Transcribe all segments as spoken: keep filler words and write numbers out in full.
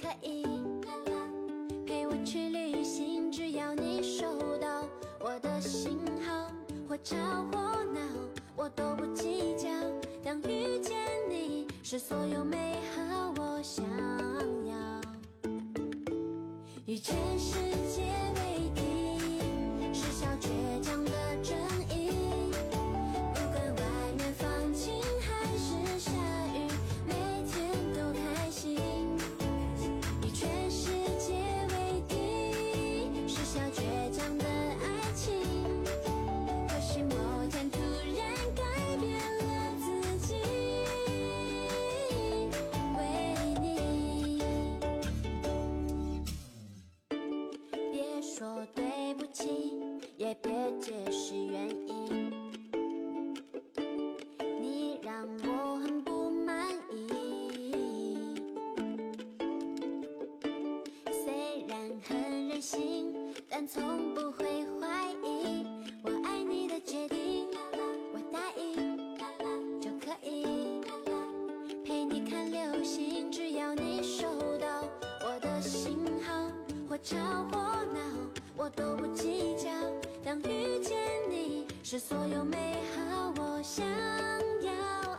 可以陪我去旅行，只要你收到我的信号，或吵或闹我都不计较。当遇见你，是所有美好我想要。与全世界为敌，是小倔强的正义。不管外面放晴还是下雨，每天都开心。与全世界为敌，是小倔强的爱情。可是某天突然改变了自己，为你。别说对不起，也别解释原因，你让我很不满意。虽然很任性，但从不会怀疑我爱你的决定。我答应就可以陪你看流星，只要你收到我的信号，或吵或闹我都不计较。当遇见你，是所有美好我想要。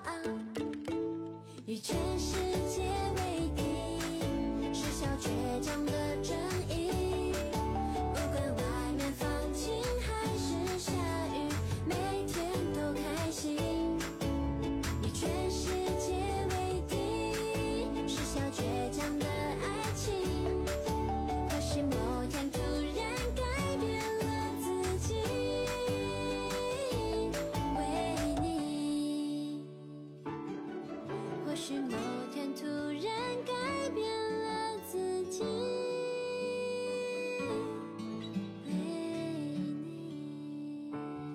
与全世界为敌，是小倔强的正义。不管外面放晴还是下雨，每天都开心。与全世界为敌，是小倔强的爱情。可是某天突然改变了自己，为你。或许某天突然改变了自己，为你。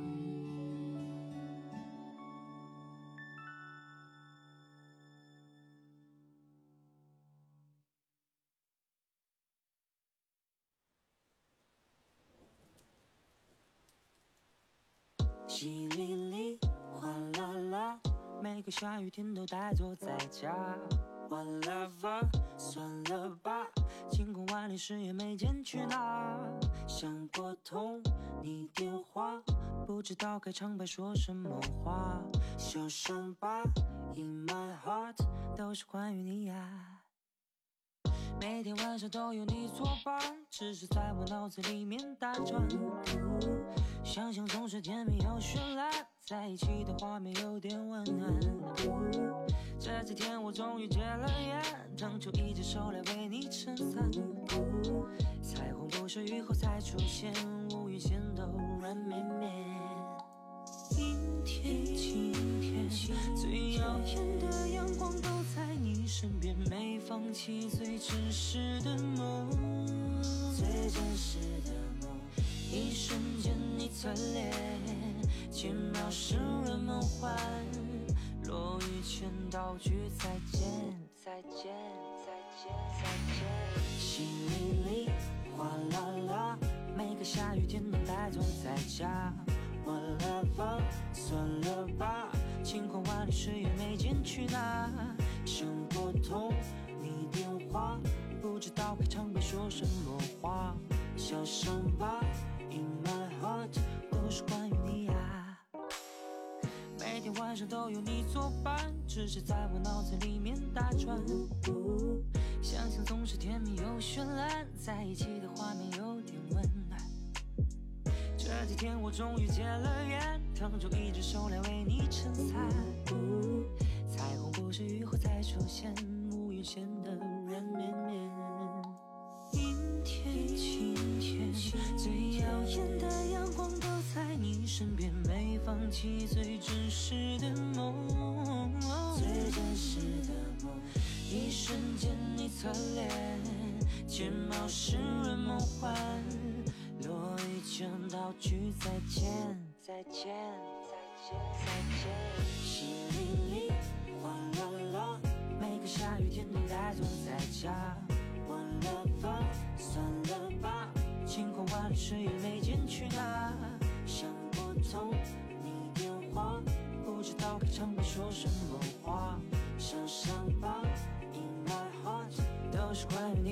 淅沥沥，哗啦啦，每个下雨天都呆坐在家。Whatever， 算了吧，晴空万里时也没见去哪。想拨通你电话，不知道该长白说什么话。小伤疤 in my heart， 都是关于你呀。每天晚上都有你作伴，只是在我脑子里面打转。想象总是甜蜜又绚烂，在一起的画面有点温暖。这几天我终于戒了烟，腾出一只手来为你撑伞。彩虹不是雨后才出现，乌云显得软绵绵。阴天晴天，最耀眼的阳光都在你身边，没放弃最真实的梦，最真实的梦。一瞬间你侧脸，千秒诗人梦幻，落雨前道句再见，再见，再见，再见。淅沥沥，哗啦啦，每个下雨天都呆坐在家。Whatever， 算了吧，晴空万里时也没见去哪。想拨通你电话，不知道该长白说什么话。小伤疤 in my heart， 都是关于你呀。每天晚上都有你作伴，只是在我脑子里面打转。想象总是甜蜜又绚烂，在一起的画面有点温暖。这几天我终于戒了烟，腾出一只手来为你撑伞。彩虹不是雨后才出现，乌云显得软绵绵。阴天晴天，最耀眼的阳光都在你身边，没放弃最真实的梦，最真实的梦。一瞬间你侧脸，千秒诗人梦幻，落雨前道句再见，再见，再见，再见。淅沥沥，哗啦啦，每个下雨天都呆坐在家。Whatever， 算了吧，晴空万里时也没见去哪。想拨通你电话，不知道该长白说什么话。小伤疤 in my heart， 都是关于你。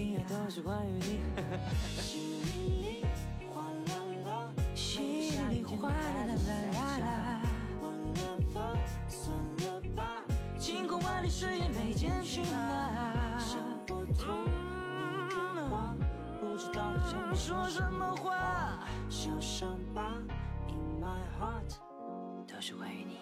都是关于你。淅沥沥，哗啦啦，淅沥沥，哗啦啦啦。One lover，算了吧，晴空万里，誓言没见去哪。想不通你的话，不知道想说什么话。小伤疤 in my heart， 都是关于你。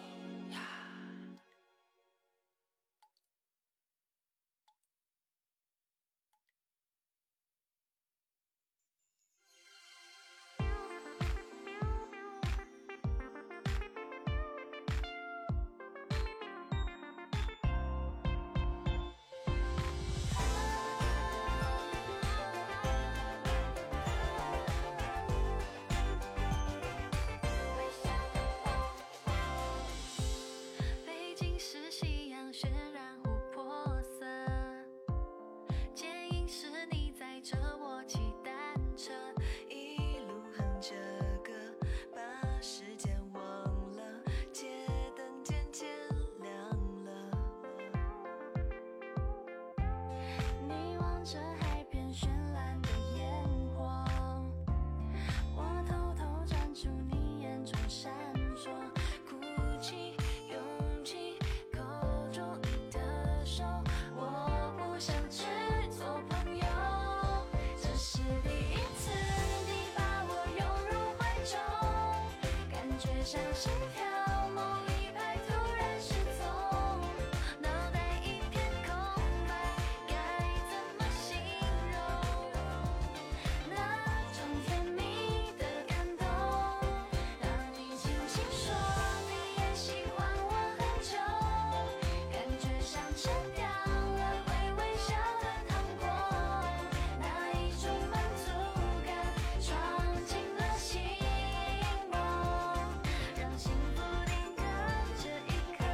像心跳，某一拍突然失踪，脑袋一片空白，该怎么形容？那种甜蜜的感动，让你轻轻说你也喜欢我很久，感觉像吃掉了会微笑的糖果，那一种满足感闯进了心窝。幸福定格这一刻。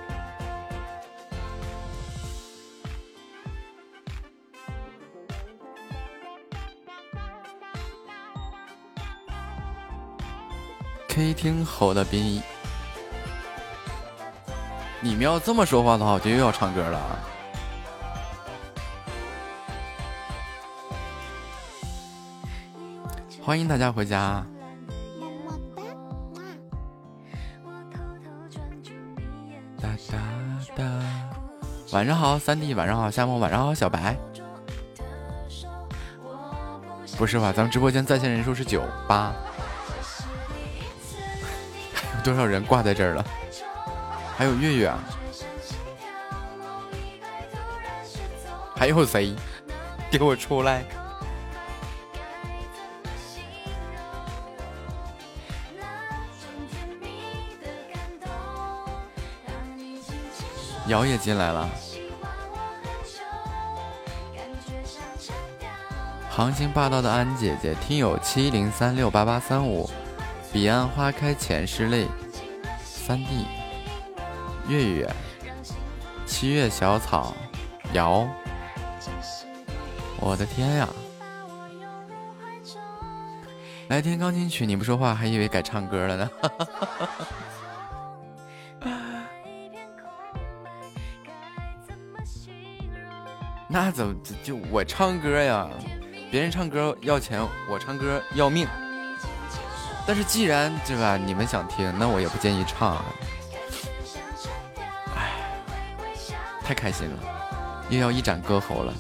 K 厅吼的殡仪，你们要这么说话的话，我就又要唱歌了。欢迎大家回家。晚上好，三弟，晚上好，夏梦，晚上好，小白。不是吧？咱们直播间在线人数是九八，还有多少人挂在这儿了？还有月月啊，还有谁？给我出来！瑶也进来了。航行霸道的安姐姐，听友七零三六八八三五，彼岸花开前世泪，三弟，月月，七月小草，瑶，我的天呀！来听钢琴曲，你不说话还以为改唱歌了呢。那怎么就我唱歌呀？别人唱歌要钱，我唱歌要命。但是既然对吧，你们想听，那我也不建议唱。哎，太开心了，又要一展歌喉了。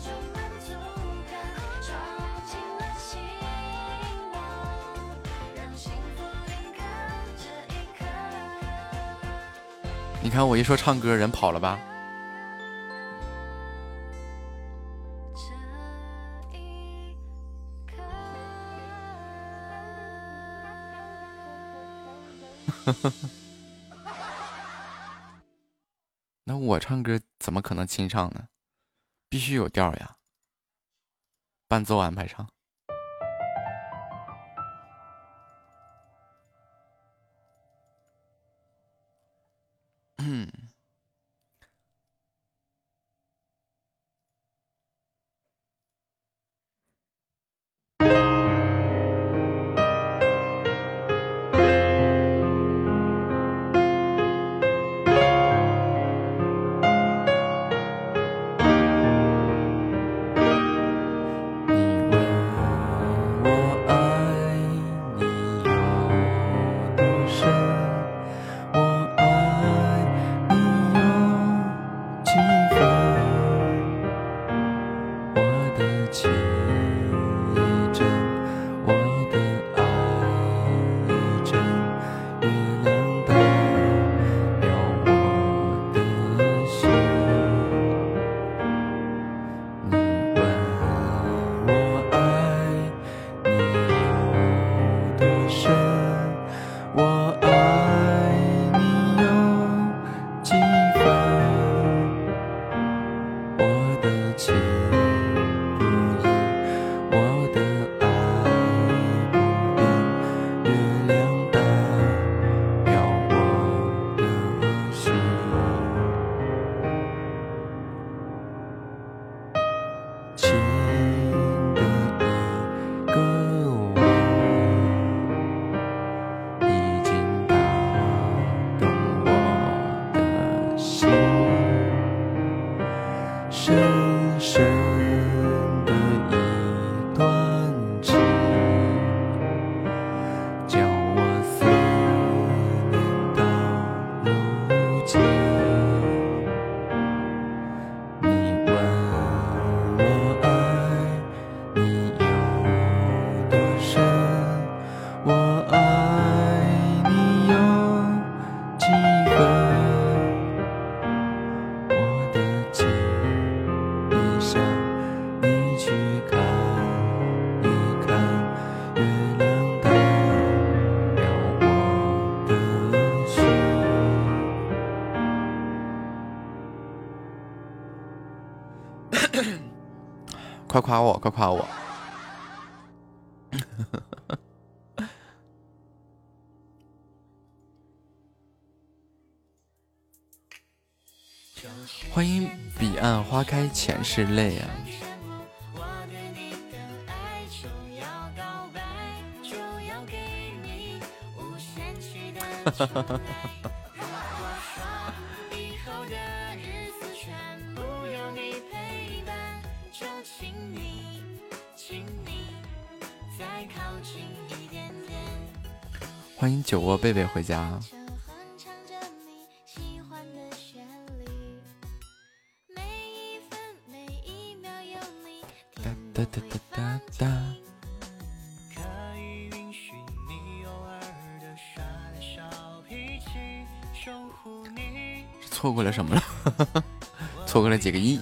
你看我一说唱歌，人跑了吧？那我唱歌怎么可能清唱呢？必须有调呀，伴奏安排上。嗯。你起不来，我的爱不变，月亮代表我的心。亲的一个吻，已经打动我的心，深深的一段情，将我思念到如今。你问我爱你有多深，我爱你有几分？我的情已向你去看一看，月亮代表我的心。快夸我，快夸我！欢迎彼岸花开前世泪啊！哈哈哈哈哈！欢迎酒窝贝贝回家。哒哒哒哒哒。错过了什么了？错过了几个亿。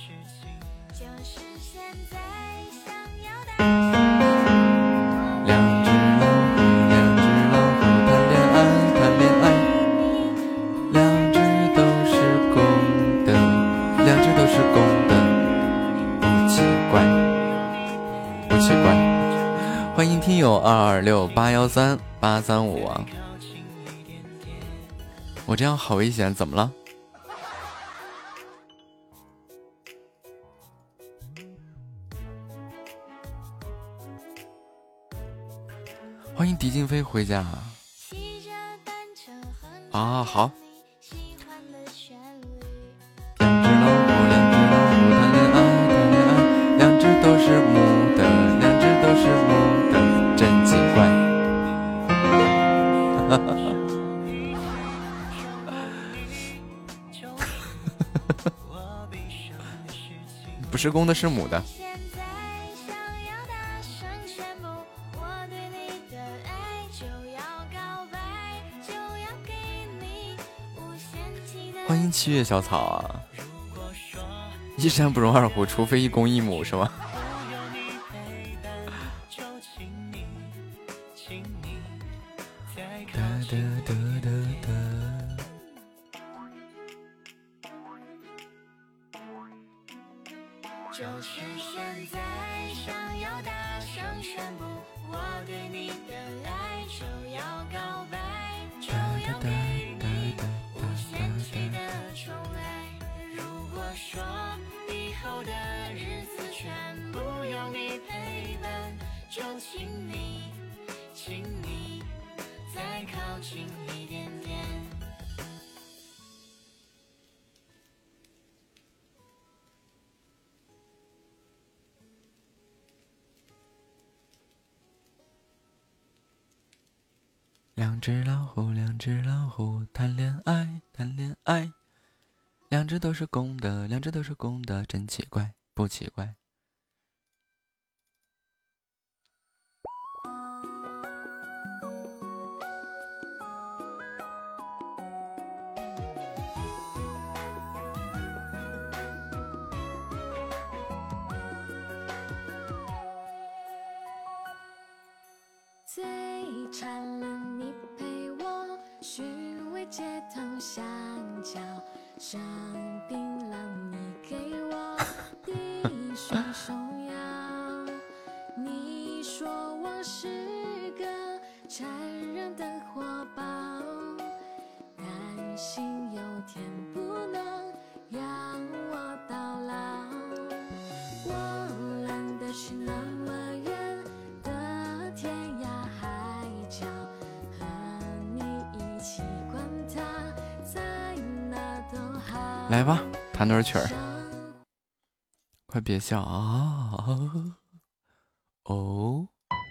两只老虎，两只老虎谈恋爱，谈恋爱，两只都是公的，两只都是公的，不奇怪，不奇怪。欢迎听友二二六八幺三八三五啊！我这样好危险，怎么了？欢迎狄静飞回家啊！好，两只老虎，两只老虎谈恋爱，谈恋爱，两只都是母的，两只都是母的，真奇怪。哈哈哈。不是公的，是母的。欢迎七月小草啊！一山不容二虎，除非一公一母，是吗？哒哒哒哒哒。就是现在，想要大声宣布，我对你的爱就要告白，就要给你无限期的宠爱。如果说以后的日子全部有你陪伴，就请你，请你再靠近一点点。两只老虎，两只老虎谈恋爱，谈恋爱，两只都是公的，两只都是公的，真奇怪，不奇怪。 最灿烂，你陪我寻味街头香蕉，上槟榔，你给我。 我是个残忍的活宝，担心有天不能养我到老。我懒得去那么远的天涯海角，和你一起管它在哪都好。 来吧，弹段曲儿。快别笑啊！哦。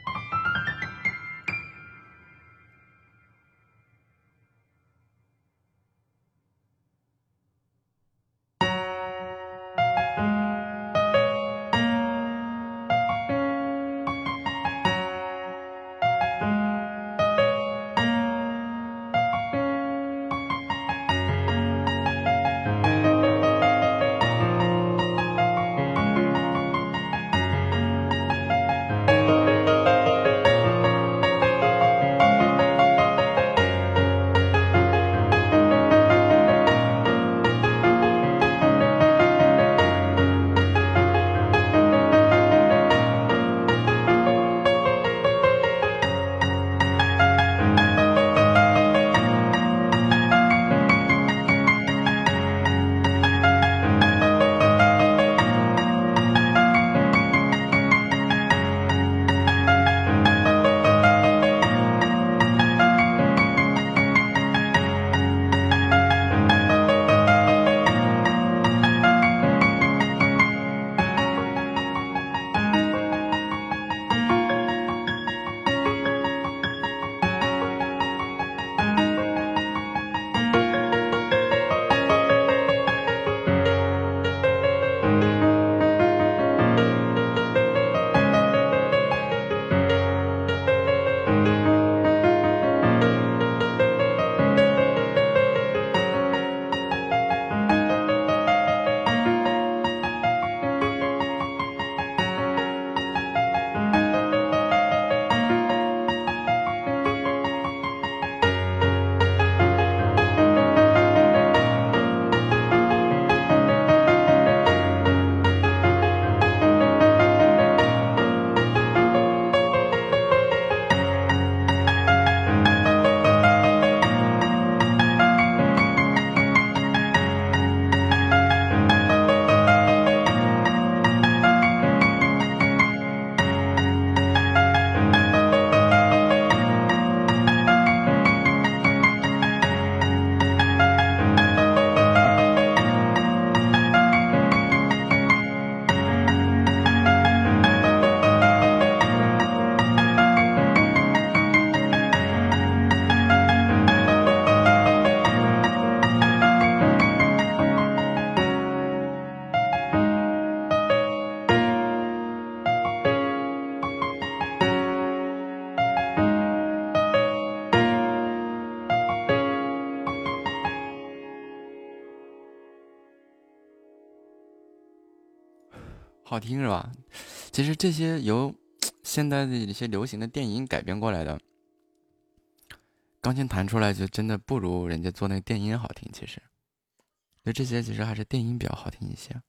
好听是吧？其实这些由现在的一些流行的电音改编过来的，钢琴弹出来就真的不如人家做那个电音好听。其实，就这些其实还是电音比较好听一些。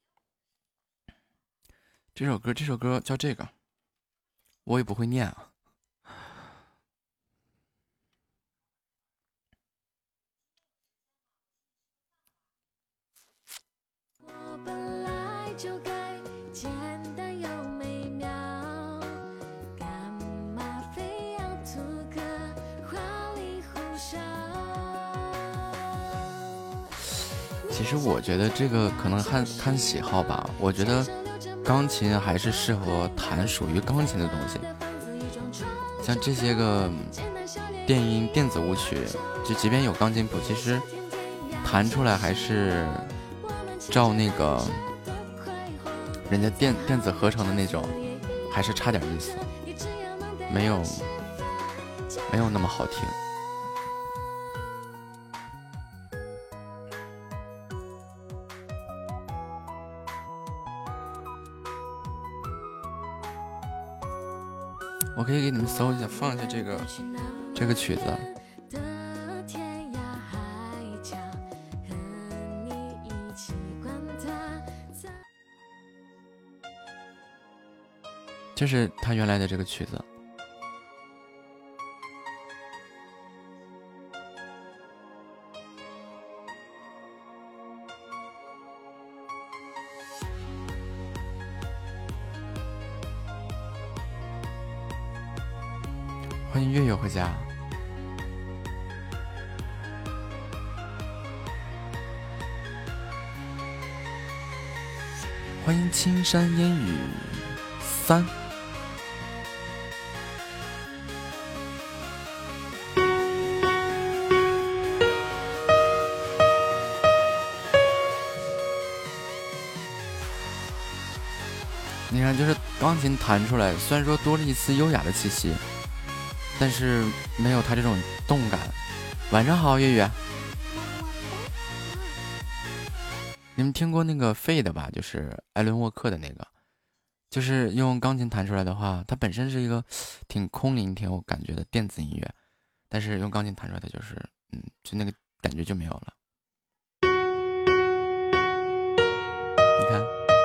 这首歌，这首歌叫这个，我也不会念啊。 我本来就该简单又美妙，干嘛非要图个花里胡哨？ 其实我觉得这个可能看看喜好吧。我觉得钢琴还是适合弹属于钢琴的东西，像这些个电音、电子舞曲，就即便有钢琴谱，其实弹出来还是照那个人家电电子合成的那种，还是差点意思，没有没有那么好听。我可以给你们搜一下，放一下这个这个曲子。这是他原来的这个曲子， 欢迎月月回家。欢迎青山烟雨三。你看，就是钢琴弹出来，虽然说多了一丝优雅的气息，但是没有他这种动感。晚上好，月月。你们听过那个 Fade 吧？就是艾伦沃克的那个，就是用钢琴弹出来的话，它本身是一个挺空灵、挺有感觉的电子音乐，但是用钢琴弹出来的就是，嗯，就那个感觉就没有了。你看。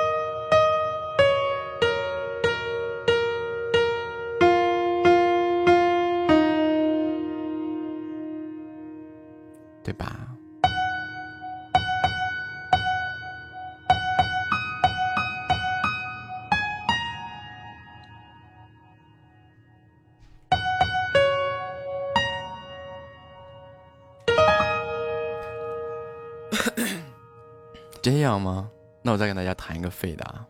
对吧？这样吗？那我再跟大家弹一个废的啊。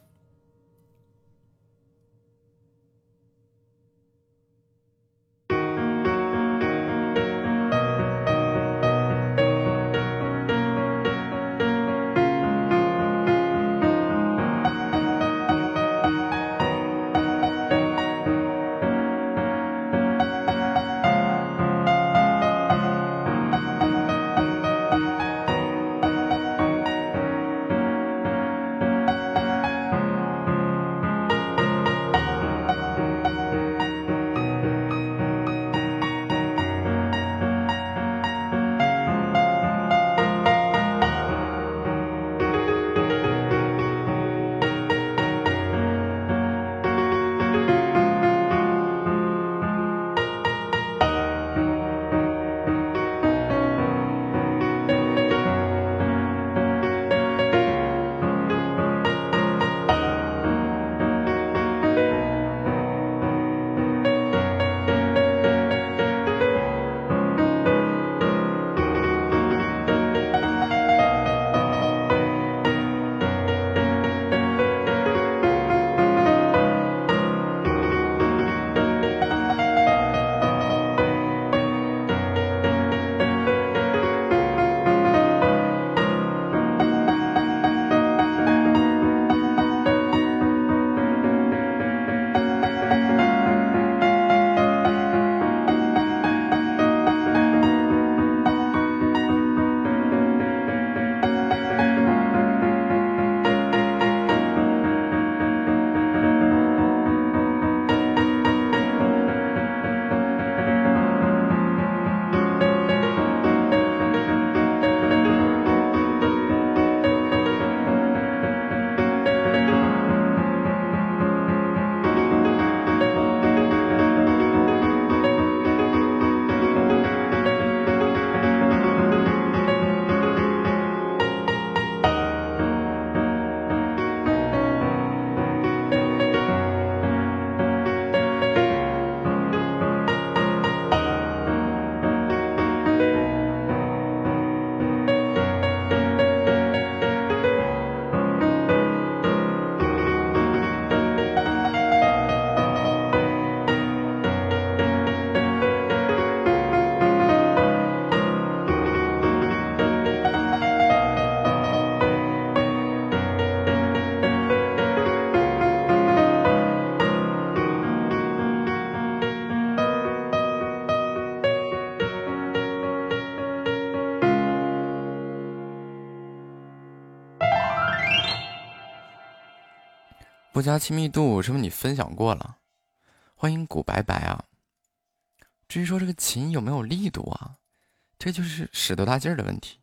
不加亲密度是不是你分享过了？欢迎古白白啊！至于说这个琴有没有力度啊，这就是使多大劲儿的问题，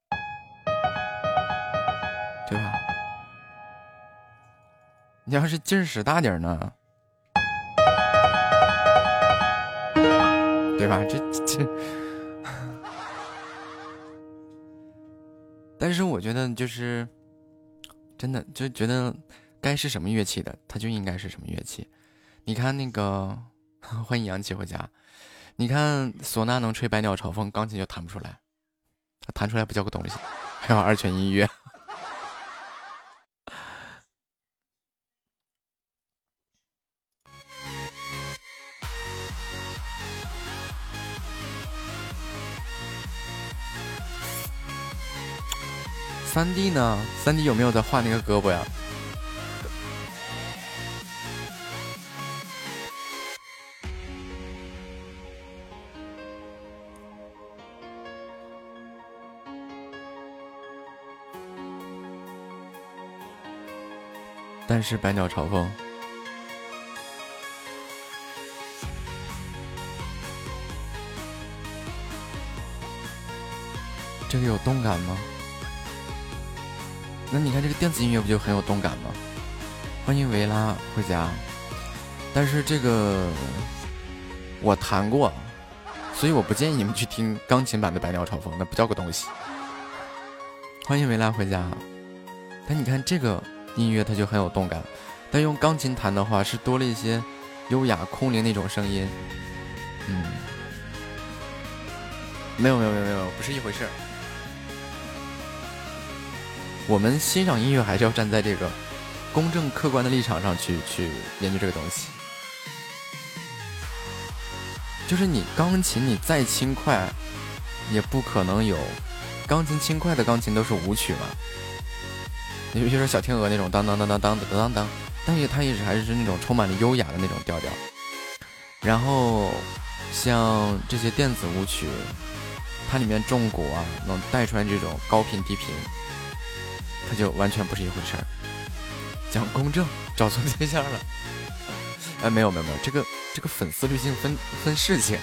对吧？你要是劲儿使大点呢，对吧？这这，但是我觉得就是真的就觉得该是什么乐器的，它就应该是什么乐器。你看那个欢迎杨琪回家。你看唢呐能吹百鸟朝凤，钢琴就弹不出来，它弹出来不叫个东西，还有二泉音乐。三弟呢？三弟有没有在画那个胳膊呀？但是百鸟朝凤，这个有动感吗？那你看这个电子音乐不就很有动感吗？欢迎维拉回家。但是这个我弹过，所以我不建议你们去听钢琴版的百鸟朝凤，那不叫个东西。欢迎维拉回家。但你看这个音乐它就很有动感，但用钢琴弹的话是多了一些优雅空灵那种声音。嗯，没有没有没有没有，不是一回事。我们欣赏音乐还是要站在这个公正客观的立场上去去研究这个东西。就是你钢琴你再轻快，也不可能有钢琴轻快的钢琴都是舞曲嘛。尤其是小天鹅那种当当当当当当当当，但是它也是还是那种充满了优雅的那种调调。然后像这些电子舞曲，它里面重鼓啊，能带出来这种高频低频。它就完全不是一回事儿。讲公正，找错对象了。哎，没有没有没有，这个这个粉丝滤镜分分事情。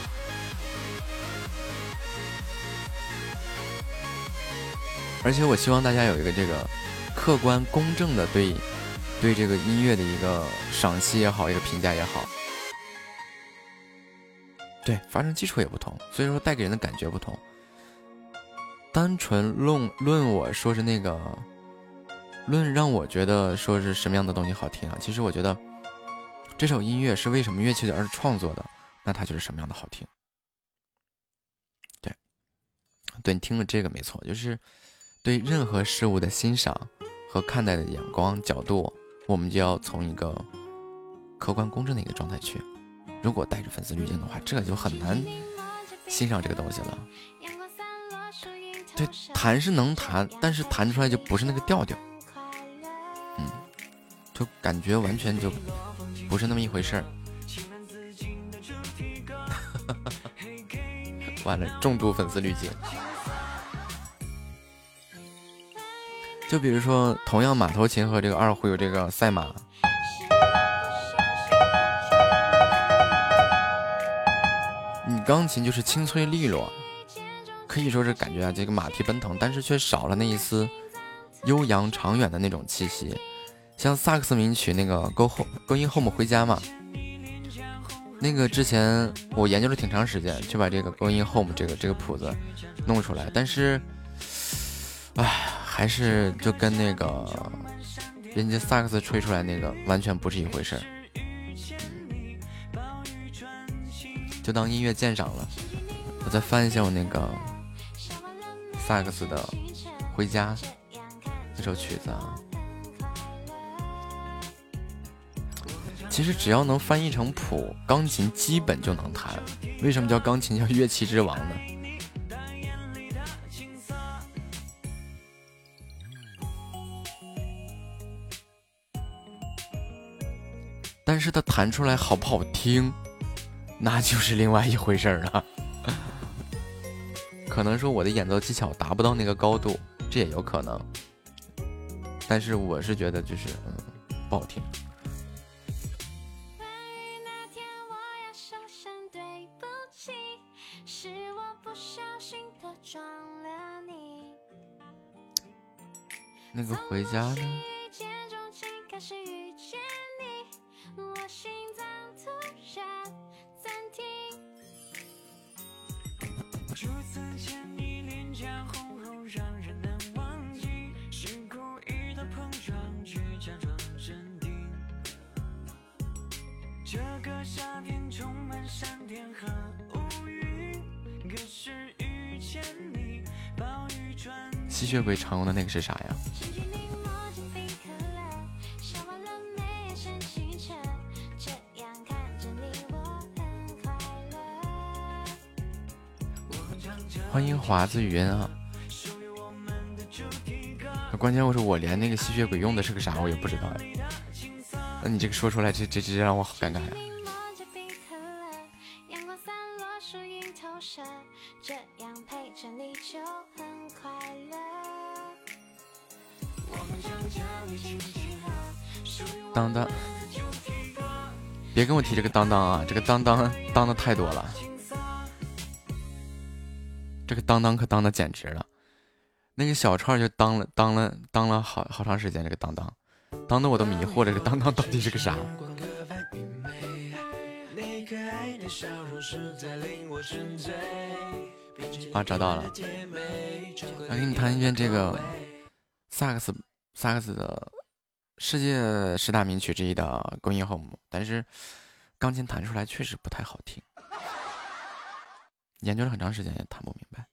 而且我希望大家有一个这个客观公正的对对这个音乐的一个赏析也好，一个评价也好。对，发声基础也不同，所以说带给人的感觉不同。单纯论论我说是那个论让我觉得说是什么样的东西好听啊，其实我觉得这首音乐是为什么乐器而创作的，那它就是什么样的好听。对对，你听了这个没错，就是对任何事物的欣赏和看待的眼光角度，我们就要从一个客观公正的一个状态去。如果带着粉丝滤镜的话，这就很难欣赏这个东西了。对，弹是能弹，但是弹出来就不是那个调调，嗯，就感觉完全就不是那么一回事儿。完了，重度粉丝滤镜。就比如说，同样马头琴和这个二胡有这个赛马，你钢琴就是清脆利落。可以说是感觉啊，这个马蹄奔腾，但是却少了那一丝悠扬长远的那种气息。像萨克斯名曲那个《Go Home Going Home 回家》嘛，那个之前我研究了挺长时间，就把这个 Going Home 这个这个谱子弄出来，但是，唉，还是就跟那个人家萨克斯吹出来那个完全不是一回事儿，就当音乐鉴赏了。我再翻一下我那个萨克斯的《回家》这首曲子啊，其实只要能翻译成谱，钢琴基本就能弹。为什么叫钢琴叫乐器之王呢？但是它弹出来好不好听，那就是另外一回事了。可能说我的演奏技巧达不到那个高度，这也有可能。但是我是觉得就是嗯不好听。那个回家呢？初次见你脸颊红红，让人难忘记，是故意的碰撞，去假装镇定。这个夏天吸血鬼常用的那个是啥呀？欢迎华子云啊！关键我说我连那个吸血鬼用的是个啥我也不知道哎。那你这个说出来，这这这让我好尴尬呀！当当，别跟我提这个当当啊！这个当当当的太多了，这个当当可当的简直了。那个小串就当了当了当了好好长时间，这个当当当的我都迷惑，这个当当到底是个啥？啊，找到了！我给你弹一遍这个萨克斯萨克斯的世界十大名曲之一的《Going Home》，但是钢琴弹出来确实不太好听，研究了很长时间也弹不明白。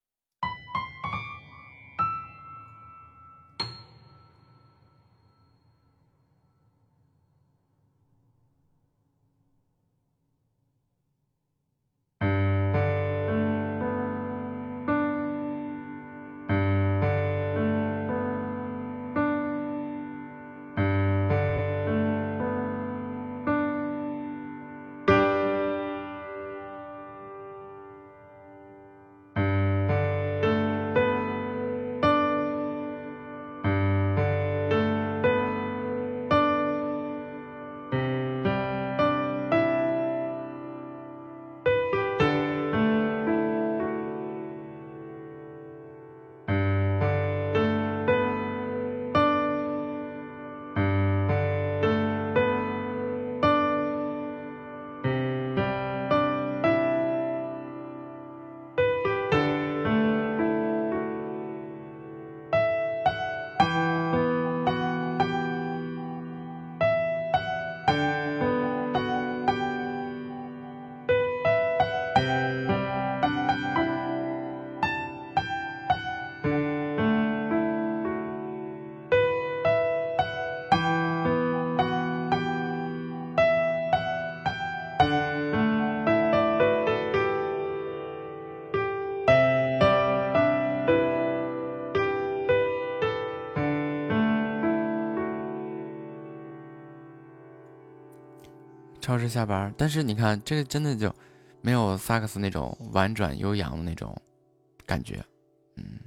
超市下班，但是你看这个真的就没有萨克斯那种婉转悠扬的那种感觉。嗯，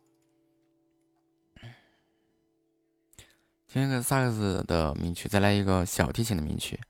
听一个萨克斯的名曲，再来一个小提琴的名曲。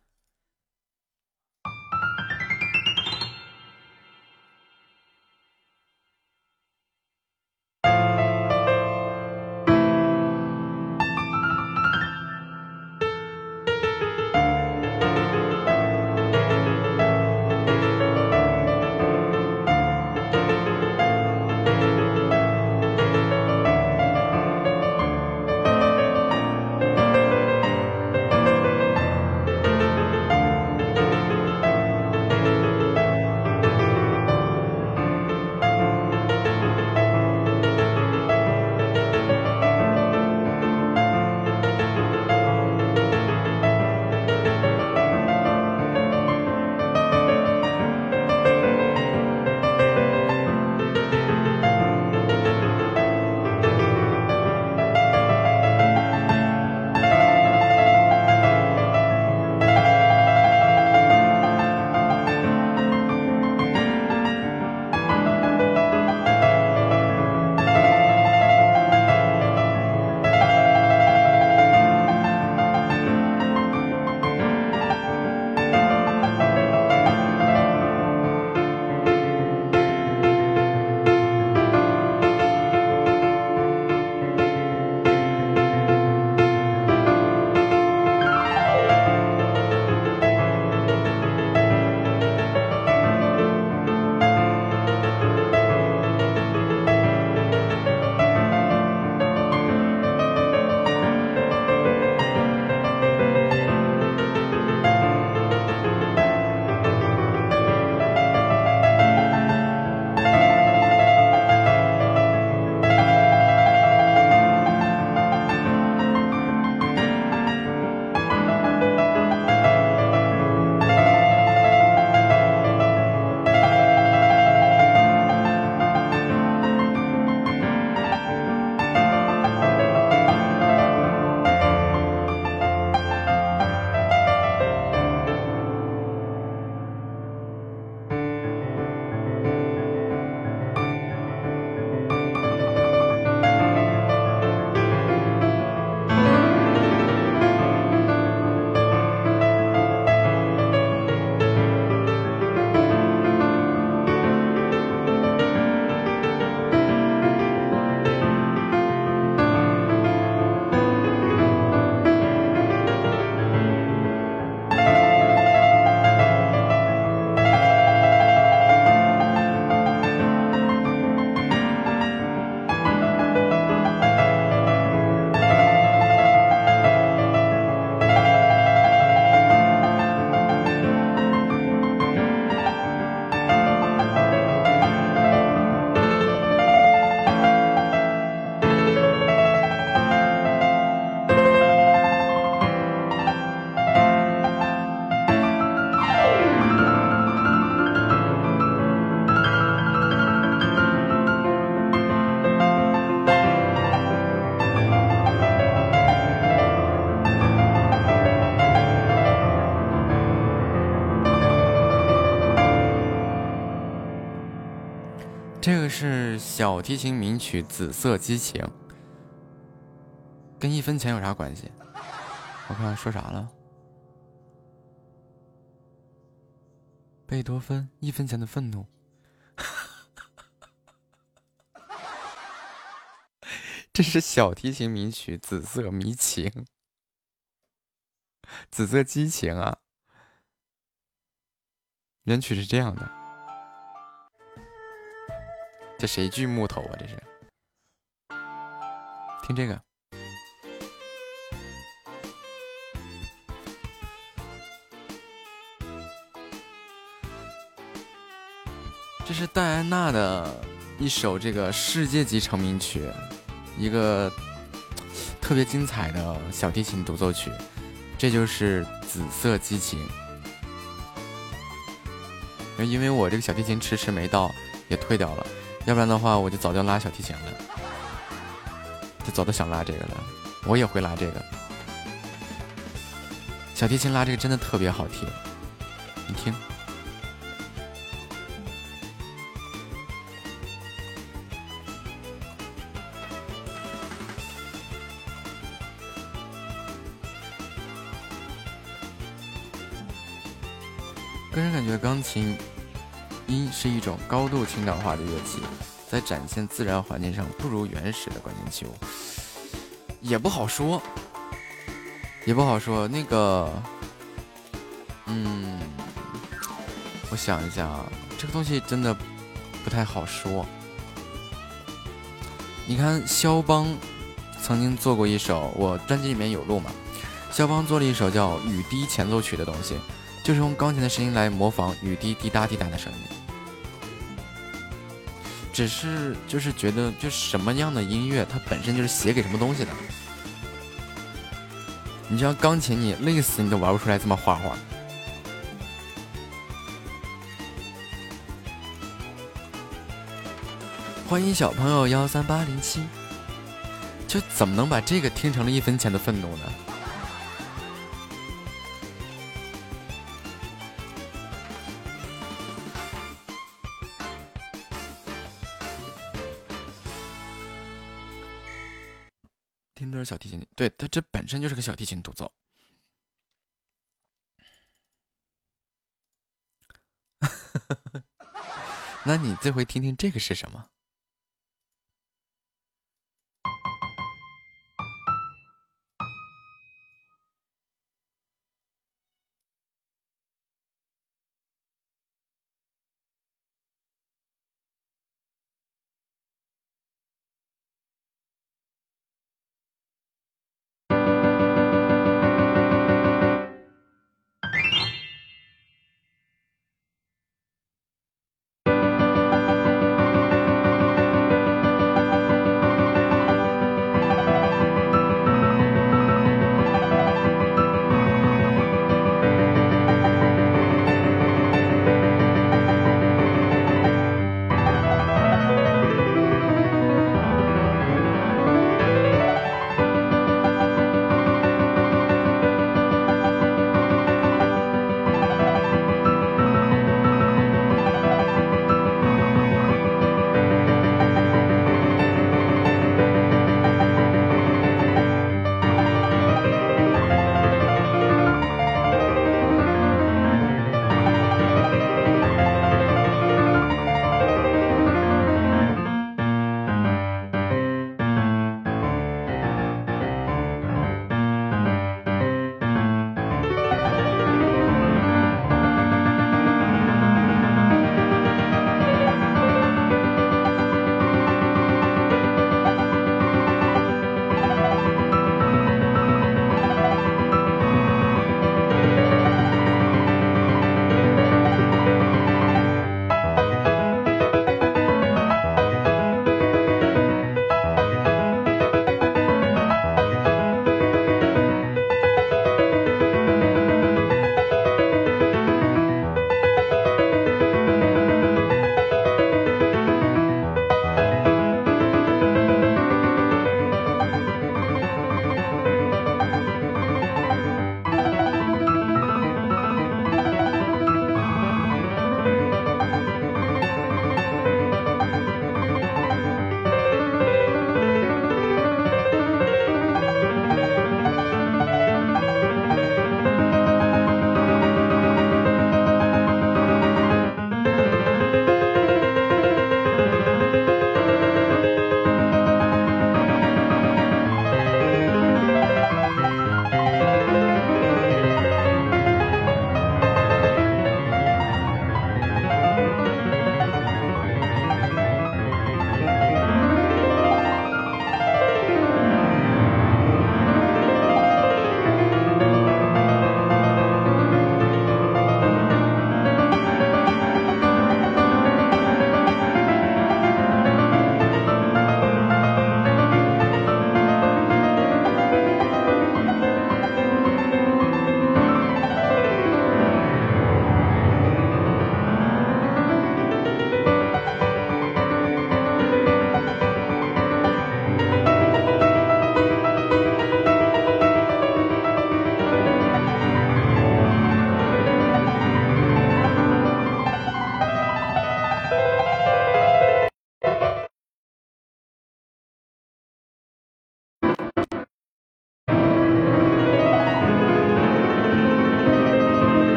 个是小提琴名曲《紫色激情》，跟一分钱有啥关系？我看说啥了？贝多芬一分钱的愤怒。这是小提琴名曲《紫色迷情》，紫色激情啊！原曲是这样的，这谁锯木头啊？这是，听这个，这是戴安娜的一首这个世界级成名曲。一个特别精彩的小提琴独奏曲，这就是《紫色激情》。因为我这个小提琴迟迟没到，也退掉了，要不然的话我就早就拉小提琴了，就早都想拉这个了。我也会拉这个，小提琴拉这个真的特别好听，你听。个人感觉钢琴音是一种高度轻量化的乐器，在展现自然环境上不如原始的管弦器物，也不好说，也不好说。那个，嗯，我想一下啊，这个东西真的不太好说。你看肖邦曾经做过一首，我专辑里面有录嘛，肖邦做了一首叫《雨滴前奏曲》的东西。就是用钢琴的声音来模仿雨滴滴答滴答的声音，只是就是觉得，就什么样的音乐，它本身就是写给什么东西的。你像钢琴，你累死你都玩不出来这么画画。欢迎小朋友幺三八零七，就怎么能把这个听成了一分钱的愤怒呢？听这是小提琴，对，它这本身就是个小提琴独奏。那你这回听听这个是什么？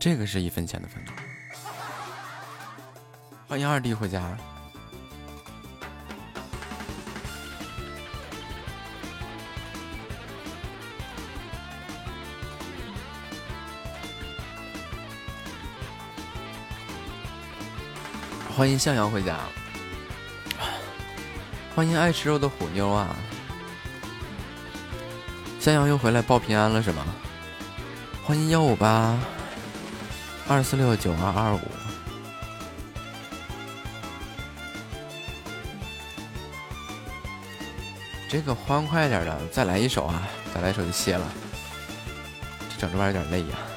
这个是一分钱的愤怒。欢迎二弟回家。欢迎向阳回家。欢迎爱吃肉的虎妞啊！向阳又回来报平安了是吗？欢迎幺五八二四六九二二五。这个欢快点的，再来一首啊！再来一首就歇了。这整这玩意儿有点累呀、啊。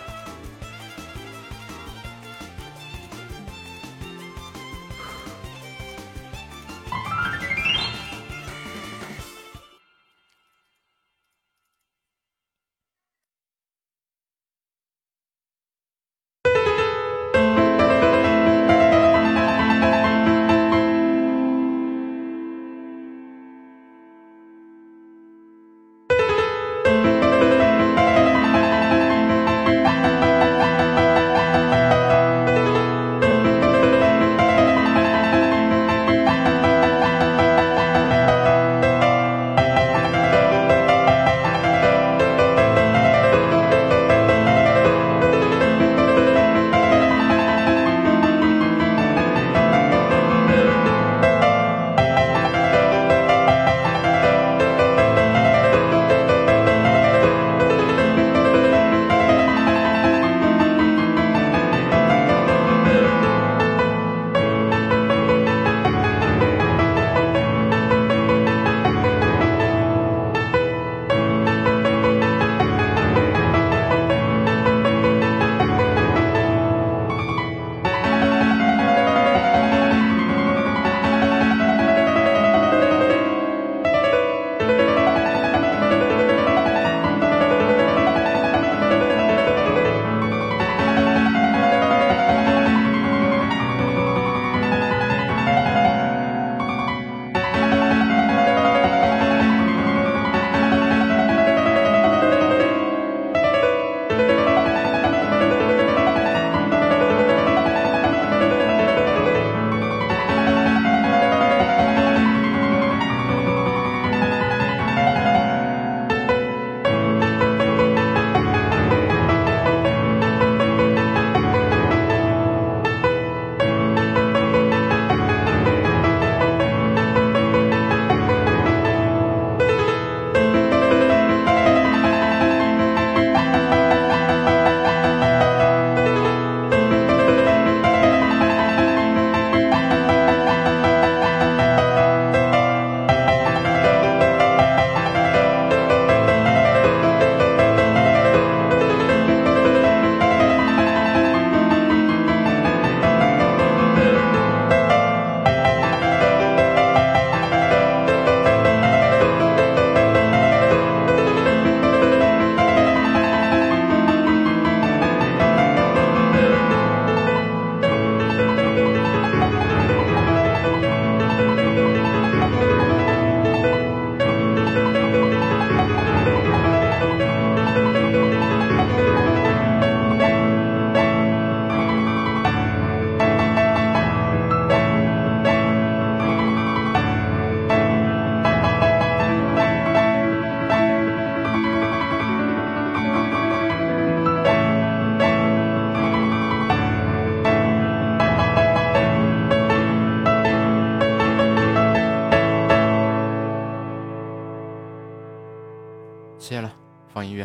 歇了，放音乐。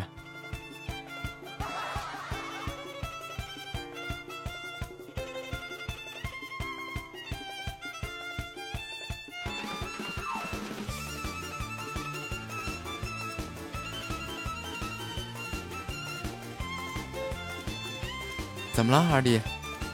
怎么了，二弟？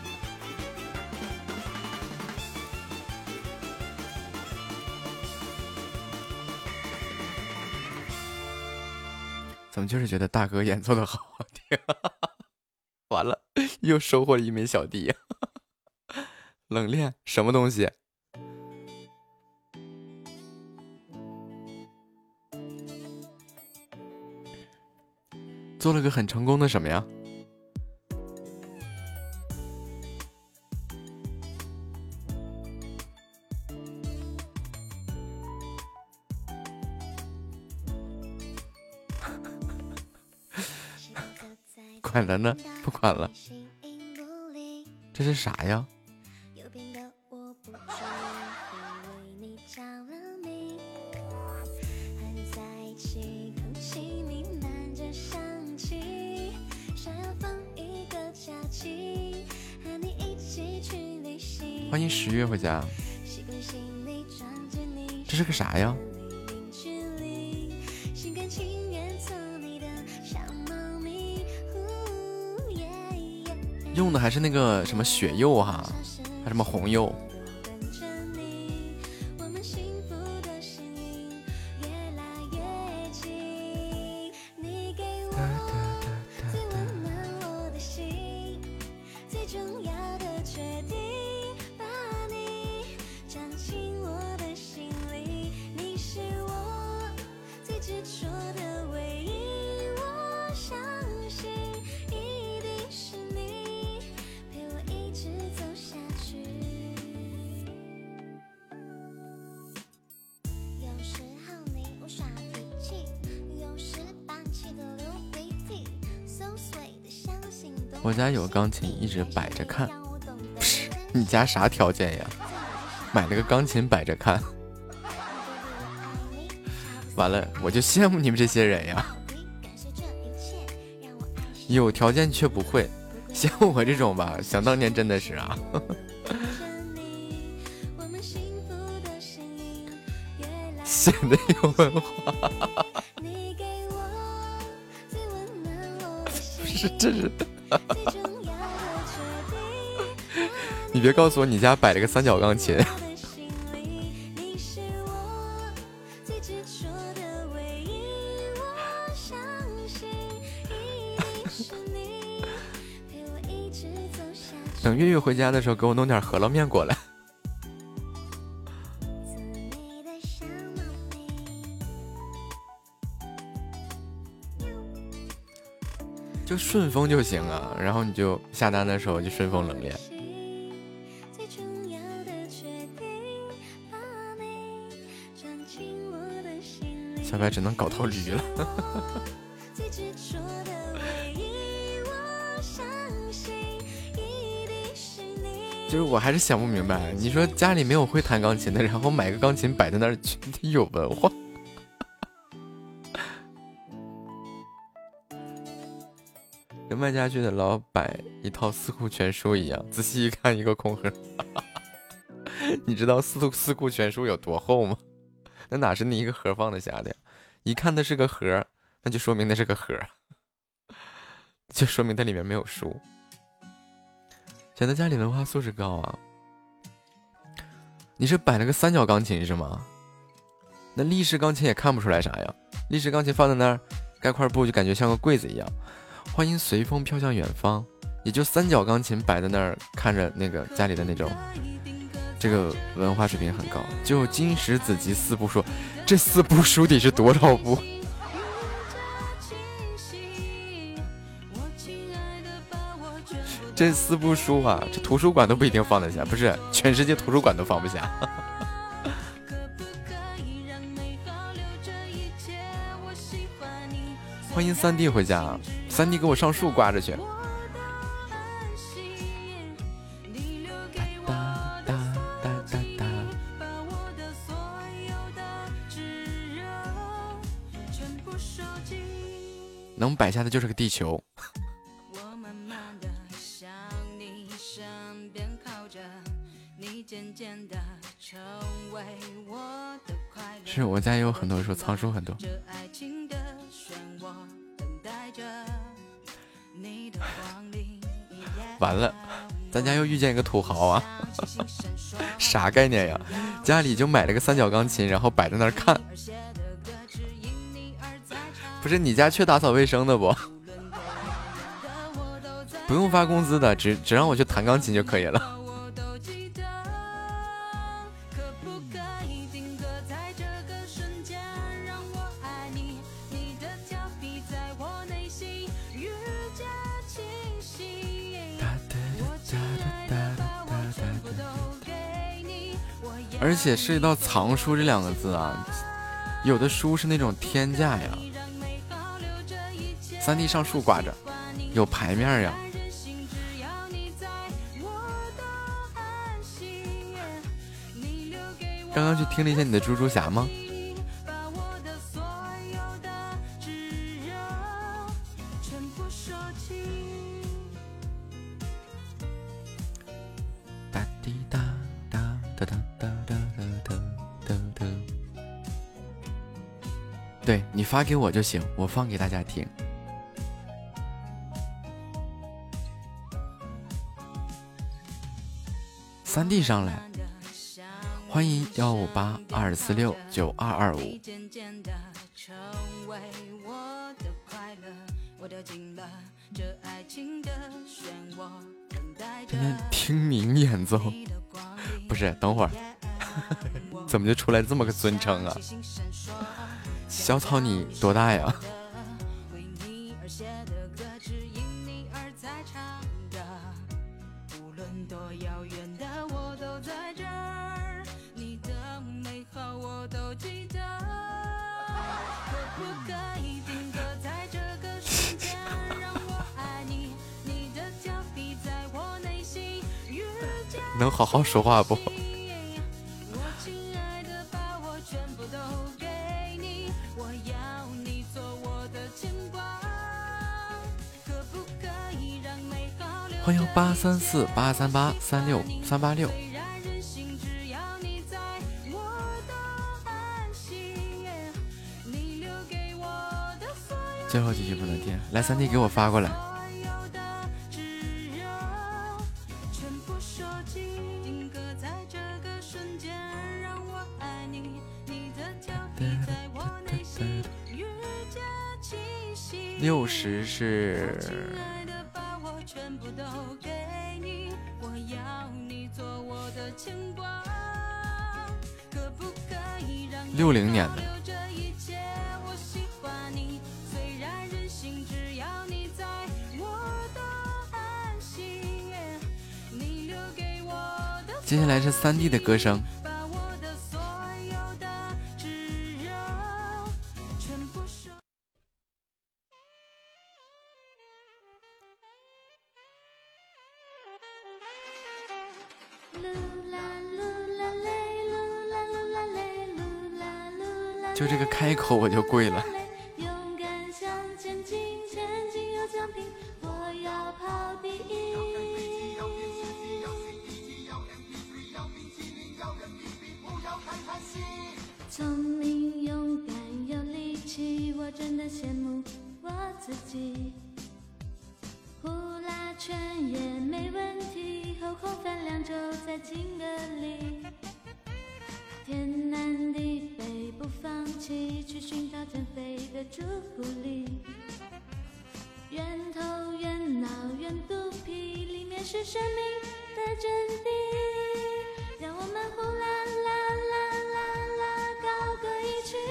怎么就是觉得大哥演奏的好好听？完了，又收获了一枚小弟。冷链什么东西？做了个很成功的什么呀？ 管他呢，不管了。这是啥呀？欢迎十月回家。这是个啥呀？用的还是那个什么血柚哈，还什么红柚。我家有钢琴，一直摆着看。不是，你家啥条件呀？买了个钢琴摆着看。完了，我就羡慕你们这些人呀。有条件却不会，像我这种吧，想当年真的是啊。显得有文化。不是，这是。你别告诉我你家摆了个三角钢琴。等月月回家的时候给我弄点饸饹面过来。就顺丰就行啊，然后你就下单的时候就顺丰冷链。小白只能搞套驴了。就是我还是想不明白，你说家里没有会弹钢琴的，然后买个钢琴摆在那儿，有文化。跟卖家具的老摆一套四库全书一样，仔细一看一个空盒。你知道四四库全书有多厚吗？那哪是你一个盒放得下的呀？一看那是个盒，那就说明那是个盒，就说明它里面没有书。显得家里文化素质高啊！你是摆了个三角钢琴是吗？那立式钢琴也看不出来啥呀，立式钢琴放在那儿，盖块布就感觉像个柜子一样。欢迎随风飘向远方，也就三角钢琴摆在那儿，看着那个家里的那种，这个文化水平很高。就金石子集四部书，这四部书得是多少部？这四部书啊，这图书馆都不一定放得下，不是全世界图书馆都放不下。欢迎三弟回家，三弟给我上树挂着去。哒哒哒哒哒。能摆下的就是个地球。是我家也有很多书，藏书很多。完了，咱家又遇见一个土豪啊！啥概念呀？家里就买了个三角钢琴，然后摆在那儿看。不是你家缺打扫卫生的不？不用发工资的，只只让我去弹钢琴就可以了。而且涉及到藏书这两个字啊，有的书是那种天价呀。三弟上树挂着， 有牌面呀。刚刚去听了一下你的猪猪侠吗？哒滴哒哒哒哒哒哒哒哒哒。对，你发给我就行，我放给大家听。三弟上来，欢迎幺五八二四六九二二五。今天听明演奏，不是？等会儿，怎么就出来这么个尊称啊？小草你多大呀？能好好说话不？欢迎八三四八三八三六三八六。最后几句不能听，来三弟给我发过来。六十是六零年的。接下来是三弟的歌声。就这个开口我就跪了。 聪明勇敢有力气，我真的羡慕我自己。呼啦圈也没问题，后空翻两周再进个里。天南地北不放弃，去寻找减肥的朱古力。圆头圆脑圆肚皮，里面是生命的真谛。让我们呼啦啦啦啦啦高歌一曲。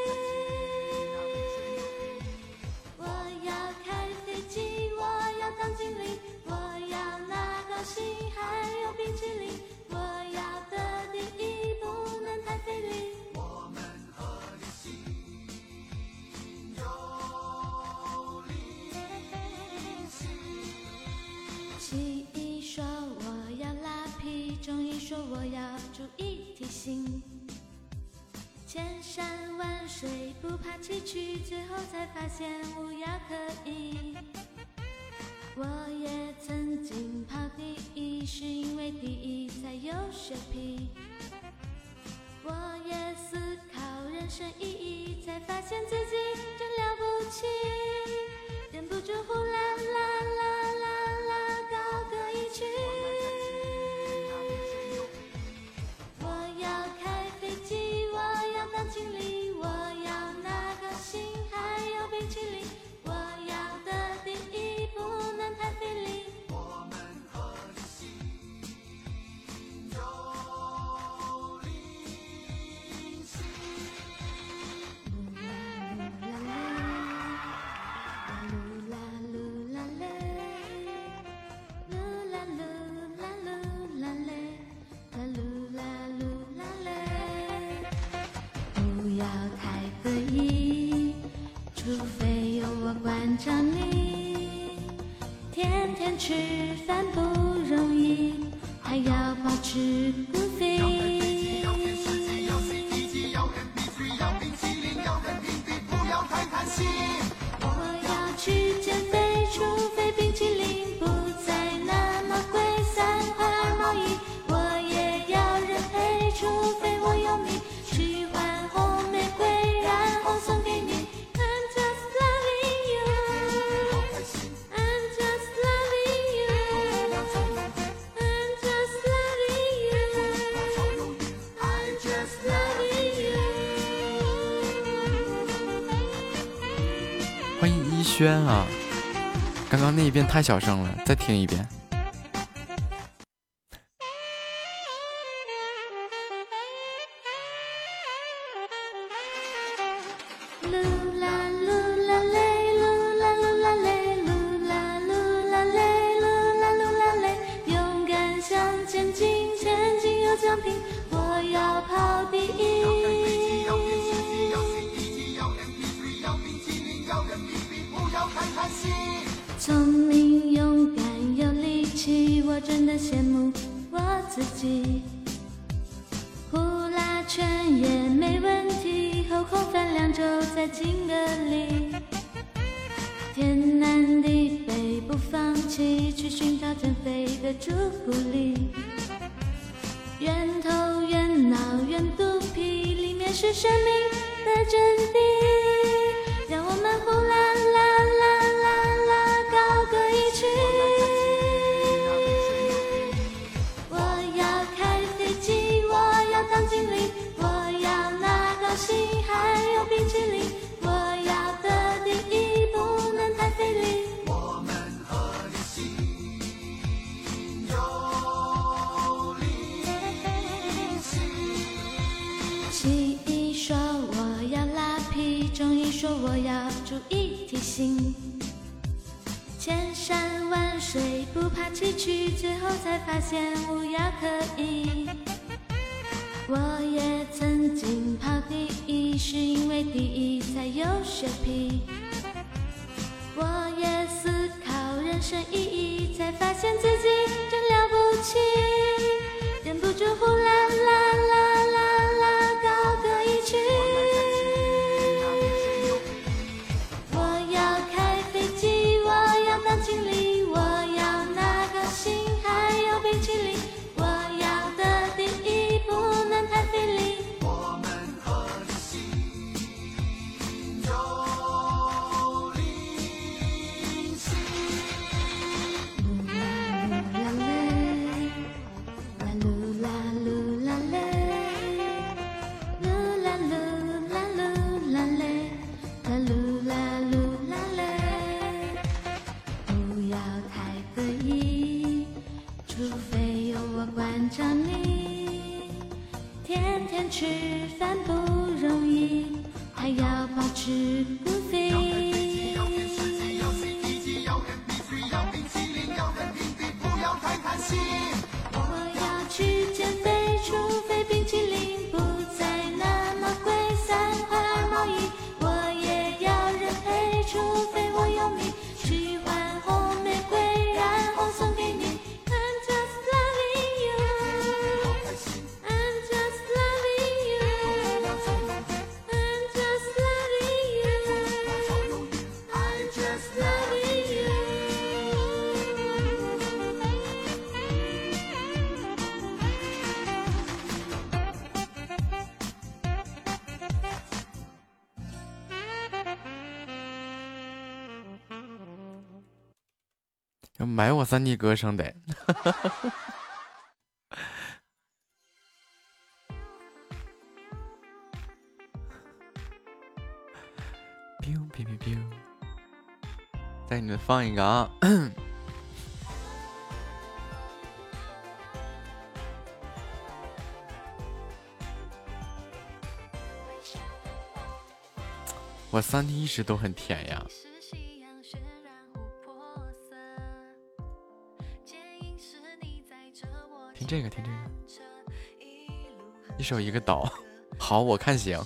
我要开飞机，我要当经理，我要拿高薪还有冰淇淋。我要的第一不能太费力。我们和你心有灵犀。西医说我要拉皮，中医说我要注意体型。千山万水不怕崎岖，最后才发现无药可医。我也曾经跑第一，是因为第一才有血皮。我也思考人生意义，才发现自己真了不起。忍不住呼啦啦啦啦啦高歌一曲。我要开飞机，我要当经理，我要拿高薪还有冰淇淋。我要的第一不能太费力。我们和你心有灵犀。 天吃饭不容易，还要保持不肥。我要去减肥，除非冰淇淋不再那么贵，三块二毛一，我也要人陪，除非我有你，去换红玫瑰，然后送给你。I'm just loving you, I'm just loving you, I'm just loving you, I'm just loving you。 欢迎一轩啊！刚刚那一遍太小声了，再听一遍。 噜啦噜啦嘞，噜啦噜啦嘞，噜啦噜啦嘞，噜啦噜啦嘞，勇敢向前进，前进有奖品，我要跑第一。聪明、勇敢、有力气，我真的羡慕我自己。呼啦圈也没问题，后空翻两周再进个里。天南地北不放弃，去寻找减肥的朱古力。圆头圆脑圆肚皮，里面是生命的真谛。让我们呼啦啦啦啦啦高歌一曲。我要开飞机，我要当经理，我要拿高薪，还有冰淇淋。我要的第一不能太费力。我们和你心有灵犀。西医说我要拉皮，中医说我要注意体型。千山万水不怕崎岖，最后才发现无药可医。我也曾经跑第一，是因为第一才有血皮。我也思考人生意义，才发现自己真了不起，忍不住呼啦啦啦啦啦高歌一曲。我要开飞机，我要当经理，我要拿高薪，还有冰淇淋。我要的第一不能太费力。我们和你心有灵犀。噜啦噜啦嘞，噜啦噜啦噜啦嘞，啦噜啦噜啦嘞。不要太得意，除非有我关照你。天天吃饭不容易，还要保持不肥。我要去减肥，除非冰淇淋不再那么贵，三块二毛一，我也要人陪，除非我有你，去换红玫瑰，然后送给你。I'm just loving you, I'm just loving you, I'm just loving you, I'm just loving you。 要买我三 D 歌声得。biu biu biu biu，再给你们放一个啊。我三 D 一直都很甜呀。听这个，听这个，一手一个岛，好，我看行。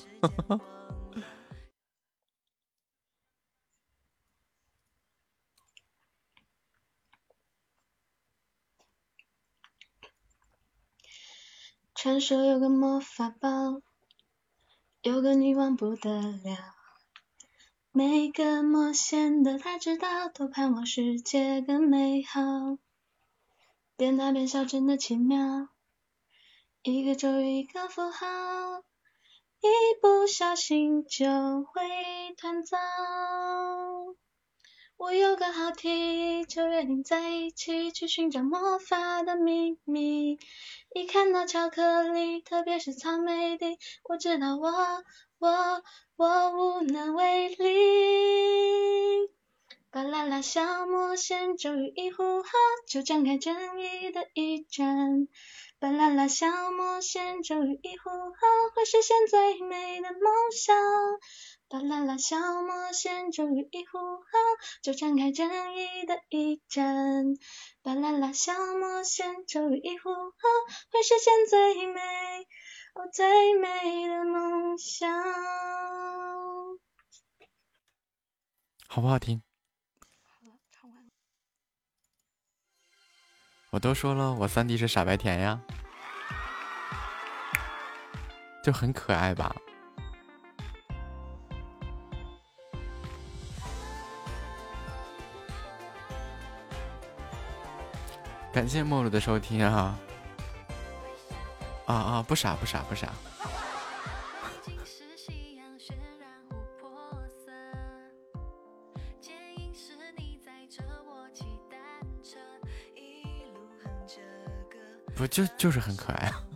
传说有个魔法宝，有个女王不得了，每个魔仙的他知道，都盼望世界更美好。变大变小真的奇妙，一个咒语一个符号，一不小心就会团糟。我有个好题，就约定在一起去寻找魔法的秘密。一看到巧克力，特别是草莓的，我知道我我我无能为力。巴啦啦小魔仙咒语一呼号，就展开正义的一战。巴啦啦小魔仙咒语一呼号，会实现最美的梦想。巴啦啦小魔仙咒语一呼号，就展开正义的一战。巴啦啦小魔仙咒语一呼号，会实现最美哦最美的梦想。 好不好听？我都说了，我三弟是傻白甜呀，就很可爱吧。感谢末路的收听啊！啊啊，不傻不傻不傻。不就就是很可爱啊！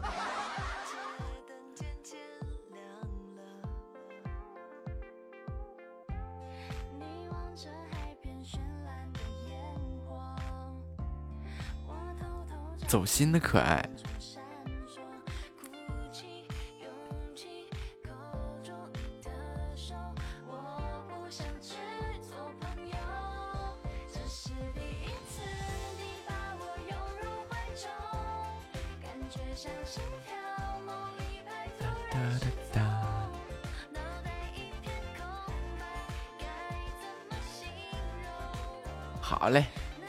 走心的可爱。好嘞。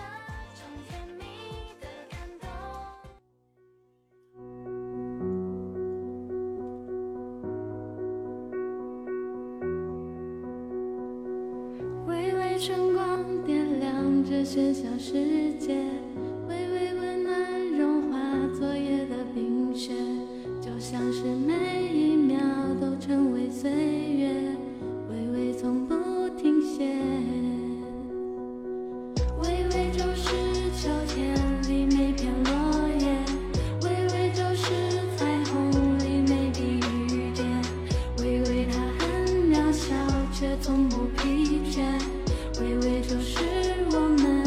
微微晨光点亮这喧嚣世界，微微温暖融化昨夜的冰雪，就像是每一秒都成为岁月，微微从不停歇。微微就是秋天里每片落叶，微微就是彩虹里每滴雨点，微微它很渺小却从不疲倦，微微就是我们。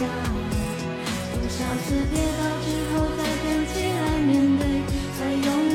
多少次跌倒之后再站起来面对，再勇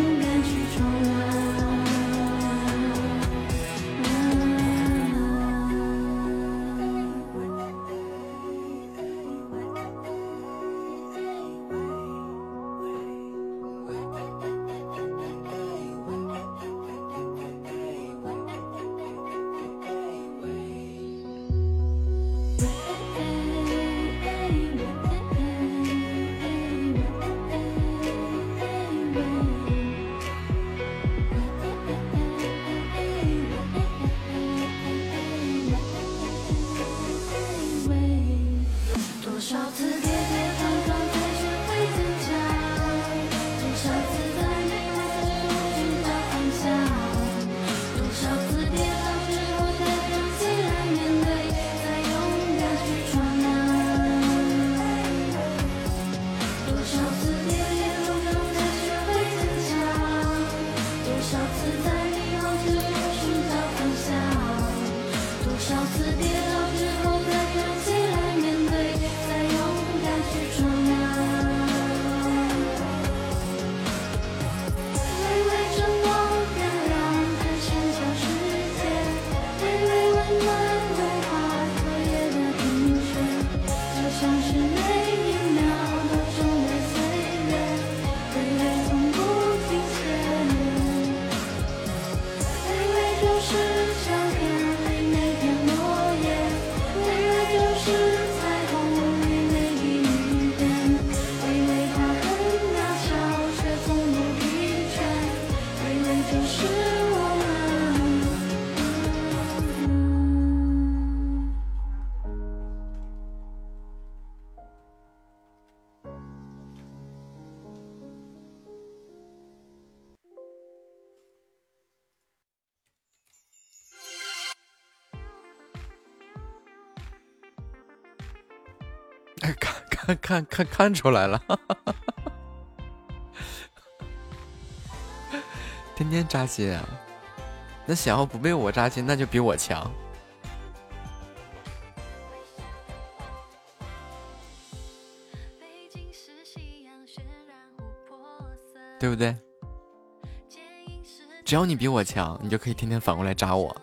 哎，看看看看看出来了，天天扎心啊！那想要不被我扎心，那就比我强，对不对？只要你比我强，你就可以天天反过来扎我。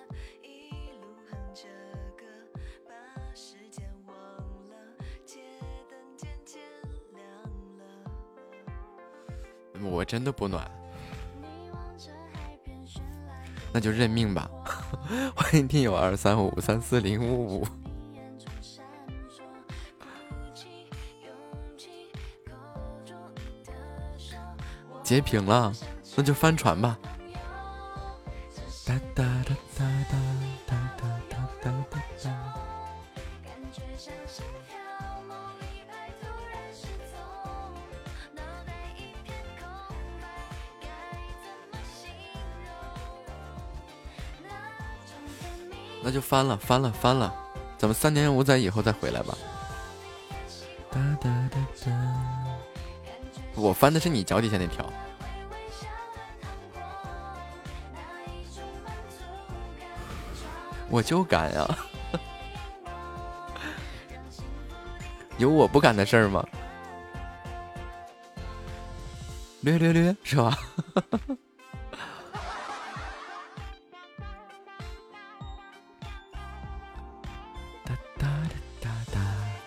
我真的不暖，那就认命吧。欢迎听友二三五三四零五五。截屏了，那就翻船吧。哒哒哒哒哒哒哒哒哒哒哒。那就翻了，翻了，翻了，咱们三年五载以后再回来吧。哒哒哒哒。我翻的是你脚底下那条。我就敢呀！有我不敢的事儿吗？略略略是吧？哒哒哒哒。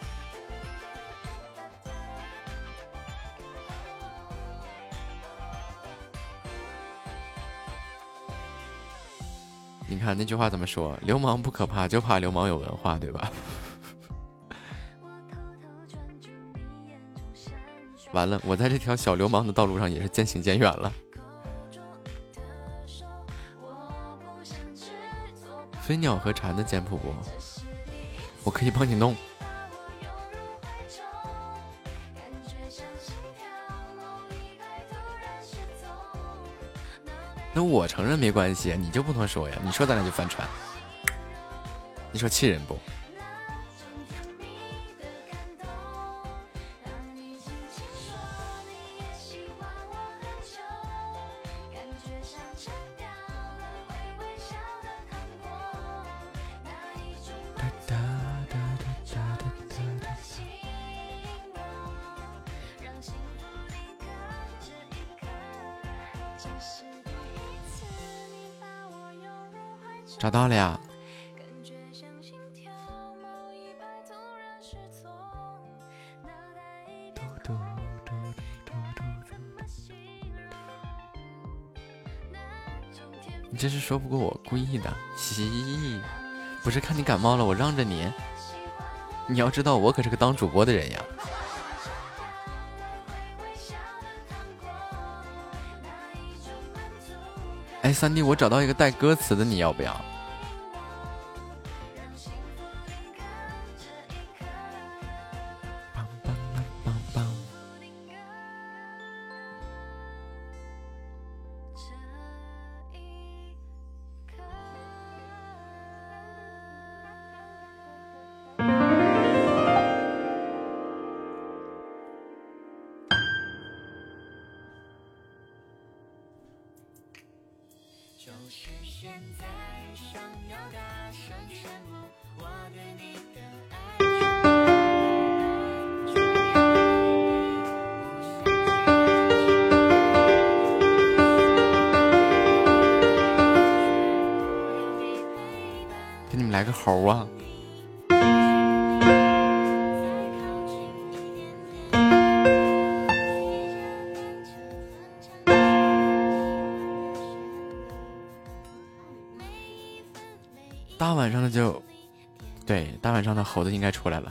你看那句话怎么说？流氓不可怕，就怕流氓有文化，对吧？完了，我在这条小流氓的道路上也是渐行渐远了。飞鸟和蝉的简谱不？我可以帮你弄。那我承认没关系，你就不能说呀？你说咱俩就翻船，你说气人不？找到了呀！你这是说不过我，故意的。嘻，不是看你感冒了，我让着你。你要知道，我可是个当主播的人呀。哎，三弟，我找到一个带歌词的，你要不要？梆梆梆梆梆。给你们来个猴啊！大晚上的就，对，大晚上的猴子应该出来了。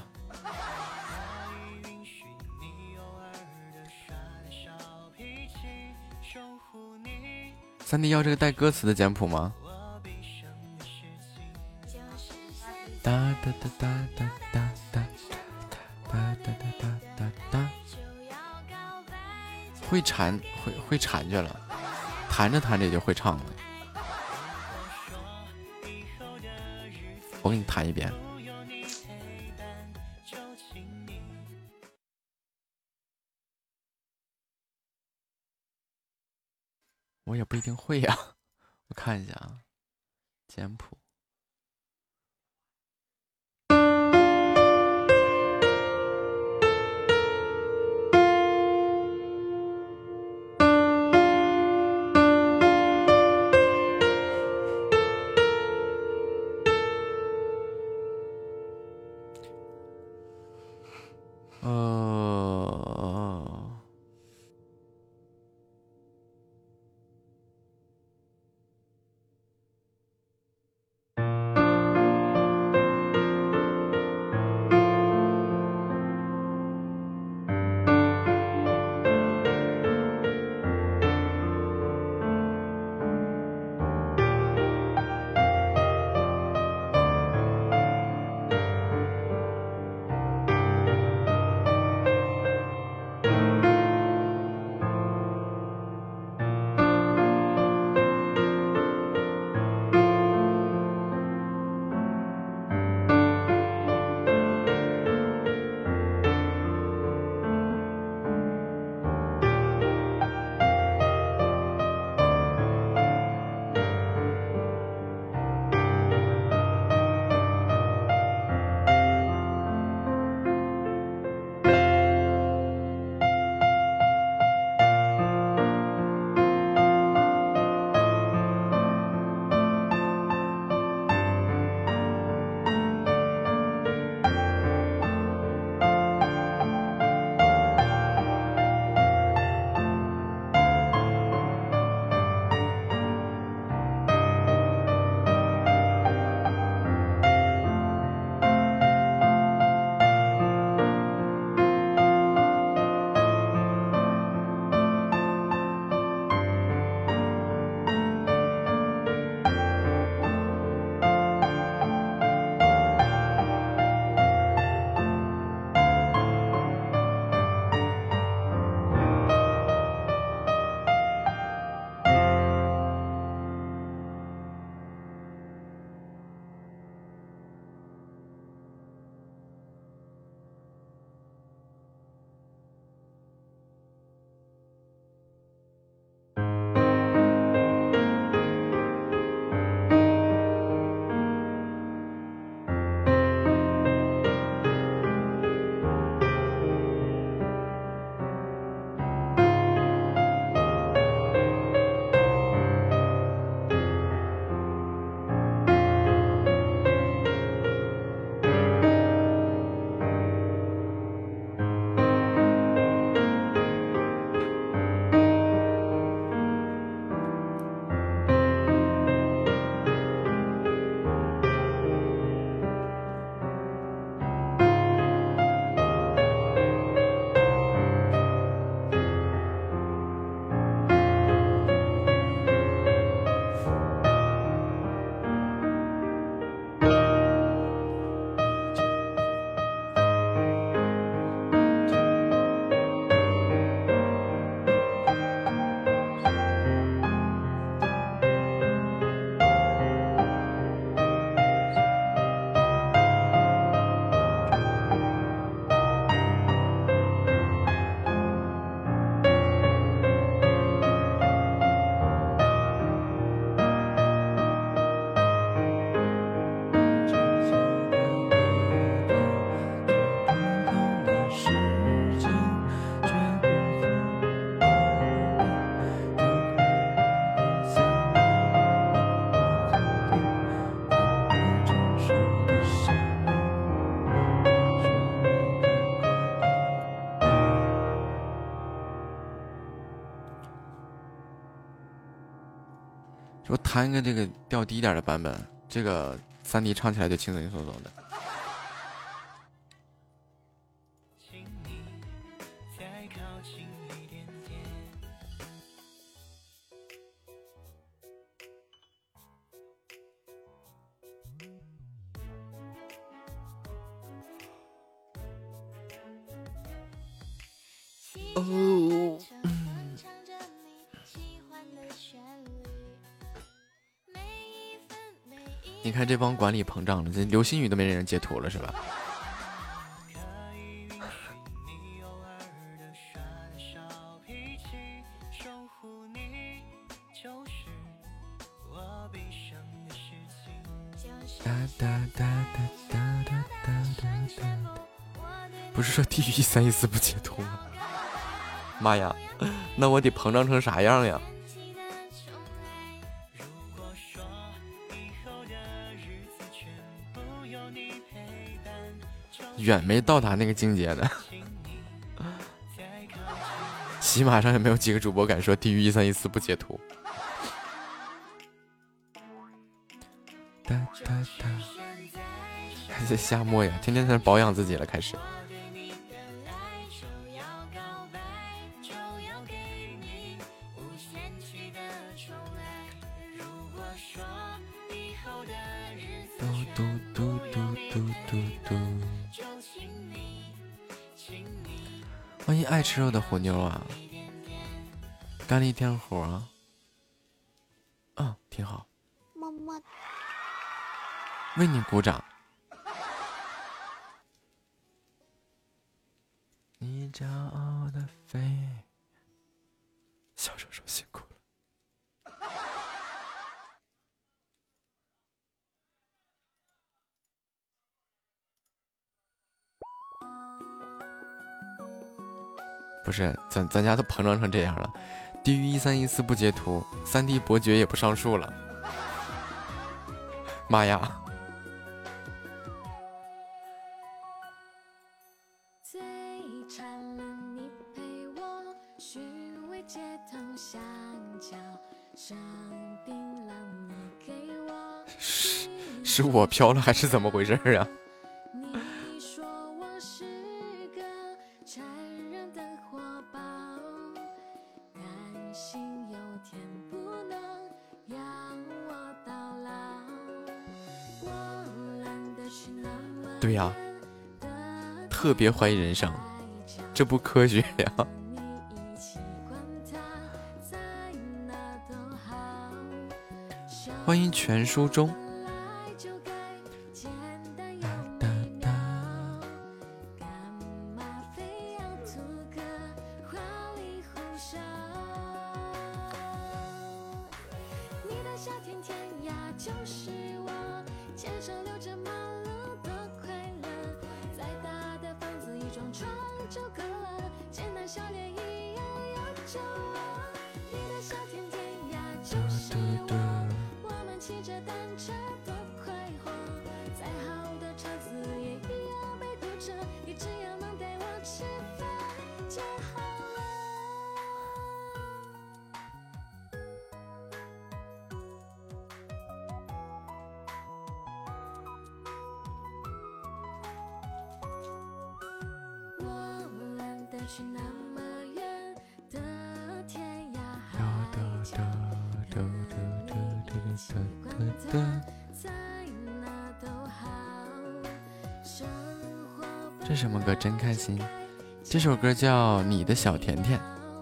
三弟要这个带歌词的简谱吗？哒哒哒哒哒哒哒哒哒哒哒哒，会缠会会缠着了，弹着弹着也就会唱了。我给你弹一遍。 我也不一定会呀、啊。我看一下啊，简谱。呃。我弹一个这个调低一点的版本，这个三 D 唱起来就轻轻松松的。哦。你看这帮管理膨胀了，这流星雨都没人截图了是吧？ 哒哒哒哒哒哒哒哒哒。不是说地狱一三一四不解脱吗？妈呀，那我得膨胀成啥样呀？远没到达那个境界呢。喜马上也没有几个主播敢说地狱一三一四不截图。哒哒哒，还在瞎摸呀，天天在保养自己了，开始。嘟嘟嘟嘟嘟嘟嘟。欢迎爱吃肉的虎妞啊！干了一天活啊！嗯，挺好。 么么。 为你鼓掌。你骄傲的飞，小手手辛苦了。不是，咱咱家都膨胀成这样了，地狱一三一四不截图，三 D 伯爵也不上树了。妈呀！是是我飘了还是怎么回事啊？对呀，特别怀疑人生，这不科学呀！欢迎全书中。这什么歌真开心，这首歌叫你的小甜甜。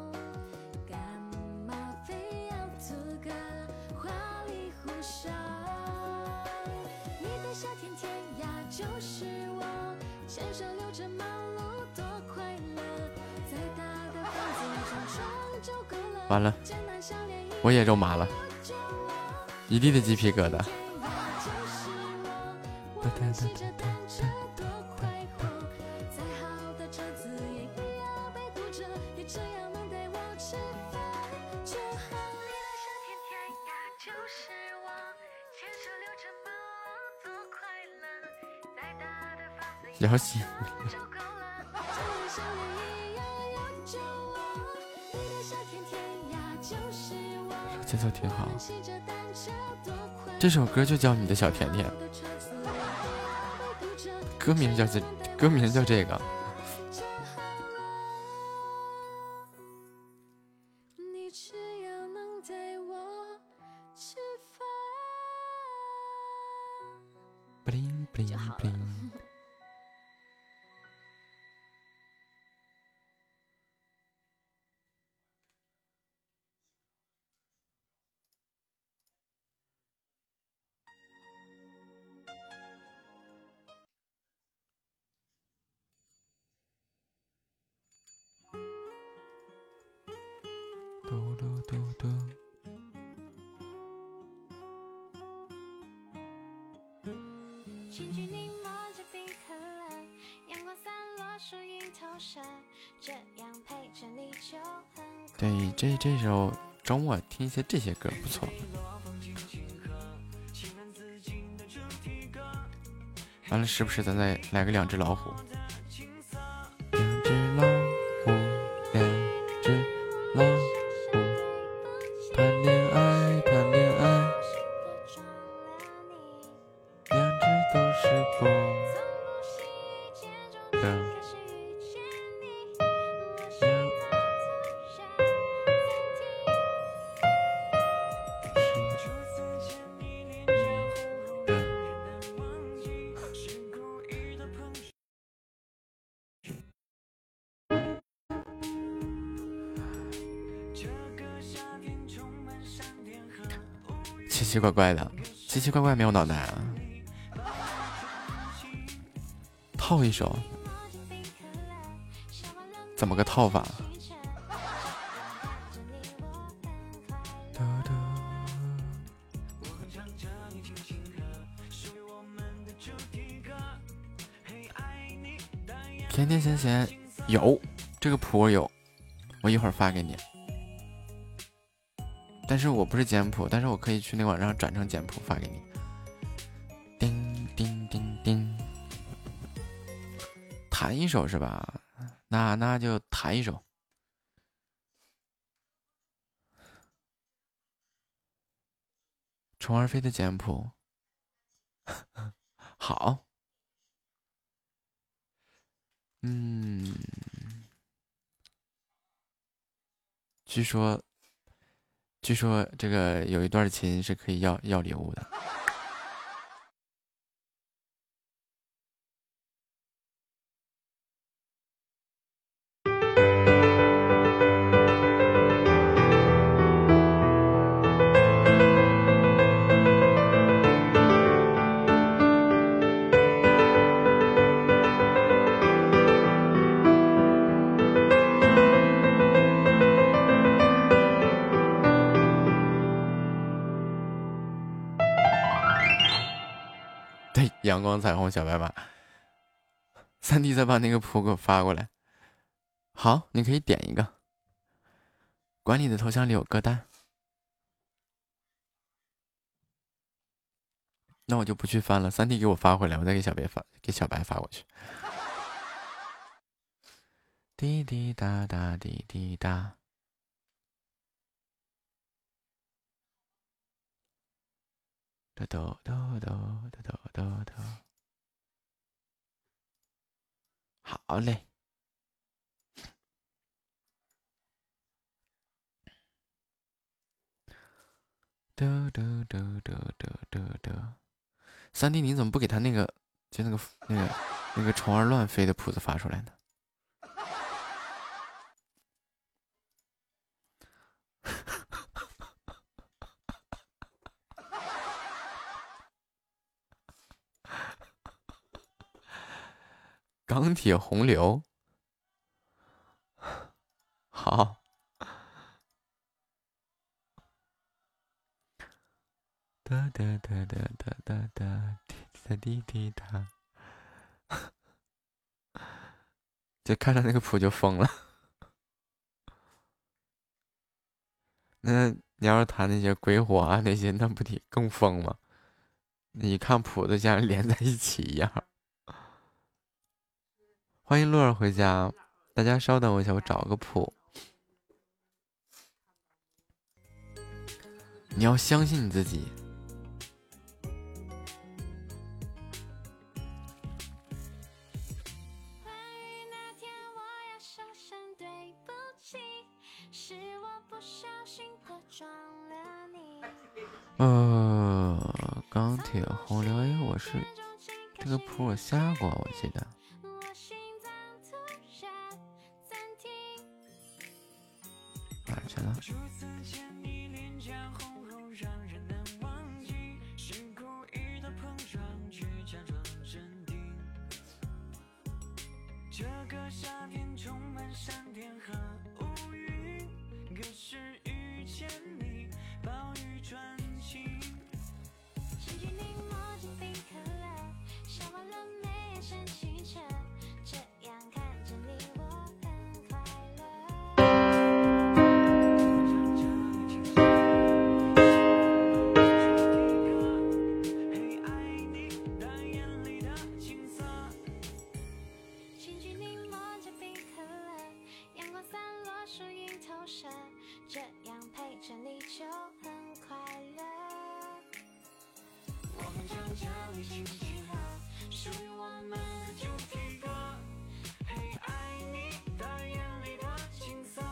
完了，我也肉麻了，一地的鸡皮疙瘩。摇醒节奏挺好，这首歌就叫你的小甜甜，歌名叫这，歌名叫这个。bling bling bling。嘟嘟嘟嘟。 对，这这时候周末听一些这些歌不错。完了，时不时咱再来个两只老虎。两只老虎，两只老虎，谈恋爱，谈恋爱，两只都是公的。奇奇怪怪的，奇奇怪怪没有脑袋啊！套一首，怎么个套法？甜甜咸咸有这个谱我有，我一会儿发给你。但是我不是简谱，但是我可以去那个网上转成简谱发给你。叮叮叮叮，弹一首是吧？那那就弹一首。虫儿飞的简谱，好。嗯，据说。据说这个有一段琴是可以要要礼物的。阳光彩虹小白马，三弟再把那个谱给我发过来。好，你可以点一个。管理的头像里有歌单，那我就不去翻了。三弟给我发回来，我再给小白发，给小白发过去。滴滴答答，滴滴答。哆哆哆哆哆哆哆，好嘞。哆哆哆哆哆哆哆，三弟，你怎么不给他那个，就那个那个那个虫儿乱飞的谱子发出来呢？钢铁洪流，好。哒哒哒哒哒哒哒，滴滴滴答。就看到那个谱就疯了。那你要是弹那些鬼火啊那些，那不得更疯吗？你看谱子像连在一起一样。欢迎洛儿回家，大家稍等我一下，我找个谱。你要相信你自己。呃，钢铁洪流，哎，我是这个谱我下过，我记得。哪去了？这个夏天充满闪电和乌云，可是遇见你，暴雨转晴。谢谢你墨镜冰可乐，笑完了没？山清澈，这样看着你我很快乐。 舍，这样陪着你就很快乐。我很想叫你轻轻和，属于我们的主题歌，嘿，爱你的眼里的景色。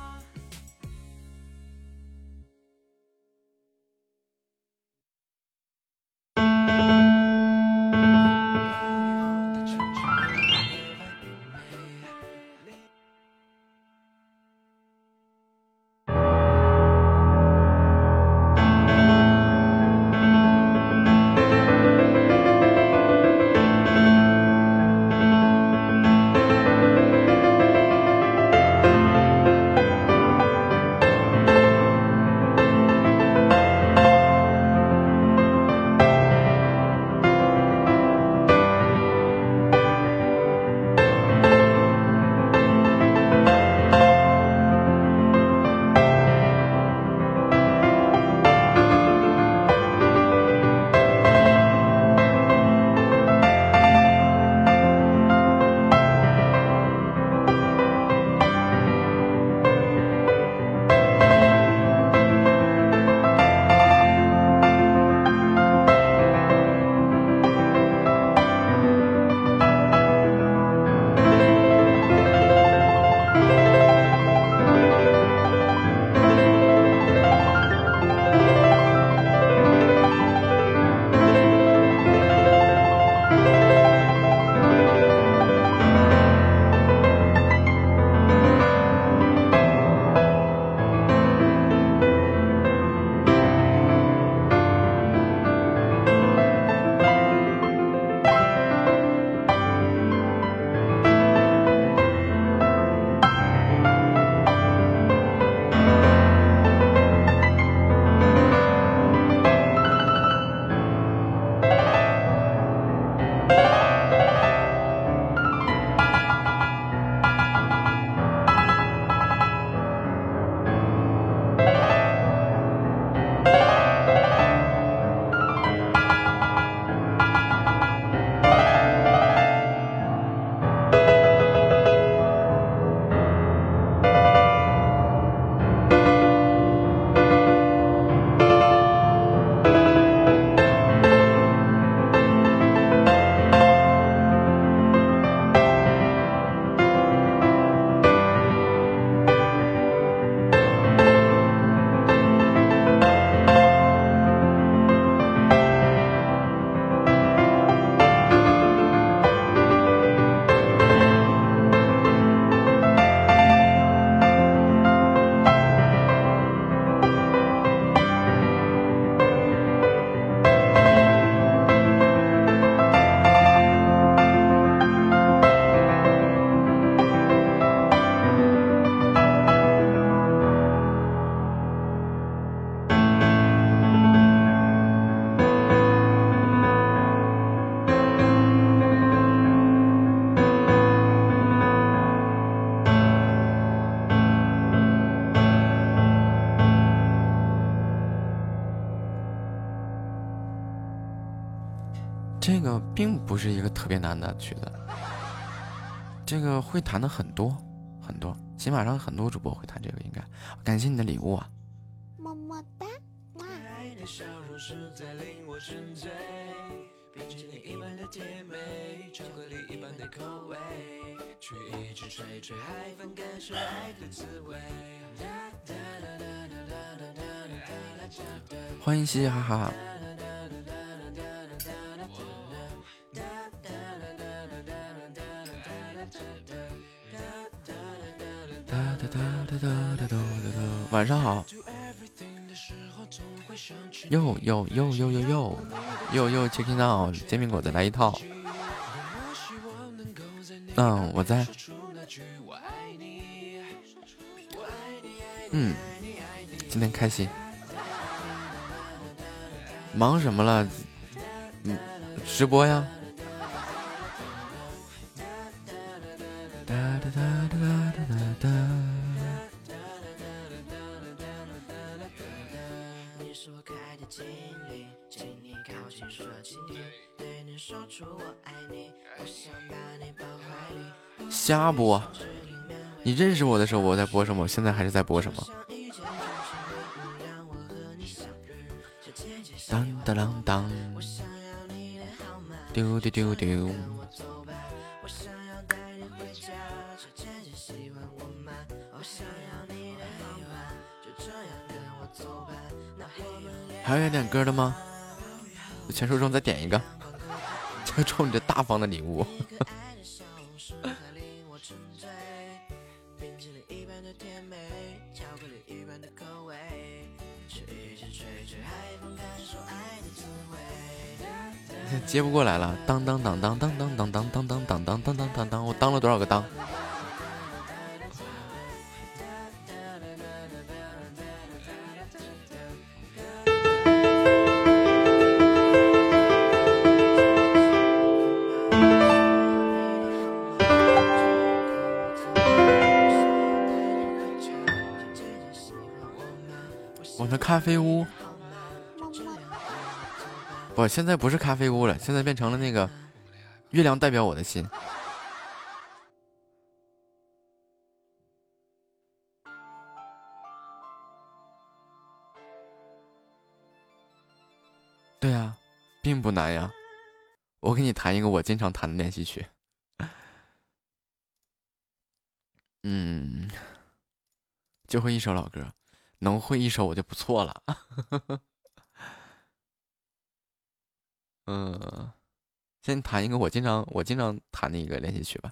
这个并不是一个特别难的曲子，这个会弹的很多很多，起码上很多主播会弹这个，应该。感谢你的礼物啊， 么么哒，哇！冰淇淋一般的甜美，巧克力一般的口味，却一直吹吹海风，感受爱的滋味。 欢迎嘻嘻哈哈。晚上好。又又又又又又又又 checking out 煎饼果子来一套。嗯，我在。嗯，今天开心。忙什么了？嗯，直播呀。哒哒哒哒哒哒哒。你是我开的精灵，请你靠近说轻点，对你瞎播！你认识我的时候我在播什么？我现在还是在播什么？当当当当，丢丢丢丢。还有点歌的吗？全说中再点一个，就冲你这大方的礼物。接不过来了，当当当当当当当当当当当当当当当，我当了多少个当？我的咖啡屋。不，现在不是咖啡屋了，现在变成了那个月亮代表我的心。对呀，并不难呀。我给你弹一个我经常弹的练习曲。嗯，就会一首老歌，能会一首我就不错了。嗯，先弹一个我经常我经常弹的一个练习曲吧。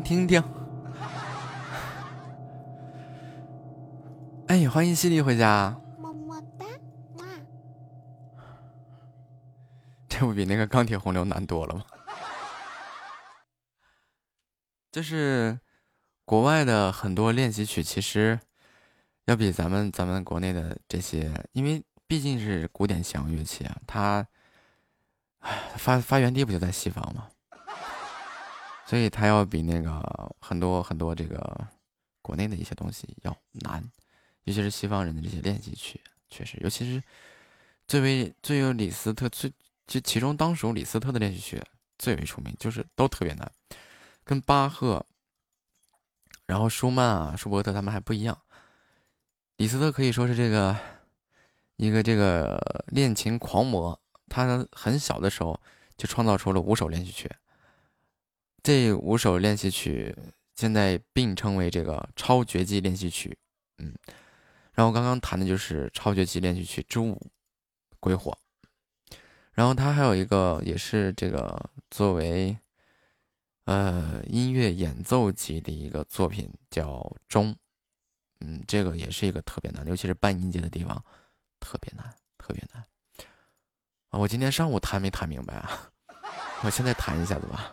听听。哎，欢迎犀利回家。 么么哒，哇！ 这不比那个钢铁洪流难多了吗？就是国外的很多练习曲，其实要比咱们咱们国内的这些，因为毕竟是古典西洋乐器啊，它发发源地不就在西方吗？所以它要比那个很多很多这个国内的一些东西要难，尤其是西方人的这些练习曲，确实，尤其是最为最有李斯特最就其中当属李斯特的练习曲最为出名，就是都特别难，跟巴赫，然后舒曼啊、舒伯特他们还不一样。李斯特可以说是这个一个这个练琴狂魔，他很小的时候就创造出了五首练习曲。这五首练习曲现在并称为这个超绝技练习曲，嗯，然后刚刚弹的就是超绝技练习曲之五，鬼火。然后他还有一个也是这个作为呃音乐演奏级的一个作品叫钟，嗯，这个也是一个特别难，尤其是半音阶的地方特别难，特别难。啊，我今天上午弹没弹明白啊，我现在弹一下子吧。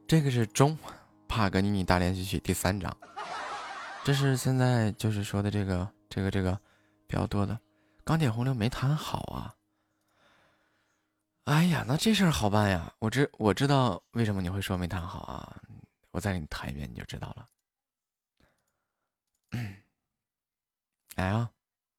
这个是中帕格尼尼大连续曲第三章，这是现在就是说的这个这个这个比较多的。钢铁洪流没弹好啊！哎呀，那这事儿好办呀！我知我知道为什么你会说没弹好啊，我再给你弹一遍你就知道了。来啊！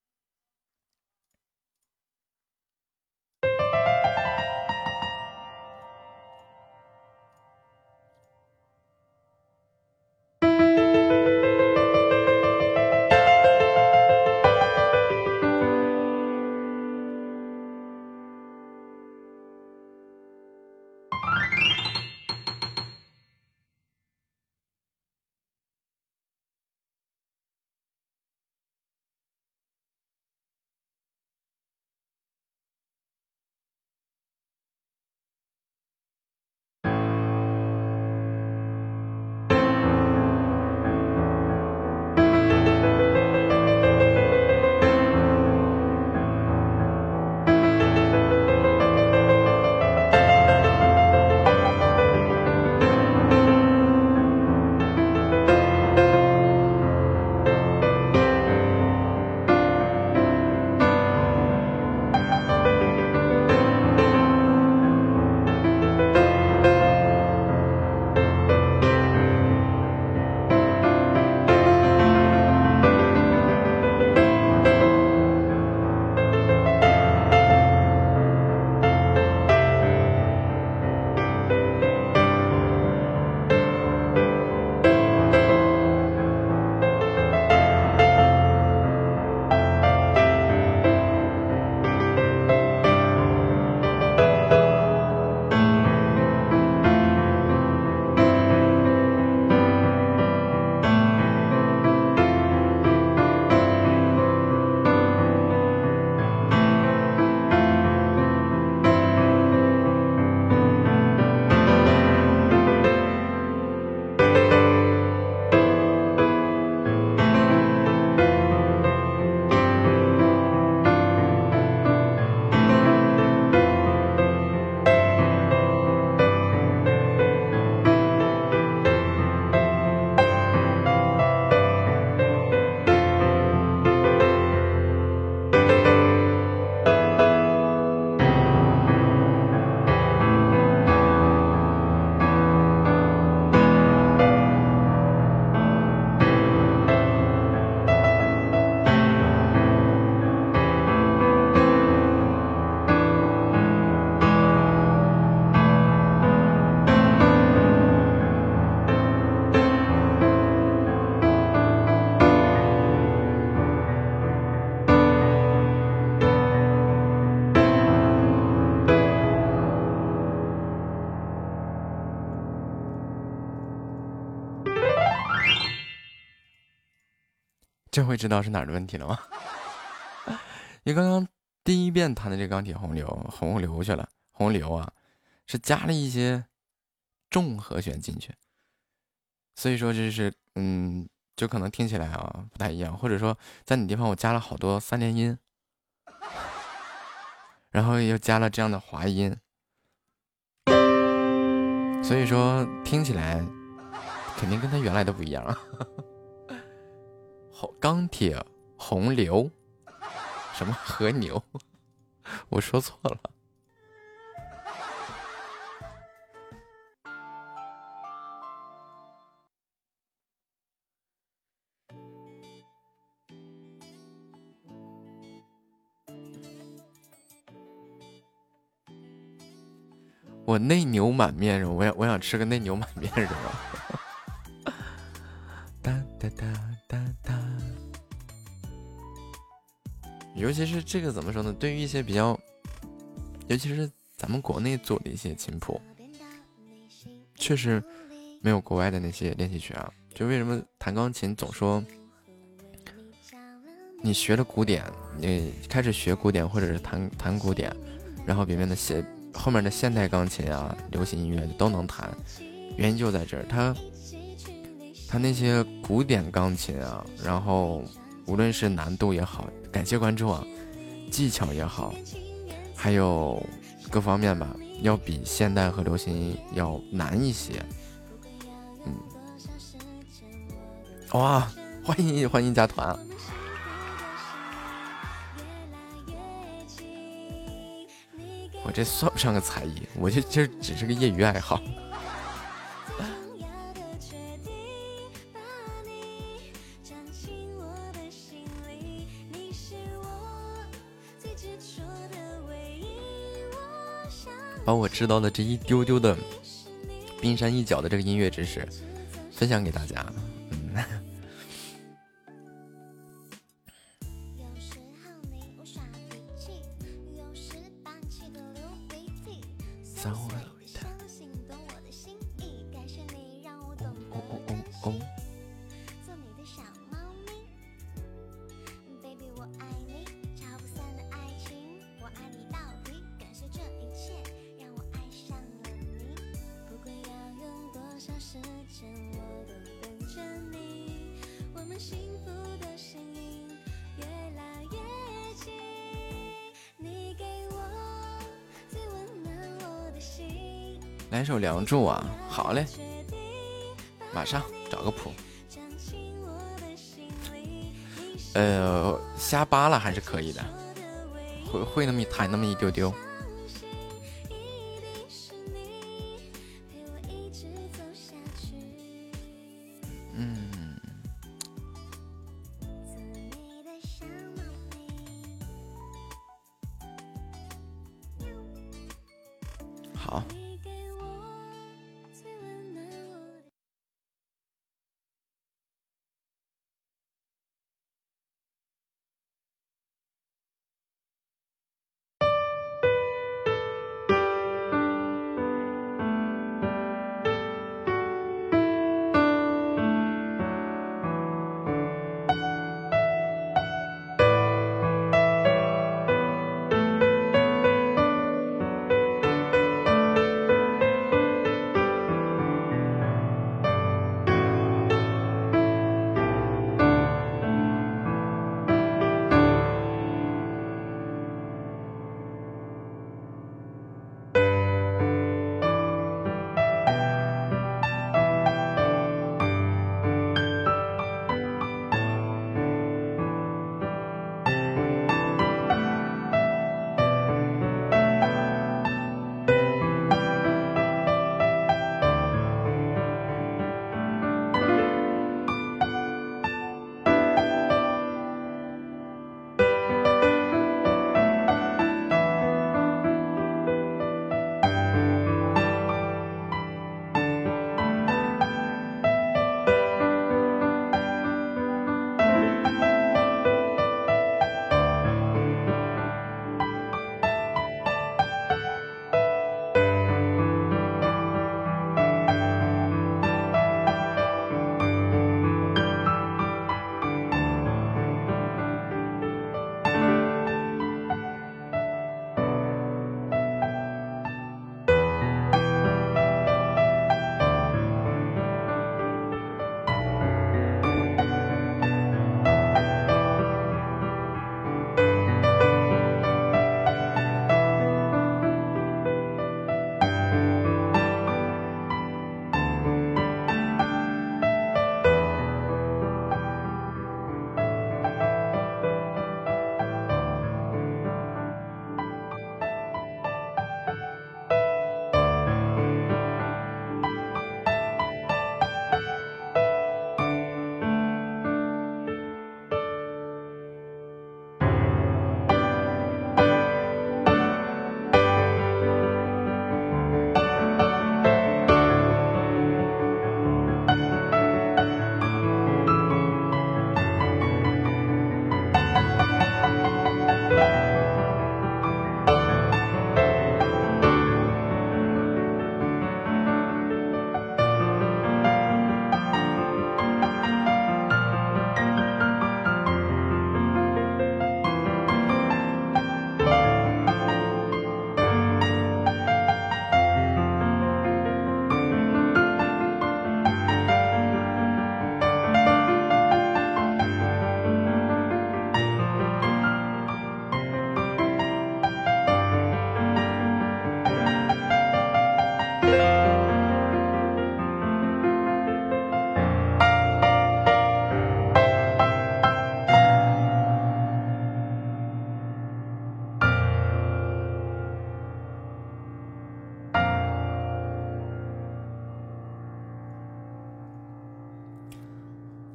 这回知道是哪儿的问题了吗？你刚刚第一遍弹的这钢铁洪流洪流去了，洪流啊，是加了一些重和弦进去，所以说这是嗯，就可能听起来啊不太一样，或者说在你地方我加了好多三连音，然后又加了这样的滑音，所以说听起来肯定跟它原来的不一样啊。钢铁洪流，什么和牛？我说错了。我内牛满面肉，我想我想吃个内牛满面肉。哒哒哒哒哒。尤其是这个怎么说呢？对于一些比较，尤其是咱们国内做的一些琴谱，确实没有国外的那些练习曲啊。就为什么弹钢琴总说，你学了古典，你开始学古典或者是弹弹古典，然后里面的现后面的现代钢琴啊、流行音乐都能弹，原因就在这儿，它它那些古典钢琴啊，然后无论是难度也好，感谢关注啊，技巧也好，还有各方面吧，要比现代和流行要难一些。 嗯，哇，欢迎欢迎加团啊！我这算不上个才艺，我这这只是个业余爱好。把我知道的这一丢丢的冰山一角的这个音乐知识分享给大家。嗯，骚了一趟。哦哦哦哦！来首《梁祝》啊，好嘞，马上找个谱。呃，瞎扒拉还是可以的，会会那么弹那么一丢丢。嗯，好。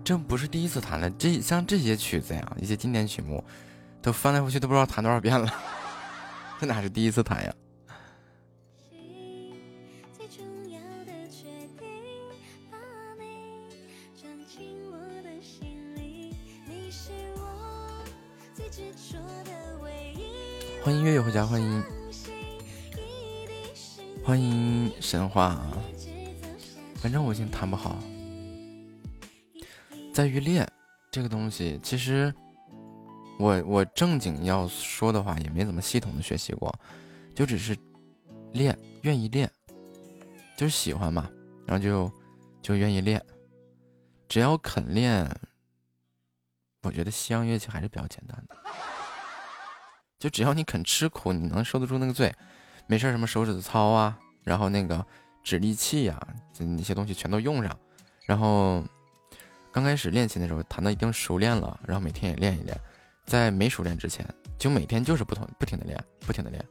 这不是第一次弹了，这像这些曲子呀，一些经典曲目，都翻来覆去都不知道弹多少遍了，这哪是第一次弹呀？欢迎月月回家，欢迎欢迎神话啊！反正我已经弹不好。在于练这个东西，其实我我正经要说的话，也没怎么系统的学习过，就只是练，愿意练，就是喜欢嘛，然后就就愿意练，只要肯练，我觉得西洋乐器还是比较简单的，就只要你肯吃苦，你能受得住那个罪，没事什么手指的操啊，然后那个指力器呀、啊，那些东西全都用上，然后。刚开始练琴的时候，弹到一定熟练了，然后每天也练一练。在没熟练之前，就每天就是不同不停的练，不停的练。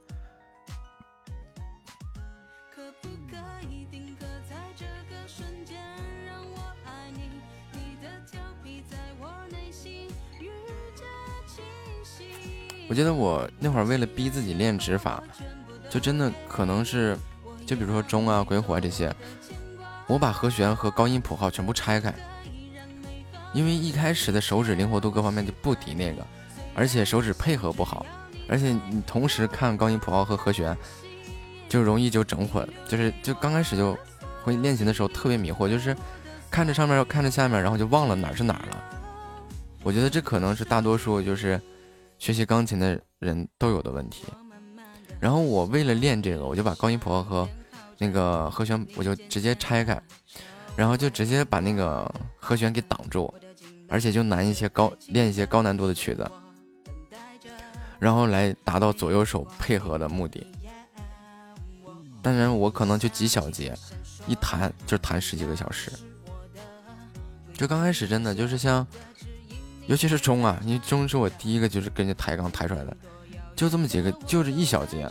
我记得我那会儿为了逼自己练指法，就真的可能是，就比如说钟啊、鬼火啊这些，我把和弦和高音谱号全部拆开。因为一开始的手指灵活度各方面就不敌那个，而且手指配合不好，而且你同时看高音谱号和和弦，就容易就整混，就是就刚开始就会练琴的时候特别迷惑，就是看着上面看着下面，然后就忘了哪儿是哪儿了。我觉得这可能是大多数就是学习钢琴的人都有的问题。然后我为了练这个，我就把高音谱号和那个和弦我就直接拆开。然后就直接把那个和弦给挡住，而且就难一些高练一些高难度的曲子，然后来达到左右手配合的目的。当然我可能就几小节，一弹就弹十几个小时。就刚开始真的就是像，尤其是钟啊，因为钟是我第一个就是跟着抬杠抬出来的，就这么几个，就是一小节。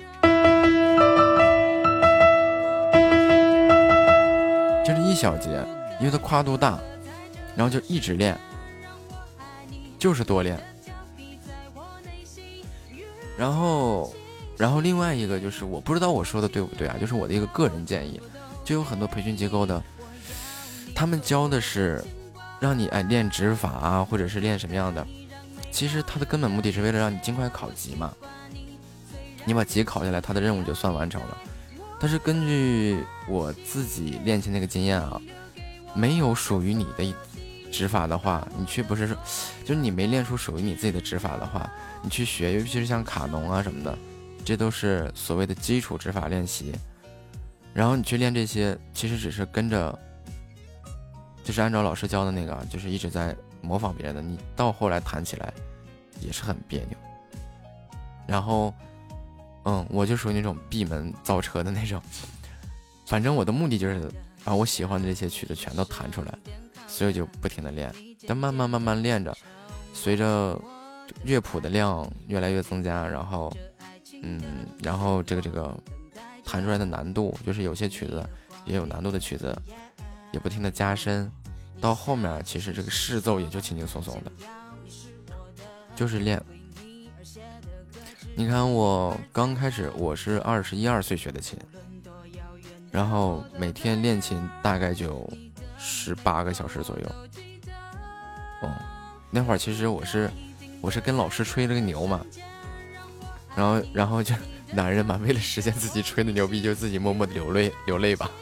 就是一小节，因为它跨度大，然后就一直练，就是多练。然后，然后另外一个就是我不知道我说的对不对啊，就是我的一个个人建议，就有很多培训机构的，他们教的是让你哎练指法啊，或者是练什么样的，其实它的根本目的是为了让你尽快考级嘛，你把级考下来，它的任务就算完成了。但是根据我自己练琴那个经验啊，没有属于你的指法的话，你却不是说，就是你没练出属于你自己的指法的话，你去学，尤其是像卡农啊什么的，这都是所谓的基础指法练习。然后你去练这些，其实只是跟着，就是按照老师教的那个，就是一直在模仿别人的，你到后来弹起来也是很别扭。然后。嗯，我就属于那种闭门造车的那种，反正我的目的就是把我喜欢的这些曲子全都弹出来，所以就不停的练，但慢慢慢慢练着，随着乐谱的量越来越增加，然后，嗯，然后这个这个弹出来的难度，就是有些曲子也有难度的曲子，也不停的加深，到后面其实这个视奏也就轻轻松松的，就是练。你看我刚开始我是二十一二岁学的琴，然后每天练琴大概就十八个小时左右。哦，那会儿其实我是我是跟老师吹了个牛嘛，然后然后就男人嘛，为了实现自己吹的牛逼，就自己默默的流泪流泪吧。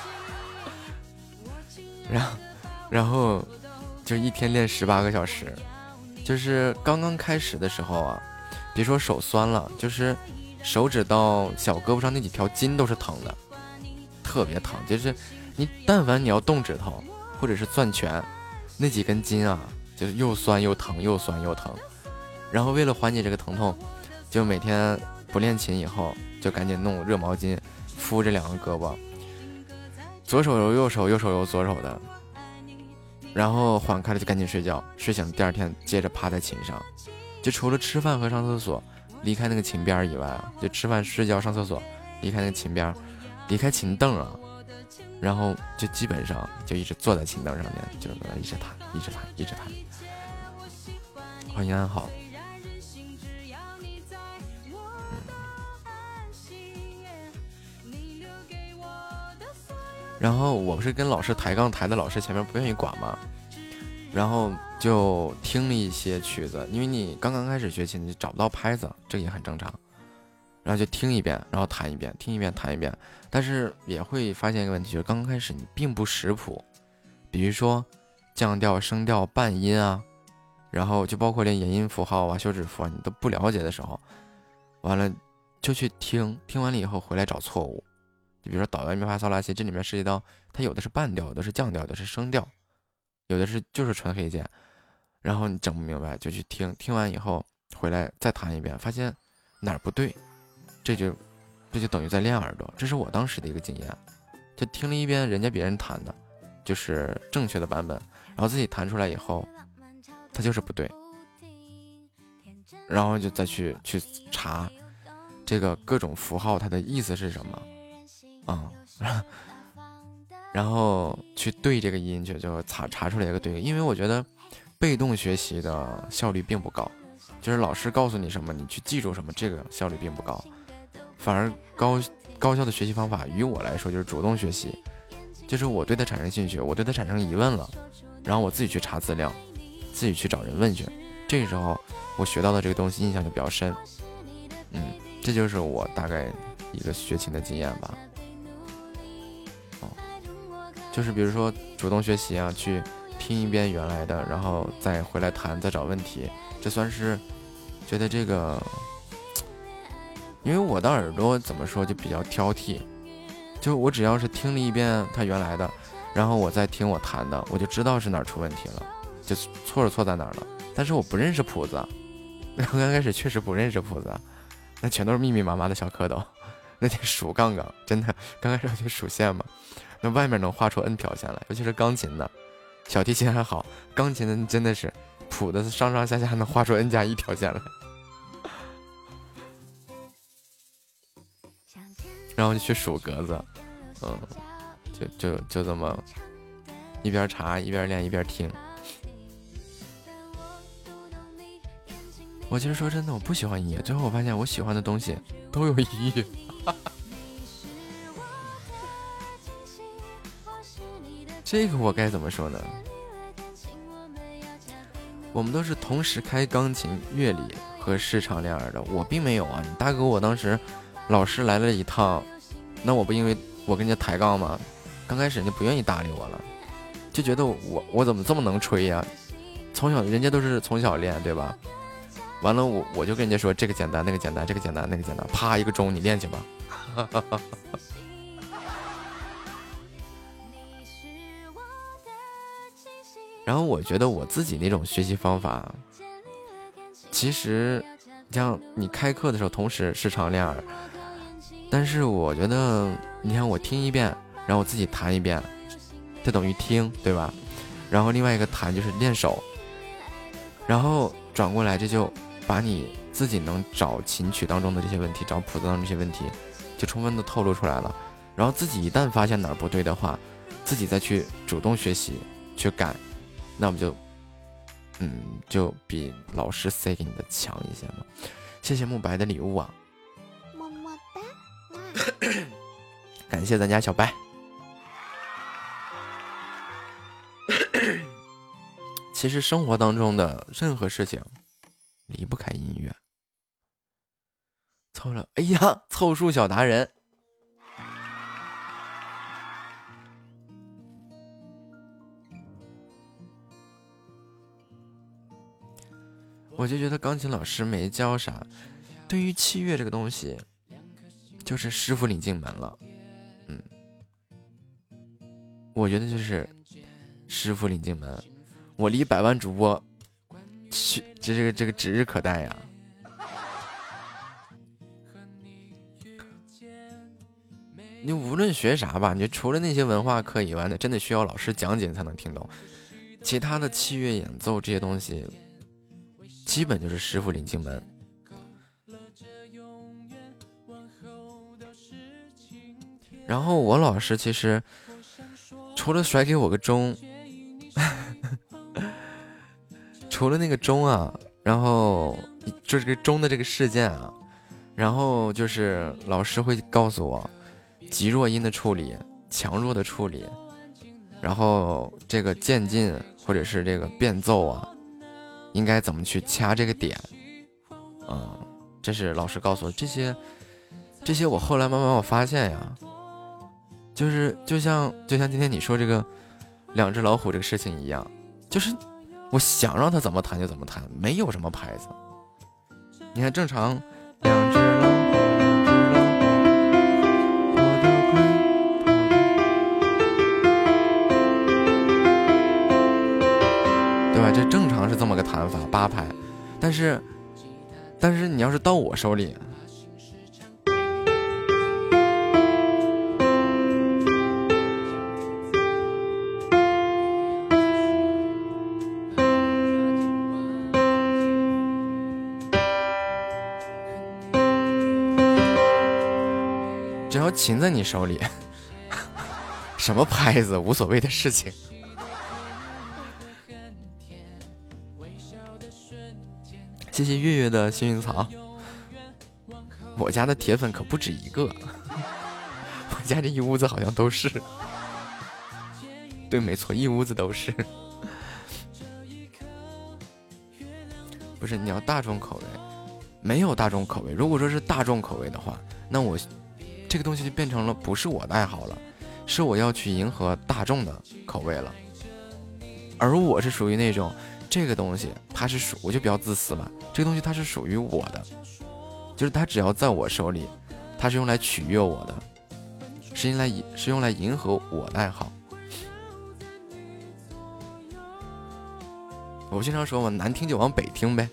然后然后就一天练十八个小时，就是刚刚开始的时候啊。别说手酸了，就是手指到小胳膊上那几条筋都是疼的，特别疼。就是你但凡你要动指头或者是攥拳，那几根筋啊，就是又酸又疼，又酸又疼。然后为了缓解这个疼痛，就每天不练琴以后，就赶紧弄热毛巾敷这两个胳膊，左手揉右手，右手揉左手的，然后缓开了就赶紧睡觉，睡醒第二天接着趴在琴上。就除了吃饭和上厕所离开那个琴边以外啊，就吃饭睡觉上厕所离开那个琴边，离开琴凳啊， 然后就基本上就一直坐在琴凳上面，就一直弹，一直弹，一直弹。欢迎安好。然后我不是跟老师抬杠抬的老师前面不愿意管嘛，然后就听了一些曲子，因为你刚刚开始学琴，你找不到拍子，这也很正常。然后就听一遍，然后弹一遍，听一遍弹一遍。但是也会发现一个问题，就是刚刚开始你并不识谱，比如说降调、升调、半音啊，然后就包括连延音符号啊、休止符啊，你都不了解的时候，完了就去听，听完了以后回来找错误。就比如说哆来咪发嗦拉西，这里面涉及到它有的是半调，有的是降调，有的是升调，有的是就是纯黑键，然后你整不明白就去听，听完以后回来再弹一遍，发现哪儿不对，这就这就等于在练耳朵，这是我当时的一个经验。就听了一遍人家别人弹的就是正确的版本，然后自己弹出来以后它就是不对，然后就再去去查这个各种符号它的意思是什么啊、嗯，然后去对这个音去，就查查出来一个对。因为我觉得被动学习的效率并不高，就是老师告诉你什么你去记住什么，这个效率并不高。反而高高效的学习方法于我来说就是主动学习，就是我对它产生兴趣，我对它产生疑问了，然后我自己去查资料，自己去找人问去，这个时候我学到的这个东西印象就比较深。嗯，这就是我大概一个学琴的经验吧。哦，就是比如说主动学习啊，去听一遍原来的，然后再回来弹，再找问题，这算是觉得这个。因为我的耳朵怎么说就比较挑剔，就我只要是听了一遍它原来的，然后我再听我弹的，我就知道是哪儿出问题了，就错是错在哪儿了。但是我不认识谱子，刚刚开始确实不认识谱子，那全都是密密麻麻的小蝌蚪，那得数杠杠，真的刚开始要去数线嘛，那外面能画出 N 条线来，尤其是钢琴的，小提琴还好，钢琴的真的是谱的上上下下能画出 N 加一条线来。然后就去数格子，嗯，就就就这么一边查一边练一边听。我其实说真的，我不喜欢音乐，最后我发现我喜欢的东西都有音乐。这个我该怎么说呢？我们都是同时开钢琴、乐理和市场练耳的，我并没有啊。你大哥，我当时。老师来了一趟，那我不因为我跟人家抬杠吗？刚开始人家不愿意搭理我了，就觉得我我怎么这么能吹呀、啊？从小人家都是从小练，对吧？完了我我就跟人家说这个简单那个简单这个简单那个简单，啪一个钟你练去吧。然后我觉得我自己那种学习方法，其实像你开课的时候同时视唱练耳。但是我觉得，你看我听一遍，然后我自己弹一遍，这等于听，对吧？然后另外一个弹就是练手，然后转过来，这就把你自己能找琴曲当中的这些问题，找谱子当中这些问题，就充分的透露出来了。然后自己一旦发现哪儿不对的话，自己再去主动学习去改，那么就，嗯，就比老师塞给你的强一些嘛。谢谢慕白的礼物啊！感谢咱家小白。其实生活当中的任何事情离不开音乐。凑了，哎呀，凑数小达人。我就觉得钢琴老师没教啥，对于器乐这个东西。就是师傅领进门了，嗯，我觉得就是师傅领进门，我离百万主播去，这这个这个指日可待呀。你无论学啥吧，你除了那些文化课以外的，真的需要老师讲解才能听懂。其他的器乐演奏这些东西，基本就是师傅领进门。然后我老师其实除了甩给我个钟，除了那个钟啊，然后就是这个钟的这个事件啊，然后就是老师会告诉我极弱音的处理、强弱的处理，然后这个渐进或者是这个变奏啊，应该怎么去掐这个点，嗯，这是老师告诉我这些，这些我后来慢慢我发现呀，就是就像就像今天你说这个两只老虎这个事情一样，就是我想让它怎么弹就怎么弹，没有什么拍子。你看正常两只老虎，两只老虎，对吧？这正常是这么个弹法，八拍。但是，但是你要是到我手里，只要琴在你手里，什么拍子无所谓的事情。谢谢月月的幸运草，我家的铁粉可不止一个，我家这一屋子好像都是。对，没错，一屋子都是。不是，你要大众口味，没有大众口味。如果说是大众口味的话，那我这个东西就变成了不是我的爱好了，是我要去迎合大众的口味了。而我是属于那种这个东西它是属，我就比较自私嘛，这个东西它是属于我的，就是它只要在我手里，它是用来取悦我的，是用来是用来迎合我的爱好。我经常说嘛，难听就往北听呗。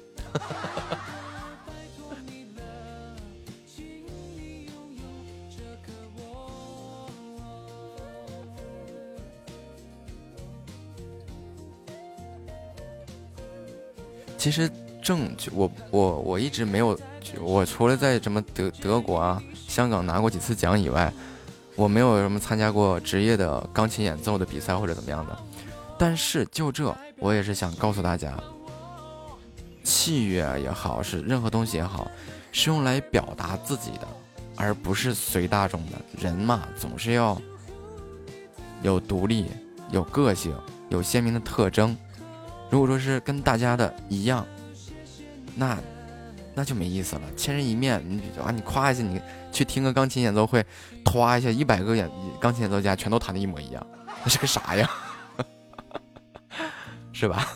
其实正我我我一直没有，我除了在什么德德国啊、香港拿过几次奖以外，我没有什么参加过职业的钢琴演奏的比赛或者怎么样的。但是就这，我也是想告诉大家，器乐也好，是任何东西也好，是用来表达自己的，而不是随大众的。人嘛，总是要有独立、有个性、有鲜明的特征。如果说是跟大家的一样，那那就没意思了。千人一面，你啊，你夸一下，你去听个钢琴演奏会，夸一下，一百个演钢琴演奏家全都弹的一模一样，那是个啥呀？是吧？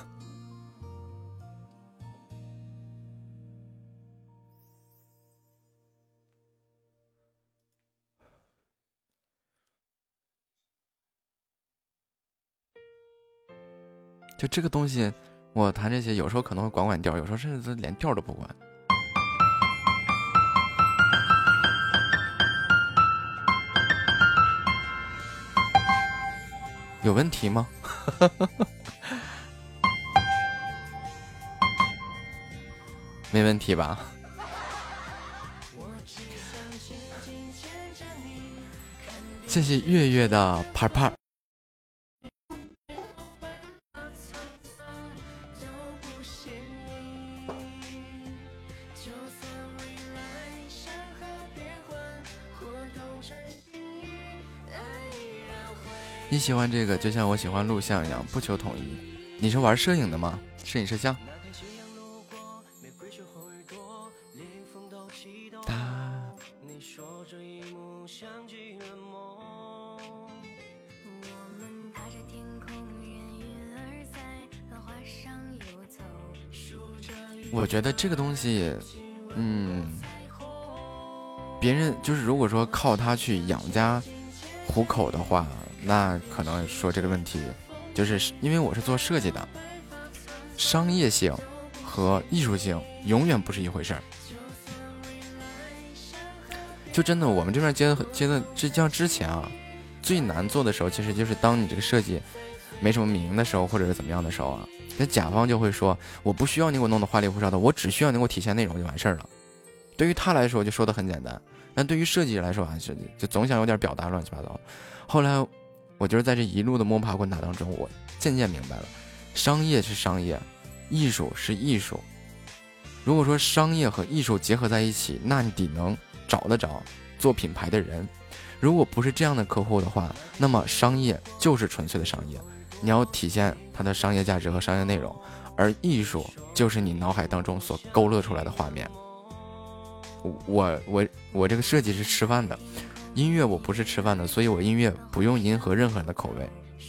就这个东西，我弹这些有时候可能会管管调，有时候甚至连调都不管。有问题吗？没问题吧？谢谢月月的啪啪。你喜欢这个就像我喜欢录像一样，不求统一。你是玩摄影的吗？摄影摄像。我觉得这个东西，嗯，别人就是如果说靠它去养家糊口的话，那可能说这个问题，就是因为我是做设计的，商业性和艺术性永远不是一回事儿。就真的我们这边接接的这像之前啊，最难做的时候，其实就是当你这个设计没什么名的时候，或者是怎么样的时候啊，那甲方就会说，我不需要你给我弄得花里胡哨的，我只需要你给我体现内容就完事儿了。对于他来说就说的很简单，但对于设计来说啊，是就总想有点表达乱七八糟。后来我就是在这一路的摸爬滚打当中，我渐渐明白了，商业是商业，艺术是艺术。如果说商业和艺术结合在一起，那你得能找得着做品牌的人。如果不是这样的客户的话，那么商业就是纯粹的商业，你要体现它的商业价值和商业内容，而艺术就是你脑海当中所勾勒出来的画面。我我我这个设计是吃饭的，音乐我不是吃饭的，所以我音乐不用迎合任何人的口味，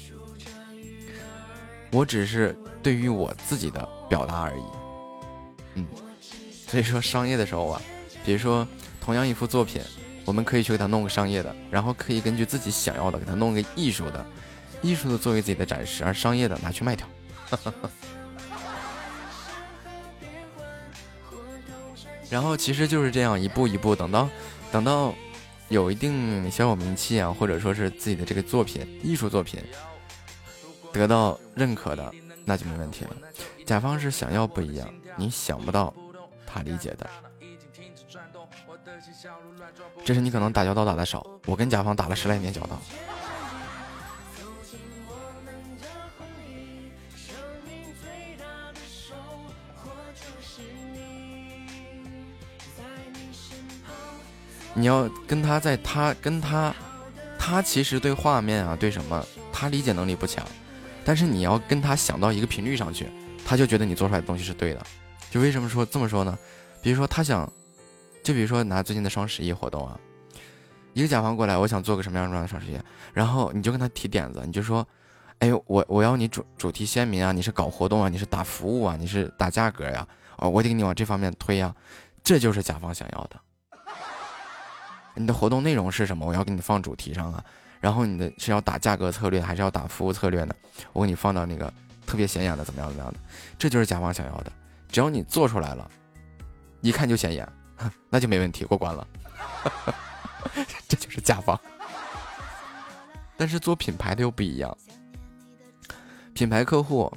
我只是对于我自己的表达而已。嗯，所以说商业的时候啊，比如说同样一幅作品，我们可以去给它弄个商业的，然后可以根据自己想要的给它弄个艺术的，艺术的作为自己的展示，而商业的拿去卖掉。然后其实就是这样一步一步，等到等到有一定小有名气啊，或者说是自己的这个作品艺术作品得到认可的，那就没问题了。甲方是想要不一样，你想不到他理解的，这是你可能打交道打的少，我跟甲方打了十来年交道。你要跟他在他跟他他其实对画面啊对什么他理解能力不强，但是你要跟他想到一个频率上去，他就觉得你做出来的东西是对的。就为什么说这么说呢？比如说他想，就比如说拿最近的双十一活动啊，一个甲方过来，我想做个什么样的双十一，然后你就跟他提点子，你就说，哎，我我要你主主题鲜明啊，你是搞活动啊，你是打服务啊，你是打价格呀，哦，我得给你往这方面推呀，这就是甲方想要的。你的活动内容是什么？我要给你放主题上啊，然后你的是要打价格策略还是要打服务策略呢？我给你放到那个特别显眼的怎么样怎么样的，这就是甲方想要的。只要你做出来了，一看就显眼，那就没问题，过关了。这就是甲方。但是做品牌的又不一样，品牌客户，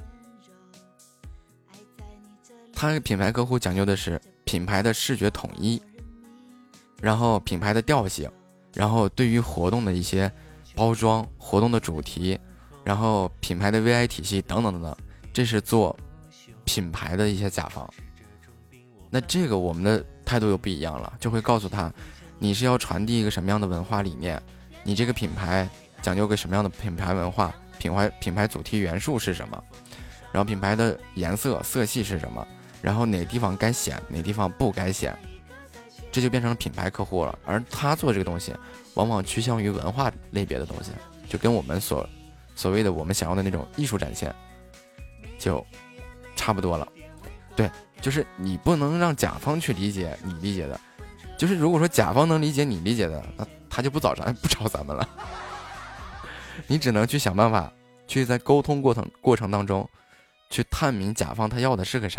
他品牌客户讲究的是品牌的视觉统一。然后品牌的调性，然后对于活动的一些包装、活动的主题，然后品牌的 V I 体系等等等等，这是做品牌的一些甲方。那这个我们的态度又不一样了，就会告诉他，你是要传递一个什么样的文化理念，你这个品牌讲究个什么样的品牌文化，品牌品牌主题元素是什么，然后品牌的颜色色系是什么，然后哪个地方该显，哪个地方不该显。这就变成了品牌客户了，而他做这个东西往往趋向于文化类别的东西，就跟我们所所谓的我们想要的那种艺术展现就差不多了。对，就是你不能让甲方去理解你理解的，就是如果说甲方能理解你理解的，那他就不找咱不找咱们了。你只能去想办法去在沟通过程过程当中去探明甲方他要的是个啥。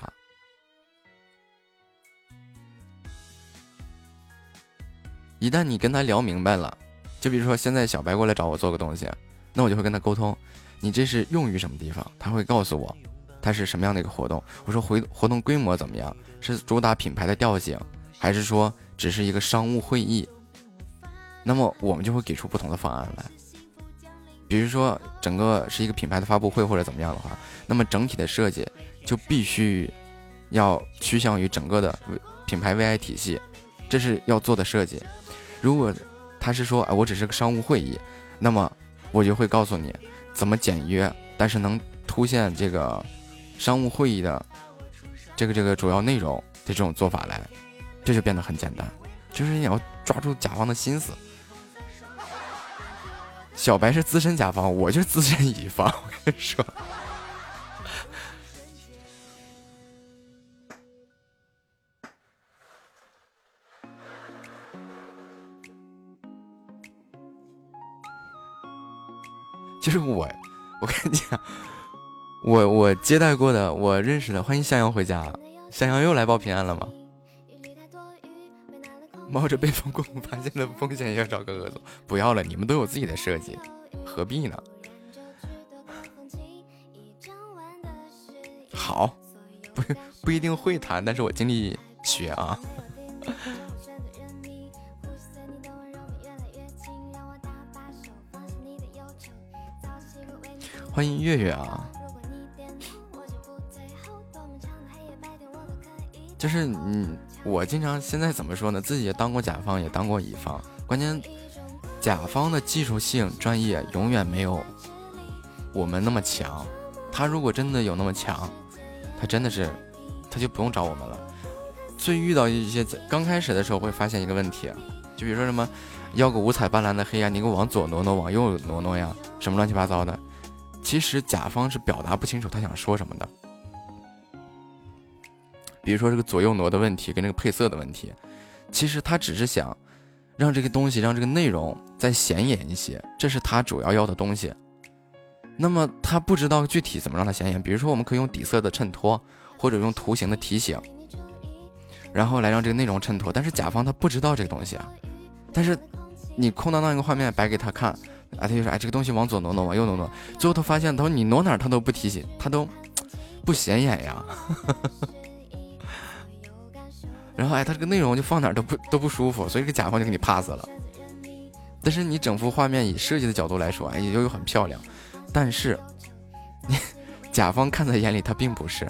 一旦你跟他聊明白了，就比如说现在小白过来找我做个东西，那我就会跟他沟通，你这是用于什么地方，他会告诉我它是什么样的一个活动。我说回活动规模怎么样，是主打品牌的调性，还是说只是一个商务会议，那么我们就会给出不同的方案来。比如说整个是一个品牌的发布会或者怎么样的话，那么整体的设计就必须要趋向于整个的品牌 V I 体系，这是要做的设计。如果他是说，哎，我只是个商务会议，那么我就会告诉你怎么简约，但是能凸显这个商务会议的这个这个主要内容的这种做法来，这就变得很简单。就是你要抓住甲方的心思。小白是资深甲方，我就是资深乙方，我跟你说。就是我，我跟你讲，我我接待过的，我认识的，欢迎向阳回家。向阳又来报平安了吗？冒着被风共同发现的风险要找个合作，不要了，你们都有自己的设计，何必呢？好，不不一定会弹，但是我尽力学啊。 欢迎月月啊。就是嗯，我经常现在怎么说呢？自己也当过甲方，也当过乙方。关键甲方的技术性专业永远没有我们那么强。他如果真的有那么强，他真的是他就不用找我们了。最遇到一些刚开始的时候会发现一个问题，就比如说什么要个五彩斑斓的黑呀，你给我往左挪挪，往右挪挪呀，什么乱七八糟的。其实甲方是表达不清楚他想说什么的。比如说这个左右挪的问题跟这个配色的问题，其实他只是想让这个东西让这个内容再显眼一些，这是他主要要的东西。那么他不知道具体怎么让它显眼，比如说我们可以用底色的衬托，或者用图形的提醒，然后来让这个内容衬托。但是甲方他不知道这个东西啊，但是你空荡荡一个画面摆给他看啊，他就说哎这个东西往左挪挪，往右挪挪，最后他发现他说你挪哪儿他都不提醒，他都不显眼呀。然后哎他这个内容就放哪儿都不都不舒服，所以这个甲方就给你 pass 了。但是你整幅画面以设计的角度来说，哎也就很漂亮，但是你甲方看在眼里他并不是。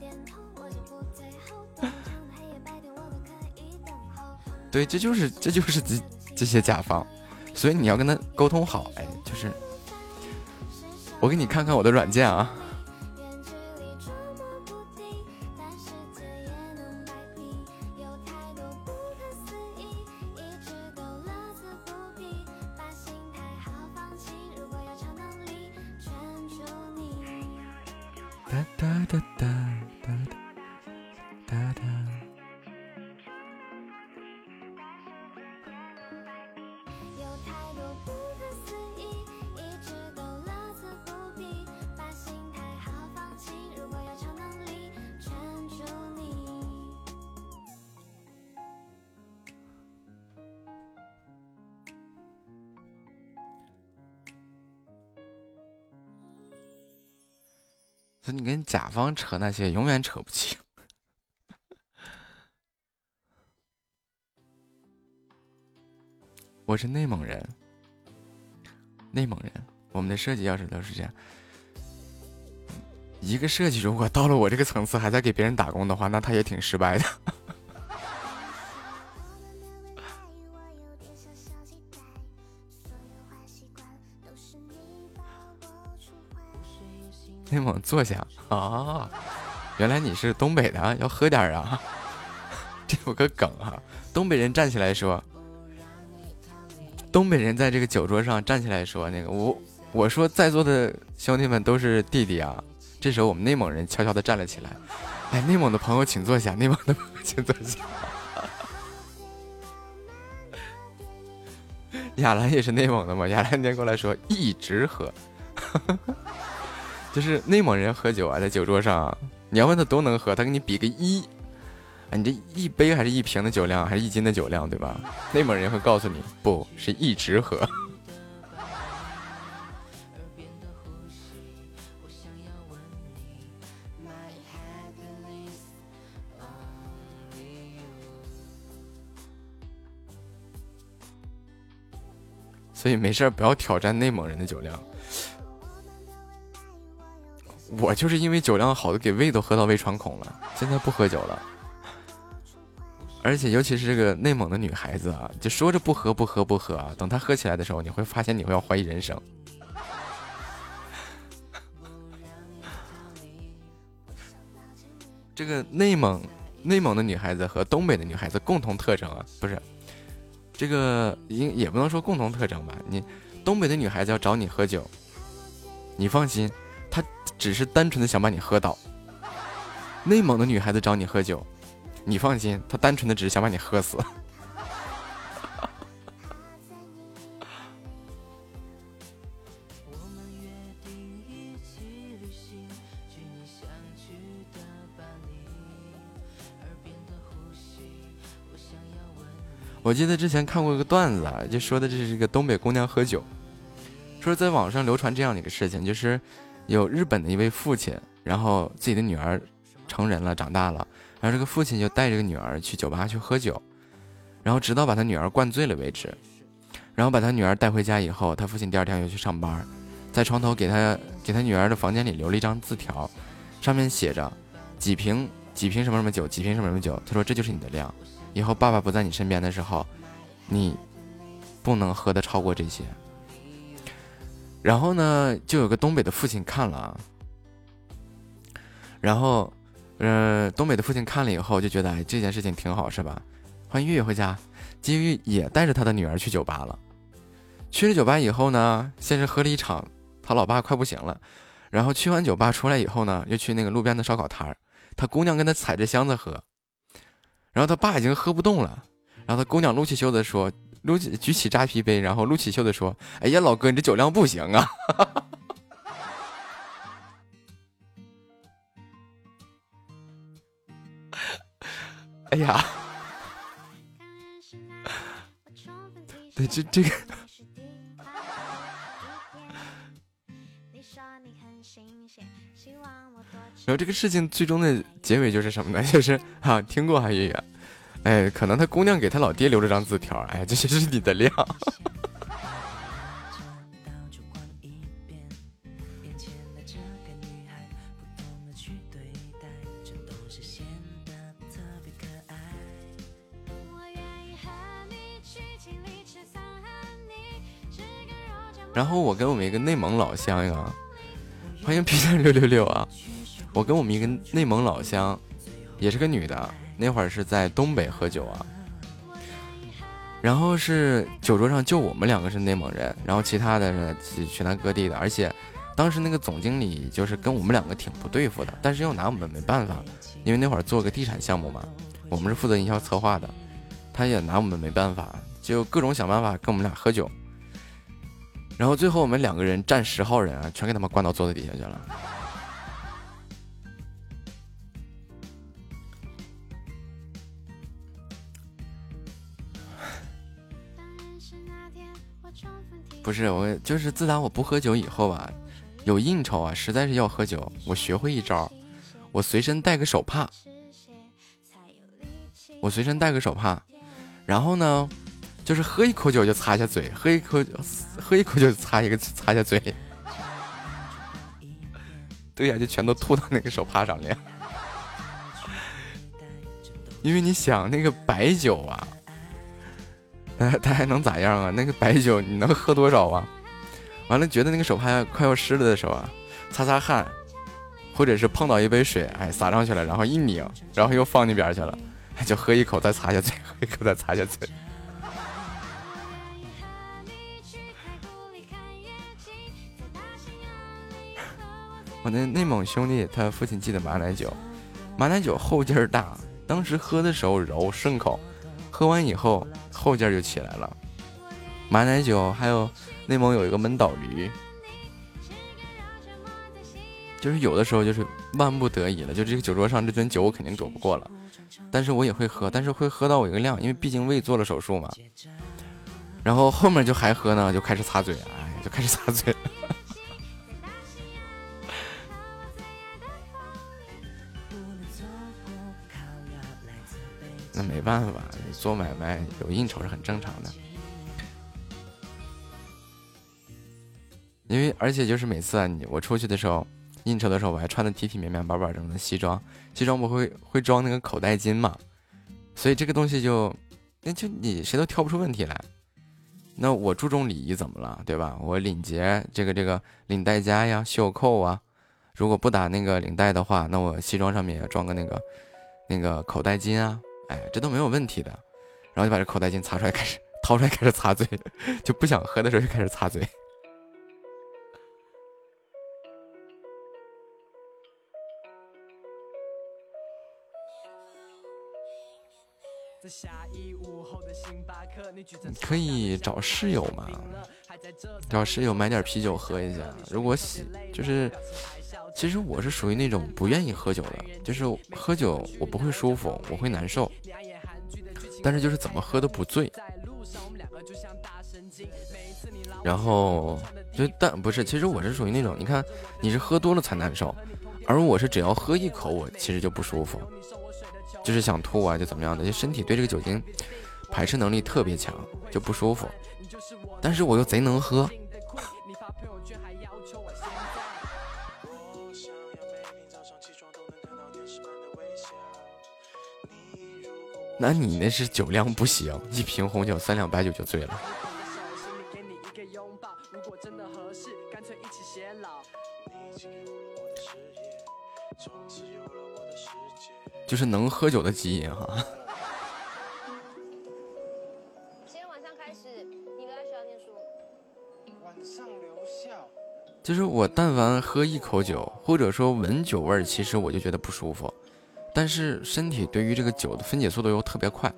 对，这就是这就是这这些甲方，所以你要跟他沟通好。哎，就是我给你看看我的软件啊。哒哒哒哒哒哒哒。所以你跟甲方扯那些永远扯不清。我是内蒙人，内蒙人，我们的设计要是都是这样。一个设计如果到了我这个层次还在给别人打工的话，那他也挺失败的。内蒙坐下啊，原来你是东北的，要喝点啊。这有个梗啊，东北人站起来说，东北人在这个酒桌上站起来说，那个我我说在座的兄弟们都是弟弟啊。这时候我们内蒙人悄悄地站了起来，哎，内蒙的朋友请坐下，内蒙的朋友请坐下。亚兰也是内蒙的嘛，亚兰那天过来说一直喝。就是内蒙人喝酒啊，在酒桌上、啊，你要问他都能喝，他给你比个一，啊，你这一杯还是一瓶的酒量，还是一斤的酒量，对吧？内蒙人会告诉你，不是一直喝。所以没事不要挑战内蒙人的酒量。我就是因为酒量好的给胃都喝到胃穿孔了，现在不喝酒了。而且尤其是这个内蒙的女孩子啊，就说着不喝不喝不喝啊，等她喝起来的时候，你会发现你会要怀疑人生。这个内蒙内蒙的女孩子和东北的女孩子共同特征啊，不是这个也也不能说共同特征吧，你东北的女孩子要找你喝酒，你放心，她只是单纯的想把你喝倒。内蒙的女孩子找你喝酒，你放心，她单纯的只是想把你喝死。我记得之前看过一个段子啊，就说的这是一个东北姑娘喝酒，说在网上流传这样的一个事情，就是有日本的一位父亲，然后自己的女儿成人了，长大了，然后这个父亲就带这个女儿去酒吧去喝酒，然后直到把他女儿灌醉了为止，然后把他女儿带回家以后，他父亲第二天又去上班， 在床头给他给他女儿的房间里留了一张字条，上面写着几瓶几瓶什么什么酒，几瓶什么什么酒。他说这就是你的量，以后爸爸不在你身边的时候，你不能喝的超过这些。然后呢，就有个东北的父亲看了，然后，呃，东北的父亲看了以后就觉得，哎，这件事情挺好，是吧？欢迎月月回家，金玉也带着他的女儿去酒吧了。去了酒吧以后呢，先是喝了一场，他老爸快不行了。然后去完酒吧出来以后呢，又去那个路边的烧烤摊儿，他姑娘跟他踩着箱子喝，然后他爸已经喝不动了，然后他姑娘撸起袖子说。撸起举起扎啤杯，然后撸起袖子说：“哎呀，老哥，你这酒量不行啊！”哎呀，对，这这个，然后这个事情最终的结尾就是什么呢？就是啊，听过啊，月月。哎，可能他姑娘给他老爹留了张字条，哎，这就是你的量。然后我跟我们一个内蒙老乡呀，欢迎 P 六六六啊！我跟我们一个内蒙老乡，也是个女的。那会儿是在东北喝酒啊，然后是酒桌上就我们两个是内蒙人，然后其他的呢全南各地的，而且当时那个总经理就是跟我们两个挺不对付的，但是又拿我们没办法，因为那会儿做个地产项目嘛，我们是负责营销策划的，他也拿我们没办法，就各种想办法跟我们俩喝酒，然后最后我们两个人占十号人啊，全给他们关到桌子底下去了。不是我，就是自打我不喝酒以后啊，有应酬啊，实在是要喝酒，我学会一招，我随身带个手帕，我随身带个手帕，然后呢，就是喝一口酒就擦一下嘴，喝一口喝一口就擦一个擦一下嘴，对呀、啊，就全都吐到那个手帕上了。因为你想那个白酒啊。他他还能咋样啊？那个白酒你能喝多少啊？完了，觉得那个手帕快要湿了的时候啊，擦擦汗，或者是碰到一杯水，哎，洒上去了，然后一拧，然后又放那边去了，就喝一口再擦下嘴，喝一口再擦下嘴。我那内蒙兄弟他父亲寄的马奶酒，马奶酒后劲儿大，当时喝的时候柔顺口，喝完以后后劲就起来了。马奶酒还有内蒙有一个闷倒驴，就是有的时候就是万不得已了，就这个酒桌上这樽酒我肯定躲不过了，但是我也会喝，但是会喝到我一个量，因为毕竟胃做了手术嘛。然后后面就还喝呢，就开始擦嘴，哎，就开始擦嘴。那没办法，做买卖有应酬是很正常的。因为而且就是每次啊，你我出去的时候，应酬的时候，我还穿的体体面面、板板正正的西装，西装不会会装那个口袋巾嘛，所以这个东西就，那就你谁都挑不出问题来。那我注重礼仪怎么了，对吧？我领结这个这个领带夹呀、袖扣啊，如果不打那个领带的话，那我西装上面也装个那个那个口袋巾啊，哎，这都没有问题的。然后就把这口袋巾擦出来，开始掏出来开始擦嘴，就不想喝的时候就开始擦嘴。可以找室友嘛，找室友买点啤酒喝一下。如果喜就是，其实我是属于那种不愿意喝酒的，就是喝酒我不会舒服，我会难受，但是就是怎么喝都不醉。然后就但不是，其实我是属于那种，你看你是喝多了才难受，而我是只要喝一口我其实就不舒服，就是想吐啊就怎么样的，就身体对这个酒精排斥能力特别强，就不舒服。但是我又贼能喝， 那你那是酒量不行，一瓶红酒三两白酒就醉了。就是能喝酒的基因哈。 今天晚上开始，你留在学校念书。 晚上留校。 就是我但凡喝一口酒，或者说闻酒味儿，其实我就觉得不舒服。但是身体对于这个酒的分解速度又特别快。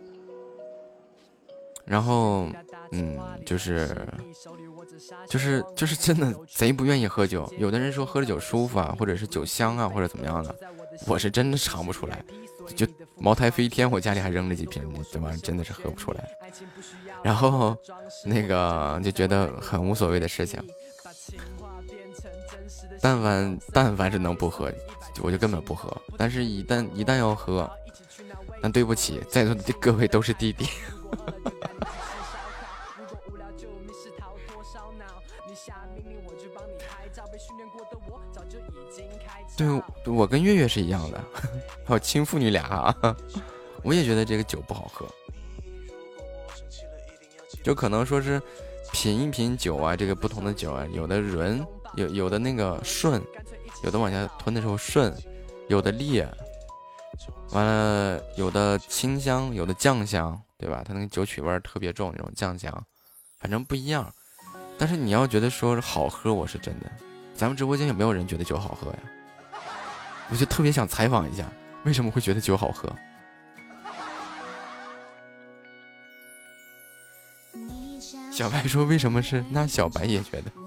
然后，嗯，就是就是就是真的贼不愿意喝酒。有的人说喝了酒舒服啊，或者是酒香啊，或者怎么样的，我是真的尝不出来。就茅台飞天，我家里还扔了几瓶，这玩意儿真的是喝不出来。然后那个就觉得很无所谓的事情。但凡但凡是能不喝，我就根本不喝。但是一旦一旦要喝，那对不起，在座的各位都是弟弟。对，我跟月月是一样的，还有亲父女俩啊，我也觉得这个酒不好喝，就可能说是品一品酒啊，这个不同的酒啊，有的润，有有的那个顺，有的往下吞的时候顺，有的烈，完了有的清香，有的酱香，对吧？它那个酒曲味特别重，那种酱香，反正不一样。但是你要觉得说好喝，我是真的。咱们直播间有没有人觉得酒好喝呀？我就特别想采访一下，为什么会觉得酒好喝？小白说为什么是？那小白也觉得。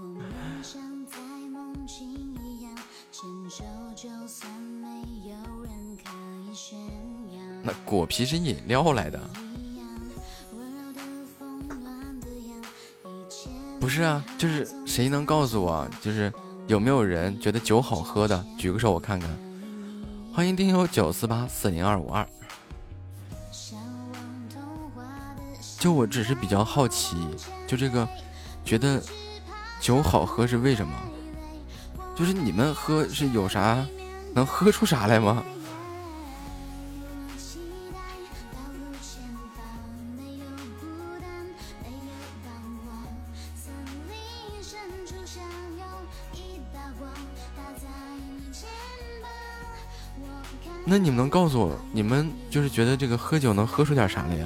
那果皮是饮料来的。不是啊，就是谁能告诉我，就是有没有人觉得酒好喝的？举个手我看看。欢迎听友九四八四零二五二。就我只是比较好奇，就这个觉得酒好喝是为什么？就是你们喝是有啥能喝出啥来吗？那你们能告诉我，你们就是觉得这个喝酒能喝出点啥来呀？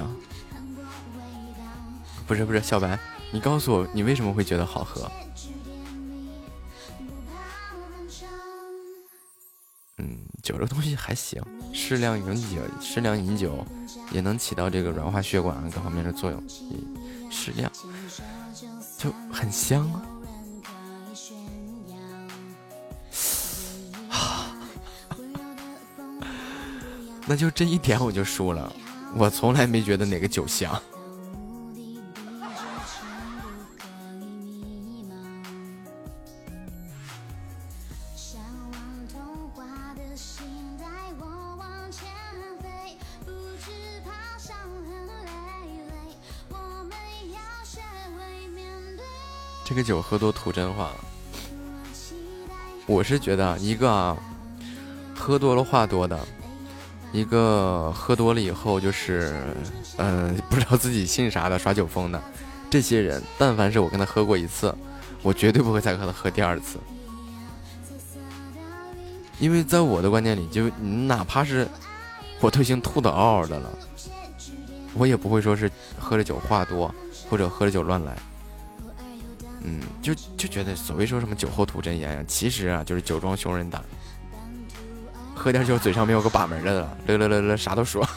不是不是，小白，你告诉我，你为什么会觉得好喝？嗯，酒这个东西还行，适量饮酒，适量饮酒也能起到这个软化血管各方面的作用，适量就很香啊。那就这一点我就输了，我从来没觉得哪个酒香。这个酒喝多吐真话了。我是觉得一个啊，喝多了话多的。一个喝多了以后就是嗯、呃，不知道自己姓啥的耍酒疯的，这些人但凡是我跟他喝过一次，我绝对不会再和他喝第二次。因为在我的观念里，就你哪怕是我都已经吐得嗷嗷的了，我也不会说是喝了酒话多或者喝了酒乱来。嗯，就就觉得所谓说什么酒后吐真言呀，其实啊就是酒壮熊人胆。喝点酒嘴上没有个把门的了，乐乐乐乐啥都说。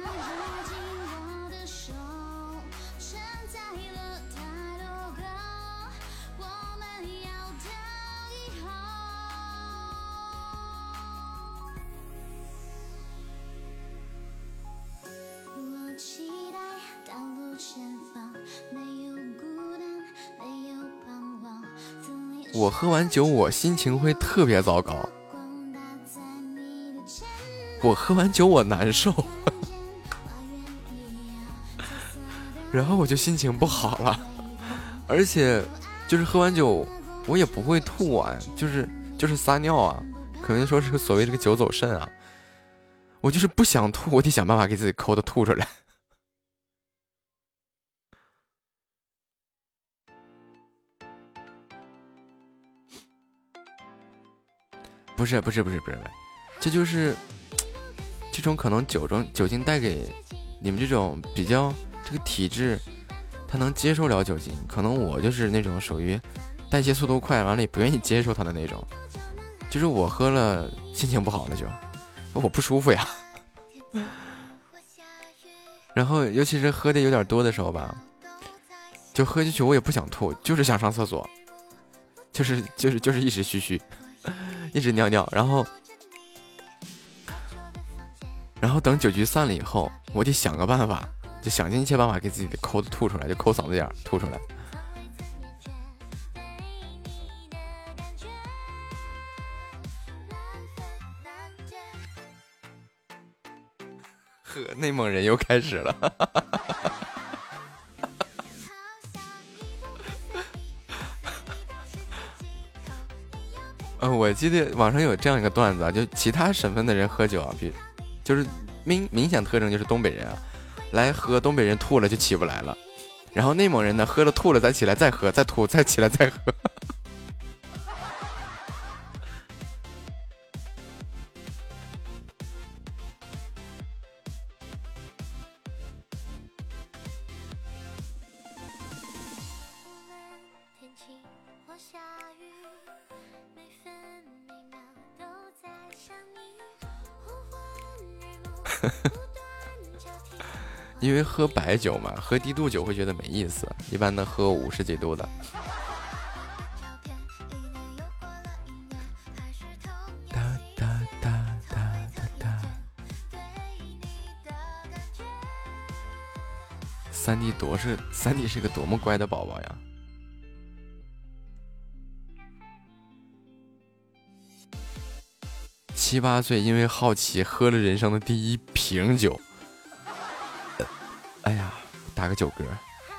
我喝完酒，我心情会特别糟糕。我喝完酒我难受，然后我就心情不好了，而且就是喝完酒我也不会吐啊，就是就是撒尿啊，可能说是所谓这个酒走肾啊。 我就是不想吐，我得想办法给自己抠的吐出来。不是不是不是不是，这就是这种可能酒中酒精带给你们这种比较这个体质，他能接受了酒精，可能我就是那种属于代谢速度快，完了也不愿意接受它的那种，就是我喝了心情不好了就，我不舒服呀。然后尤其是喝的有点多的时候吧，就喝进去我也不想吐，就是想上厕所，就是就是就是一直嘘嘘，一直尿尿，然后然后等酒局散了以后，我得想个办法，就想尽一切办法给自己抠的吐出来，就抠嗓子眼儿吐出来。呵，内蒙人又开始了。呃，我记得网上有这样一个段子啊，就其他省份的人喝酒啊，比就是明明显特征就是东北人啊，来喝东北人吐了就起不来了，然后内蒙人呢喝了吐了再起来再喝再吐再起来再喝。因为喝白酒嘛，喝低度酒会觉得没意思，一般的喝五十几度的。哒哒哒哒哒哒。三弟多是三弟是个多么乖的宝宝呀！七八岁因为好奇喝了人生的第一瓶酒。哎呀，打个酒嗝，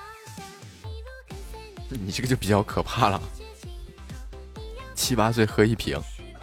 你这个就比较可怕了。七八岁喝一瓶，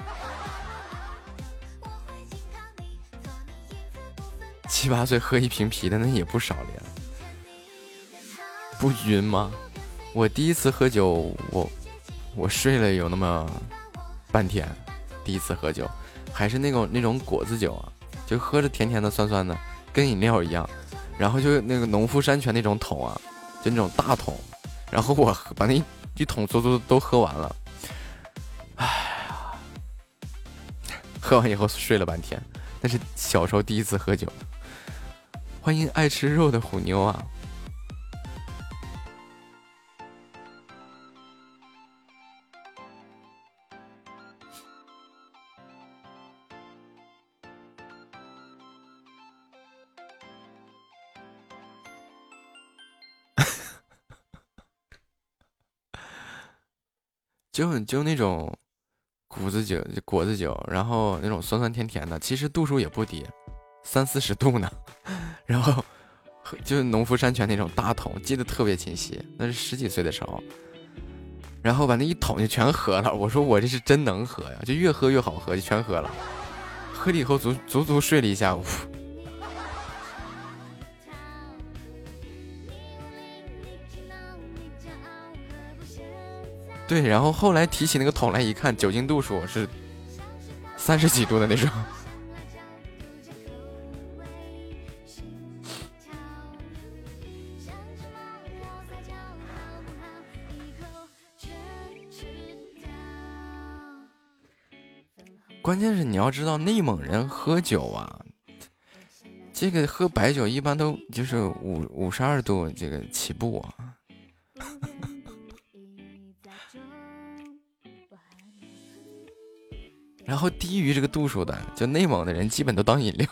七八岁喝一瓶啤的那也不少了呀。不晕吗？我第一次喝酒，我我睡了有那么半天。第一次喝酒，还是那种那种果子酒啊，就喝着甜甜的、酸酸的，跟饮料一样。然后就那个农夫山泉那种桶啊，就那种大桶，然后我把那一一桶足足都喝完了。哎呀，喝完以后睡了半天，那是小时候第一次喝酒。欢迎爱吃肉的虎妞啊！就就那种谷子酒、果子酒，然后那种酸酸甜甜的，其实度数也不低，三四十度呢。然后就农夫山泉那种大桶，记得特别清晰，那是十几岁的时候。然后把那一桶就全喝了，我说我这是真能喝呀，就越喝越好喝，就全喝了。喝了以后足足足睡了一下午。对，然后后来提起那个桶来一看，酒精度数是三十几度的那种。关键是你要知道，内蒙人喝酒啊，这个喝白酒一般都就是五五十二度这个起步啊。然后低于这个度数的，就内蒙的人基本都当饮料。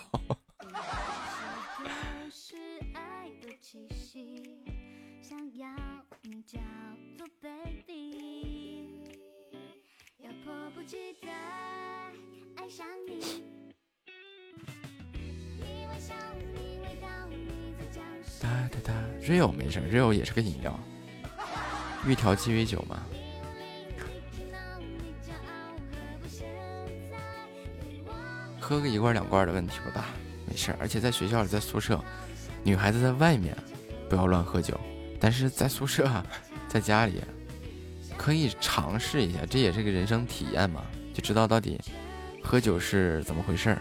哒哒哒 ，real 没事 ，real 也是个饮料，玉条鸡尾酒嘛。 喝个一罐两罐的问题不大，没事。而且在学校里，在宿舍，女孩子在外面不要乱喝酒，但是在宿舍，在家里可以尝试一下，这也是个人生体验嘛，就知道到底喝酒是怎么回事儿。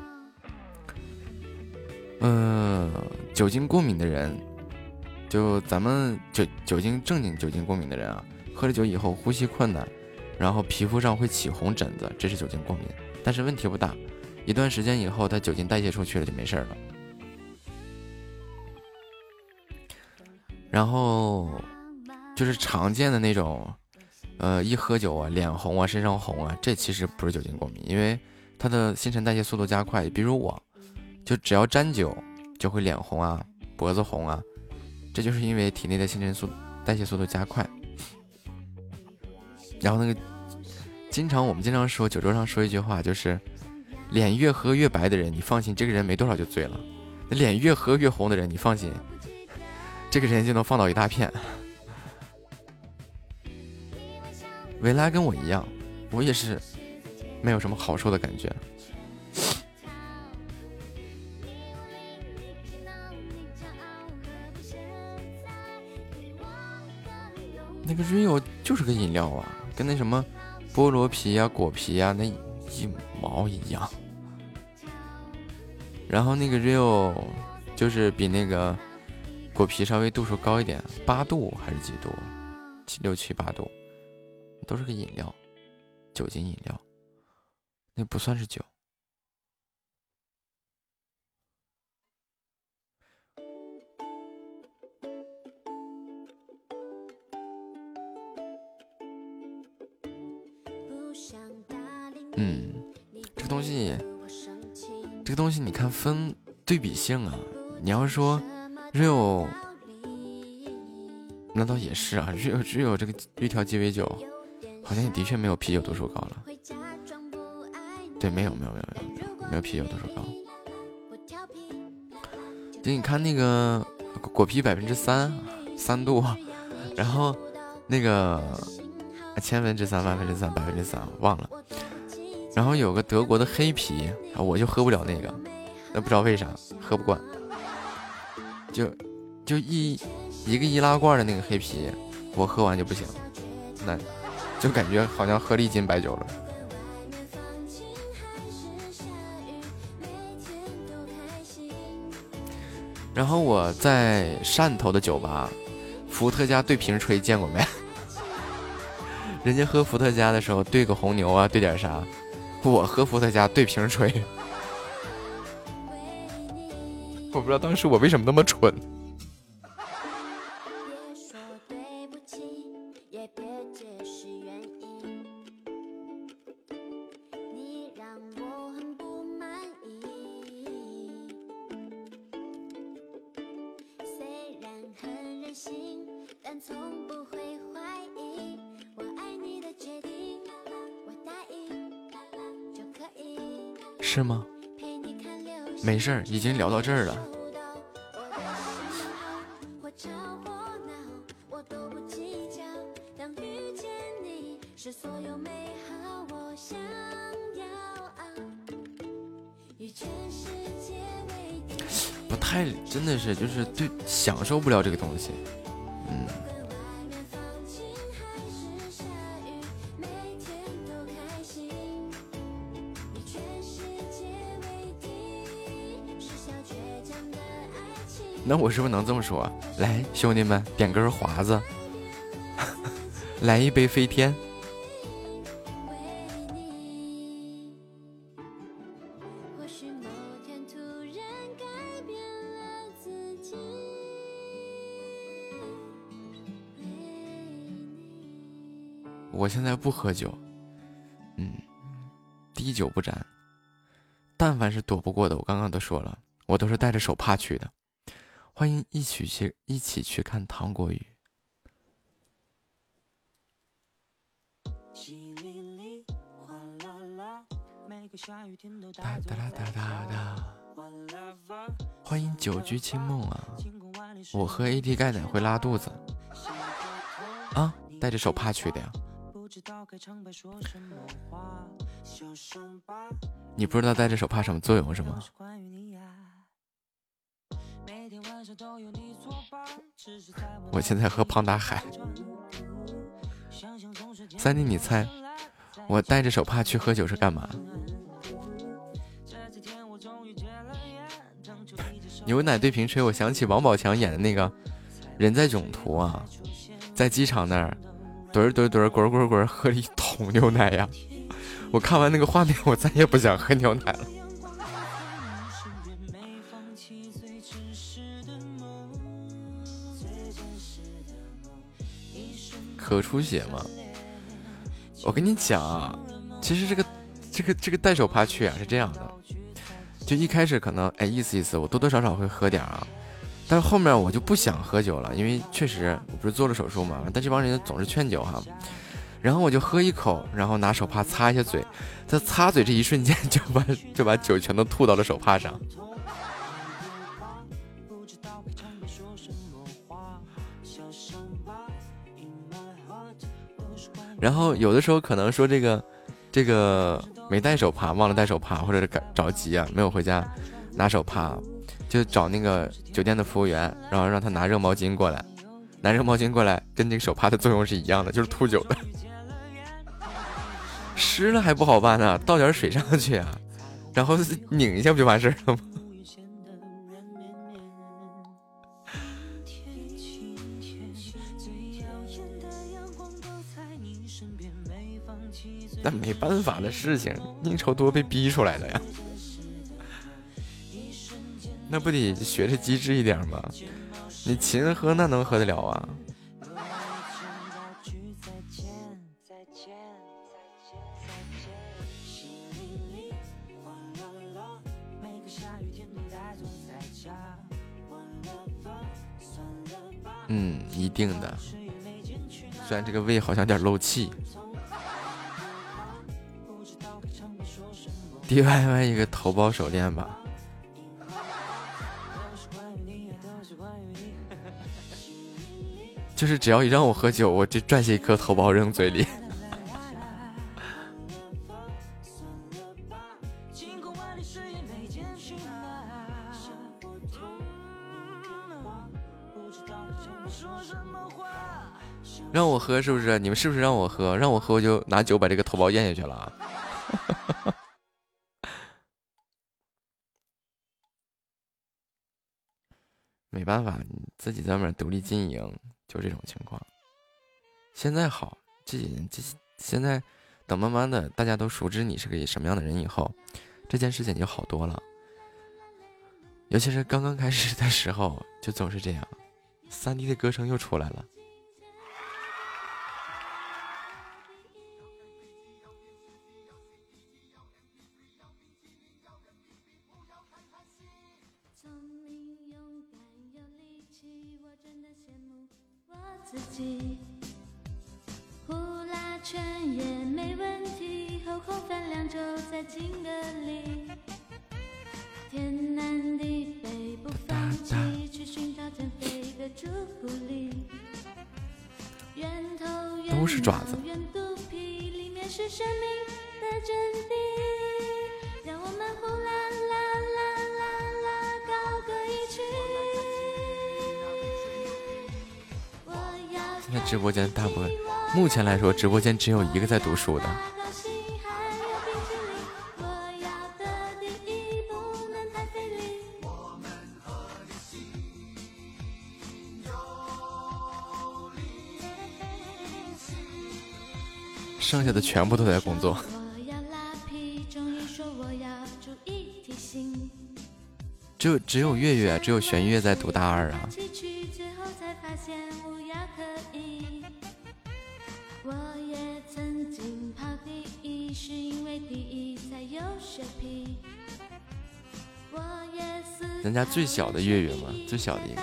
嗯、呃，酒精过敏的人，就咱们酒酒精正经酒精过敏的人啊，喝了酒以后呼吸困难，然后皮肤上会起红疹子，这是酒精过敏。但是问题不大，一段时间以后，它酒精代谢出去了就没事了。然后就是常见的那种，呃，一喝酒啊，脸红啊，身上红啊，这其实不是酒精过敏，因为它的新陈代谢速度加快。比如我，就只要沾酒就会脸红啊，脖子红啊，这就是因为体内的新陈速代谢速度加快。然后那个，经常我们经常说酒桌上说一句话，就是脸越喝越白的人，你放心，这个人没多少就醉了；那脸越喝越红的人，你放心，这个人就能放倒一大片。维拉跟我一样，我也是没有什么好受的感觉。那个 Rio 就是个饮料啊，跟那什么菠萝皮啊、果皮啊那一毛一样。然后那个 Rio 就是比那个果皮稍微度数高一点，八度还是几度？七六七八度，都是个饮料，酒精饮料，那不算是酒。嗯，这个东西，这个东西，你看分对比性啊。你要说 Rio， 那倒也是啊 ，Rio 只有这个绿条鸡尾酒，好像也的确没有啤酒度数高了。对，没有没有没有没有没有没有啤酒度数高。就你看那个果皮百分之三三度，然后那个千分之三、万分之三、百分之三，忘了。然后有个德国的黑啤啊，我就喝不了那个，那不知道为啥喝不惯。就就一一个易拉罐的那个黑啤，我喝完就不行，那就感觉好像喝了一斤白酒了。然后我在汕头的酒吧，伏特加兑瓶吹见过没？人家喝伏特加的时候兑个红牛啊，兑点啥？我喝伏特加兑瓶吹，我不知道当时我为什么那么蠢。是吗？没事儿，已经聊到这儿了。不太，真的是就是对享受不了这个东西。嗯。那我是不是能这么说？来，兄弟们，点根华子，来一杯飞天。我现在不喝酒，嗯，滴酒不沾，但凡是躲不过的，我刚刚都说了，我都是带着手帕去的。欢迎一起去一起去看糖果雨。哒哒哒哒哒，欢迎久居清梦啊！我喝 A D 钙奶会拉肚子啊，带着手帕去的呀。 你不知道戴着手帕什么作用是吗？我现在喝胖大海。三弟，你猜我戴着手帕去喝酒是干嘛？牛奶对瓶吹，我想起王宝强演的那个《人在囧途》啊，在机场那儿怼怼怼滚滚滚喝了一桶牛奶呀！我看完那个画面，我再也不想喝牛奶了。可出血吗？我跟你讲啊，其实这个这个这个戴手帕去啊是这样的，就一开始可能哎意思意思，我多多少少会喝点啊，但是后面我就不想喝酒了，因为确实我不是做了手术嘛，但这帮人总是劝酒哈，然后我就喝一口，然后拿手帕擦一下嘴，在擦嘴这一瞬间就把就把酒全都吐到了手帕上。然后有的时候可能说这个这个没带手帕，忘了带手帕，或者是着急啊，没有回家拿手帕，就找那个酒店的服务员，然后让他拿热毛巾过来，拿热毛巾过来，跟这个手帕的作用是一样的，就是吐酒的。湿了还不好办呢，倒点水上去啊，然后拧一下不就完事了吗？那没办法的事情，应酬多被逼出来的呀。那不得学着机智一点吗？你勤喝那能喝得了啊？嗯，一定的。虽然这个胃好像有点漏气。D Y Y 一个头孢手链吧。就是只要一让我喝酒，我就拽下一颗头孢扔嘴里。让我喝是不是？你们是不是让我喝？让我喝我就拿酒把这个头孢咽下去了。没办法，你自己在外面独立经营，就这种情况。现在好，这这现在等慢慢的大家都熟知你是个什么样的人以后，这件事情就好多了。尤其是刚刚开始的时候，就总是这样。三 D 的歌声又出来了。 自己呼啦圈也没问题，后空翻两周在金阁里，天南地北不放弃，去寻找减肥的朱古力，圆头圆都是爪子， 圆肚皮里面是生命的真谛，让我们呼啦啦啦啦啦高歌一曲。 现在直播间大部分，目前来说，直播间只有一个在读书的。剩下的全部都在工作。只有只有月月，只有玄月在读大二啊。人家最小的月月嘛，最小的一个。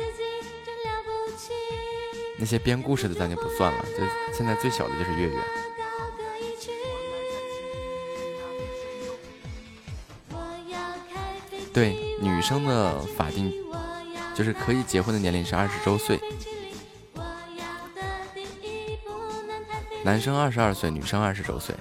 那些编故事的咱就不算了，就现在最小的就是月月。对，女生的法定就是可以结婚的年龄是二十周岁。 男生二十二岁，女生二十周岁。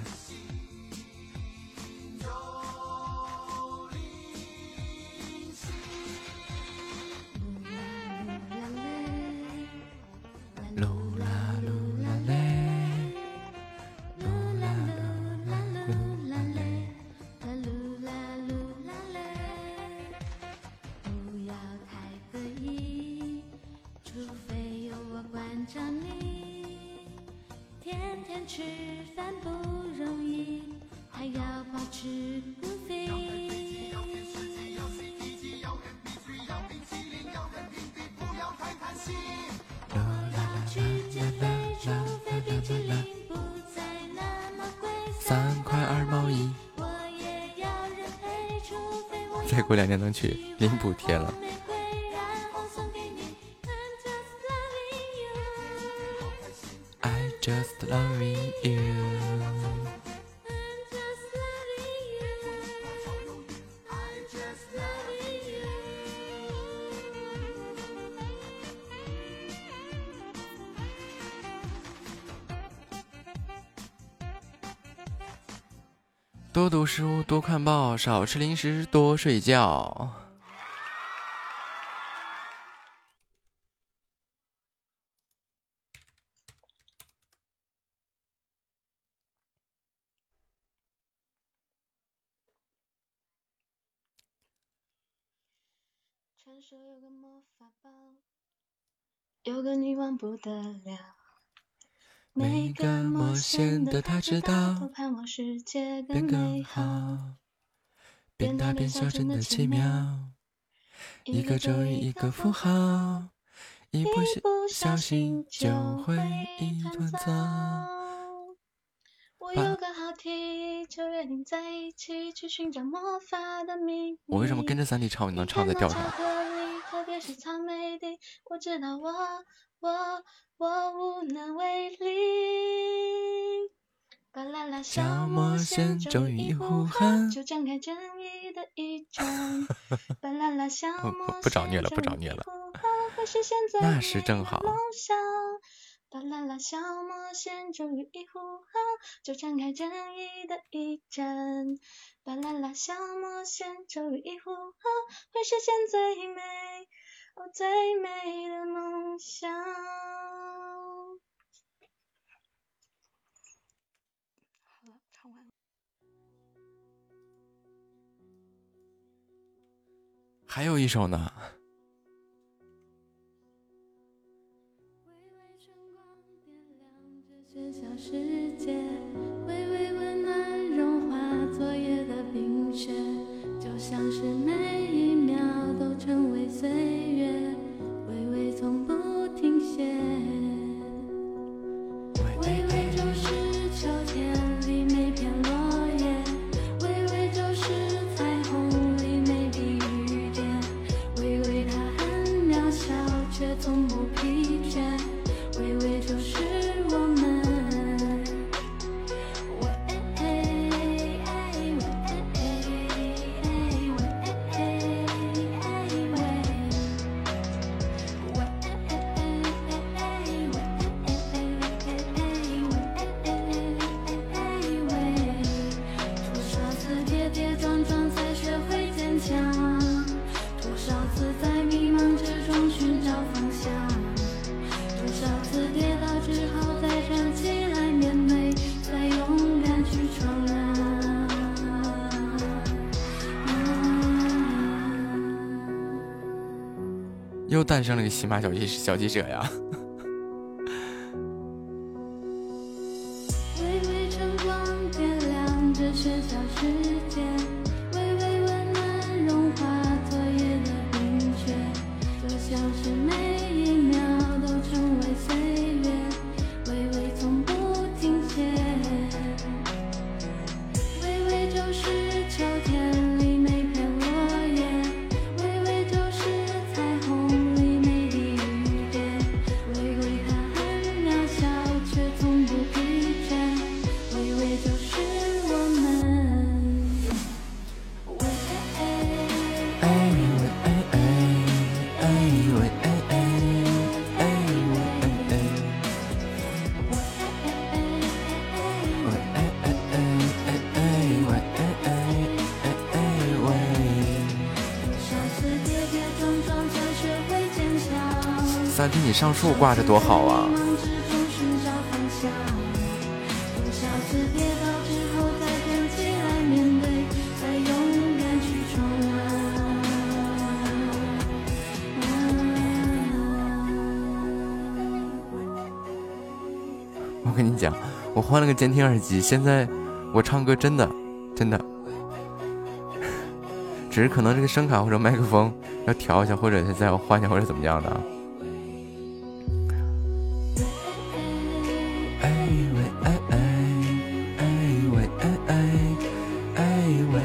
三块二毛一，再过两年能去领补贴了。I just loving you。多读书，多看报，少吃零食，多睡觉。 传说有个魔法宝，有个女王不得了。每个陌生的他知道，都盼望世界更美好。变大变小真的奇妙，一个咒语一个符号，一不小心就会一团糟。我有个好提议，就约定在一起，去寻找魔法的秘密。 我为什么跟着三弟唱，你能唱在调上？ 特别是草莓地，我知道我我我无能为力。巴啦啦，小魔仙终于一呼喊，就展开正义的一战。巴啦啦，小魔仙不找虐了，不找虐了，那是正好。 巴啦啦，小魔仙终于一呼喊，就展开正义的一战。巴啦啦，小魔仙终于一呼喊，会实现最美哦最美的梦想。好了，唱完了。 还有一首呢。 小世界，微微温暖融化昨夜的冰雪，就像是每一秒都成为岁月，微微从不停歇。微微就是秋天里每片落叶，微微就是彩虹里每滴雨点，微微它很渺小却从不疲倦，微微就是我们。 又诞生了个喜马小记小记者呀！ 微微晨光点亮这喧嚣世界，微微温暖融化昨夜的冰雪，就像是每一秒都成为岁月，微微从不停歇。微微就是秋天里每片落叶，微微就是彩虹。 三弟，你上树挂着多好啊！我跟你讲，我换了个监听耳机，现在我唱歌真的真的，只是可能这个声卡或者麦克风要调一下，或者再要换一下，或者怎么样的。哎喂哎哎哎喂哎哎哎喂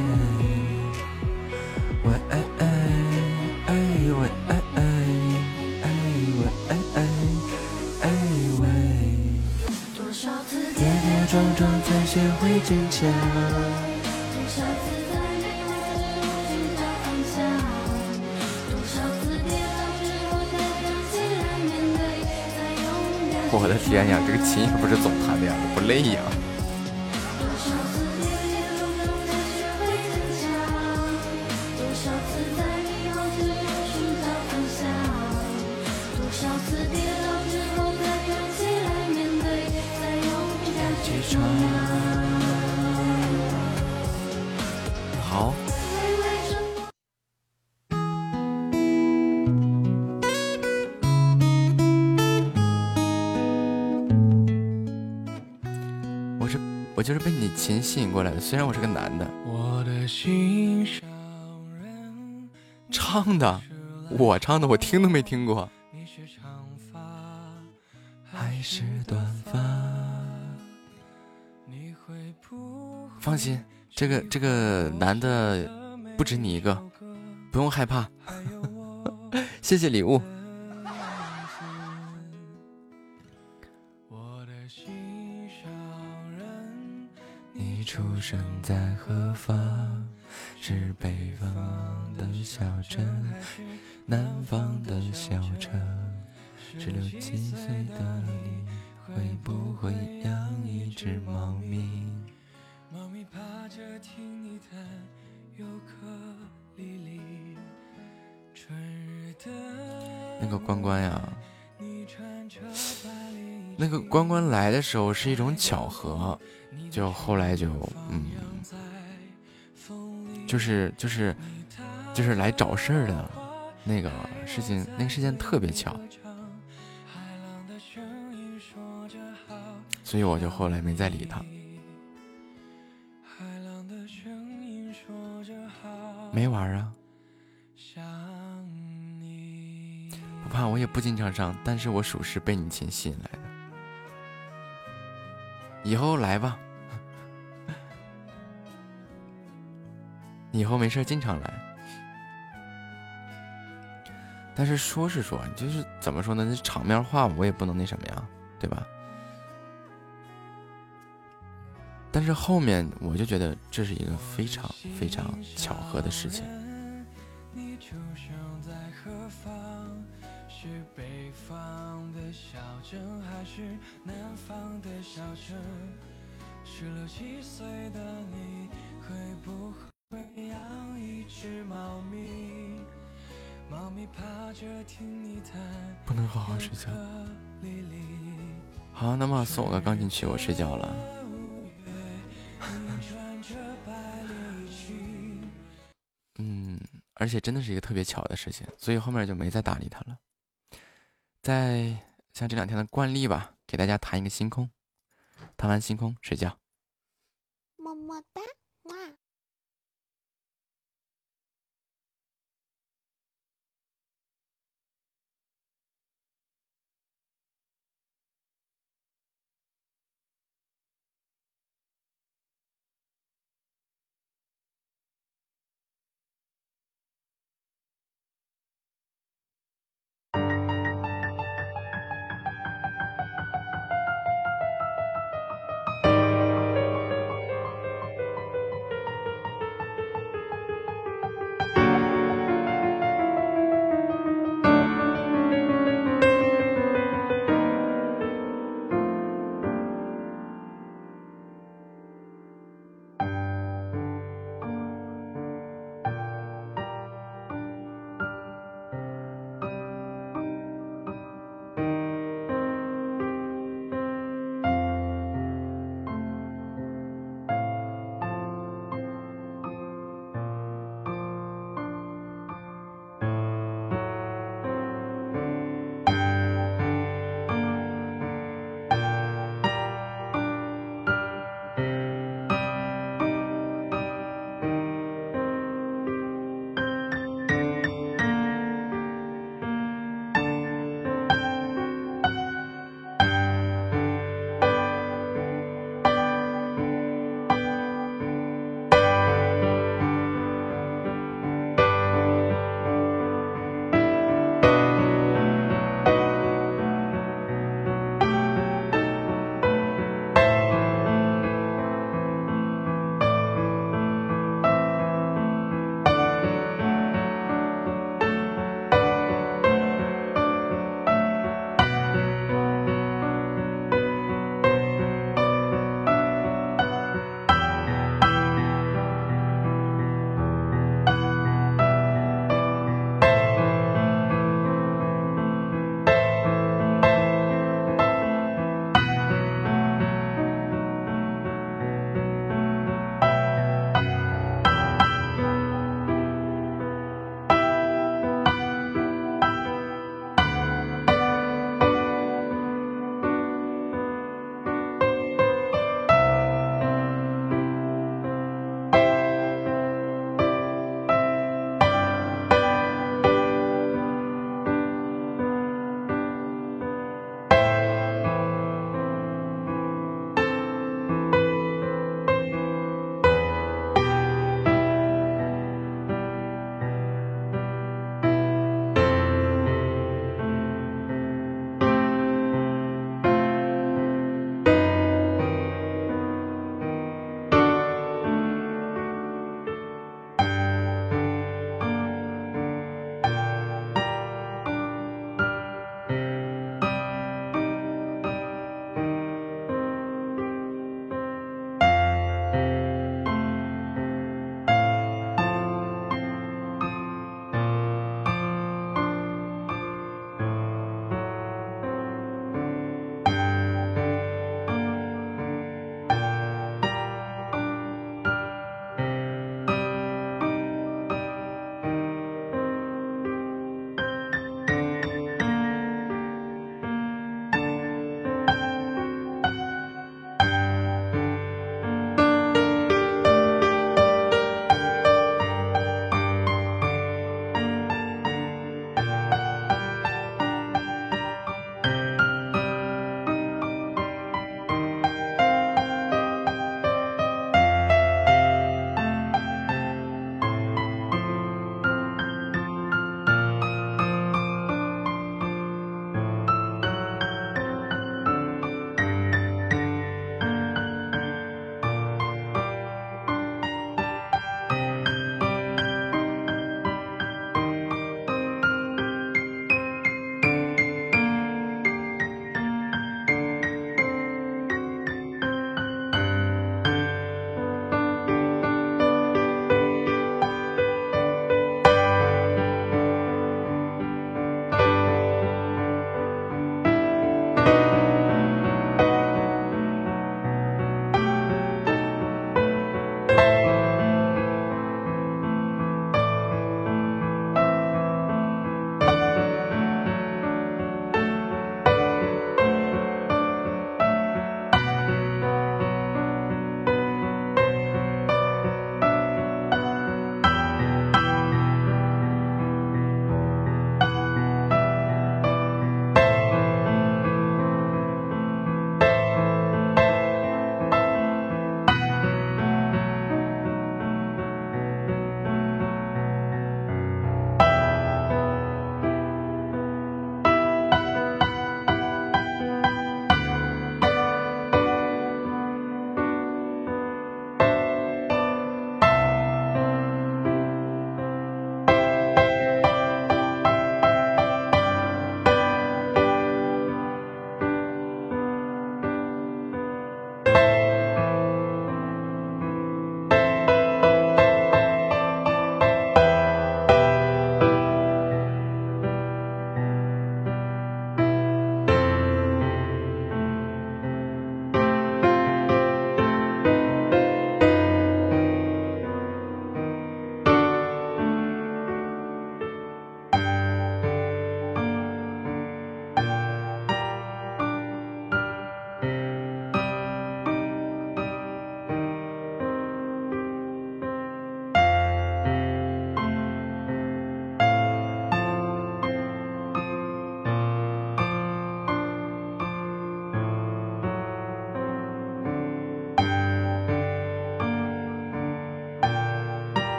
喂哎哎哎喂哎哎哎喂哎哎哎喂。跌跌撞撞才学会坚强。我的天呀，这个琴也不是总弹的呀，不累呀。好。我是我就是被你琴吸引过来的，虽然我是个男的。我的心上人唱的，我唱的，我听都没听过。你是长发还是短发？你会不放心，这个这个男的不止你一个，不用害怕。谢谢礼物。你出生在何方？是北方的小镇，南方的小城。十六七岁的你，会不会养一只猫咪？猫咪趴着听你弹尤克里里。春日的那个关关呀，那个关关来的时候是一种巧合，就后来就嗯，就是就是就是来找事儿的那个事情，那个事件特别巧，所以我就后来没再理他。没玩啊，不怕，我也不经常上，但是我属实被你琴吸引来的。以后来吧，以后没事经常来。但是说是说，就是怎么说呢？那场面话我也不能那什么呀，对吧？但是后面我就觉得这是一个非常非常巧合的事情。你出生在何方？是北方的小镇还是南方的小城？十六七岁的你会不会养一只猫咪？猫咪趴着听你弹，不能好好睡觉。好，那么送我个钢琴曲，我睡觉了。嗯，而且真的是一个特别巧的事情，所以后面就没再搭理他了。再像这两天的惯例吧，给大家弹一个星空，弹完星空睡觉。 么么哒，哇。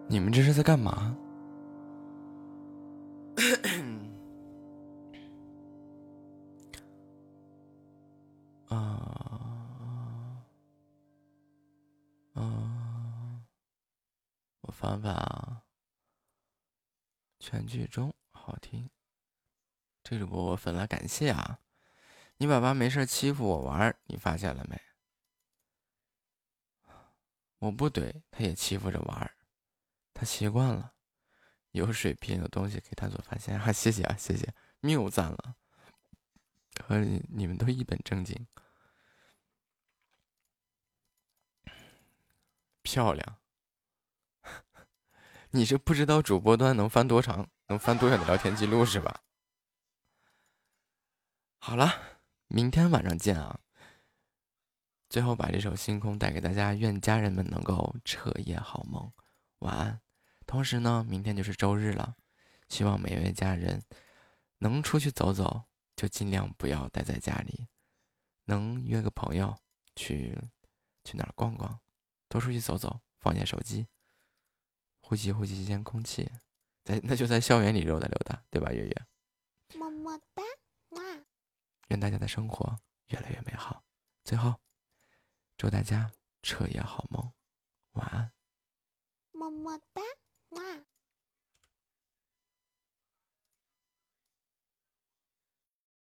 你们这是在干嘛？啊啊！我翻翻啊，全剧终，好听。这主播我粉了，感谢啊！你爸爸没事欺负我玩，你发现了没？我不怼，他也欺负着玩，他习惯了。有水平，有东西可以探索发现啊！谢谢啊，谢谢，谬赞了。和你你们都一本正经，漂亮。你是不知道主播端能翻多长，能翻多远的聊天记录是吧？好了，明天晚上见啊！最后把这首《星空》带给大家，愿家人们能够彻夜好梦，晚安。同时呢，明天就是周日了，希望每位家人能出去走走，就尽量不要待在家里，能约个朋友去去哪儿逛逛，多出去走走，放下手机，呼吸呼吸新鲜空气，在那就在校园里溜达溜达，对吧，月月？ 么么哒，哇！ 愿大家的生活越来越美好。最后，祝大家彻夜好梦，晚安。 么么哒。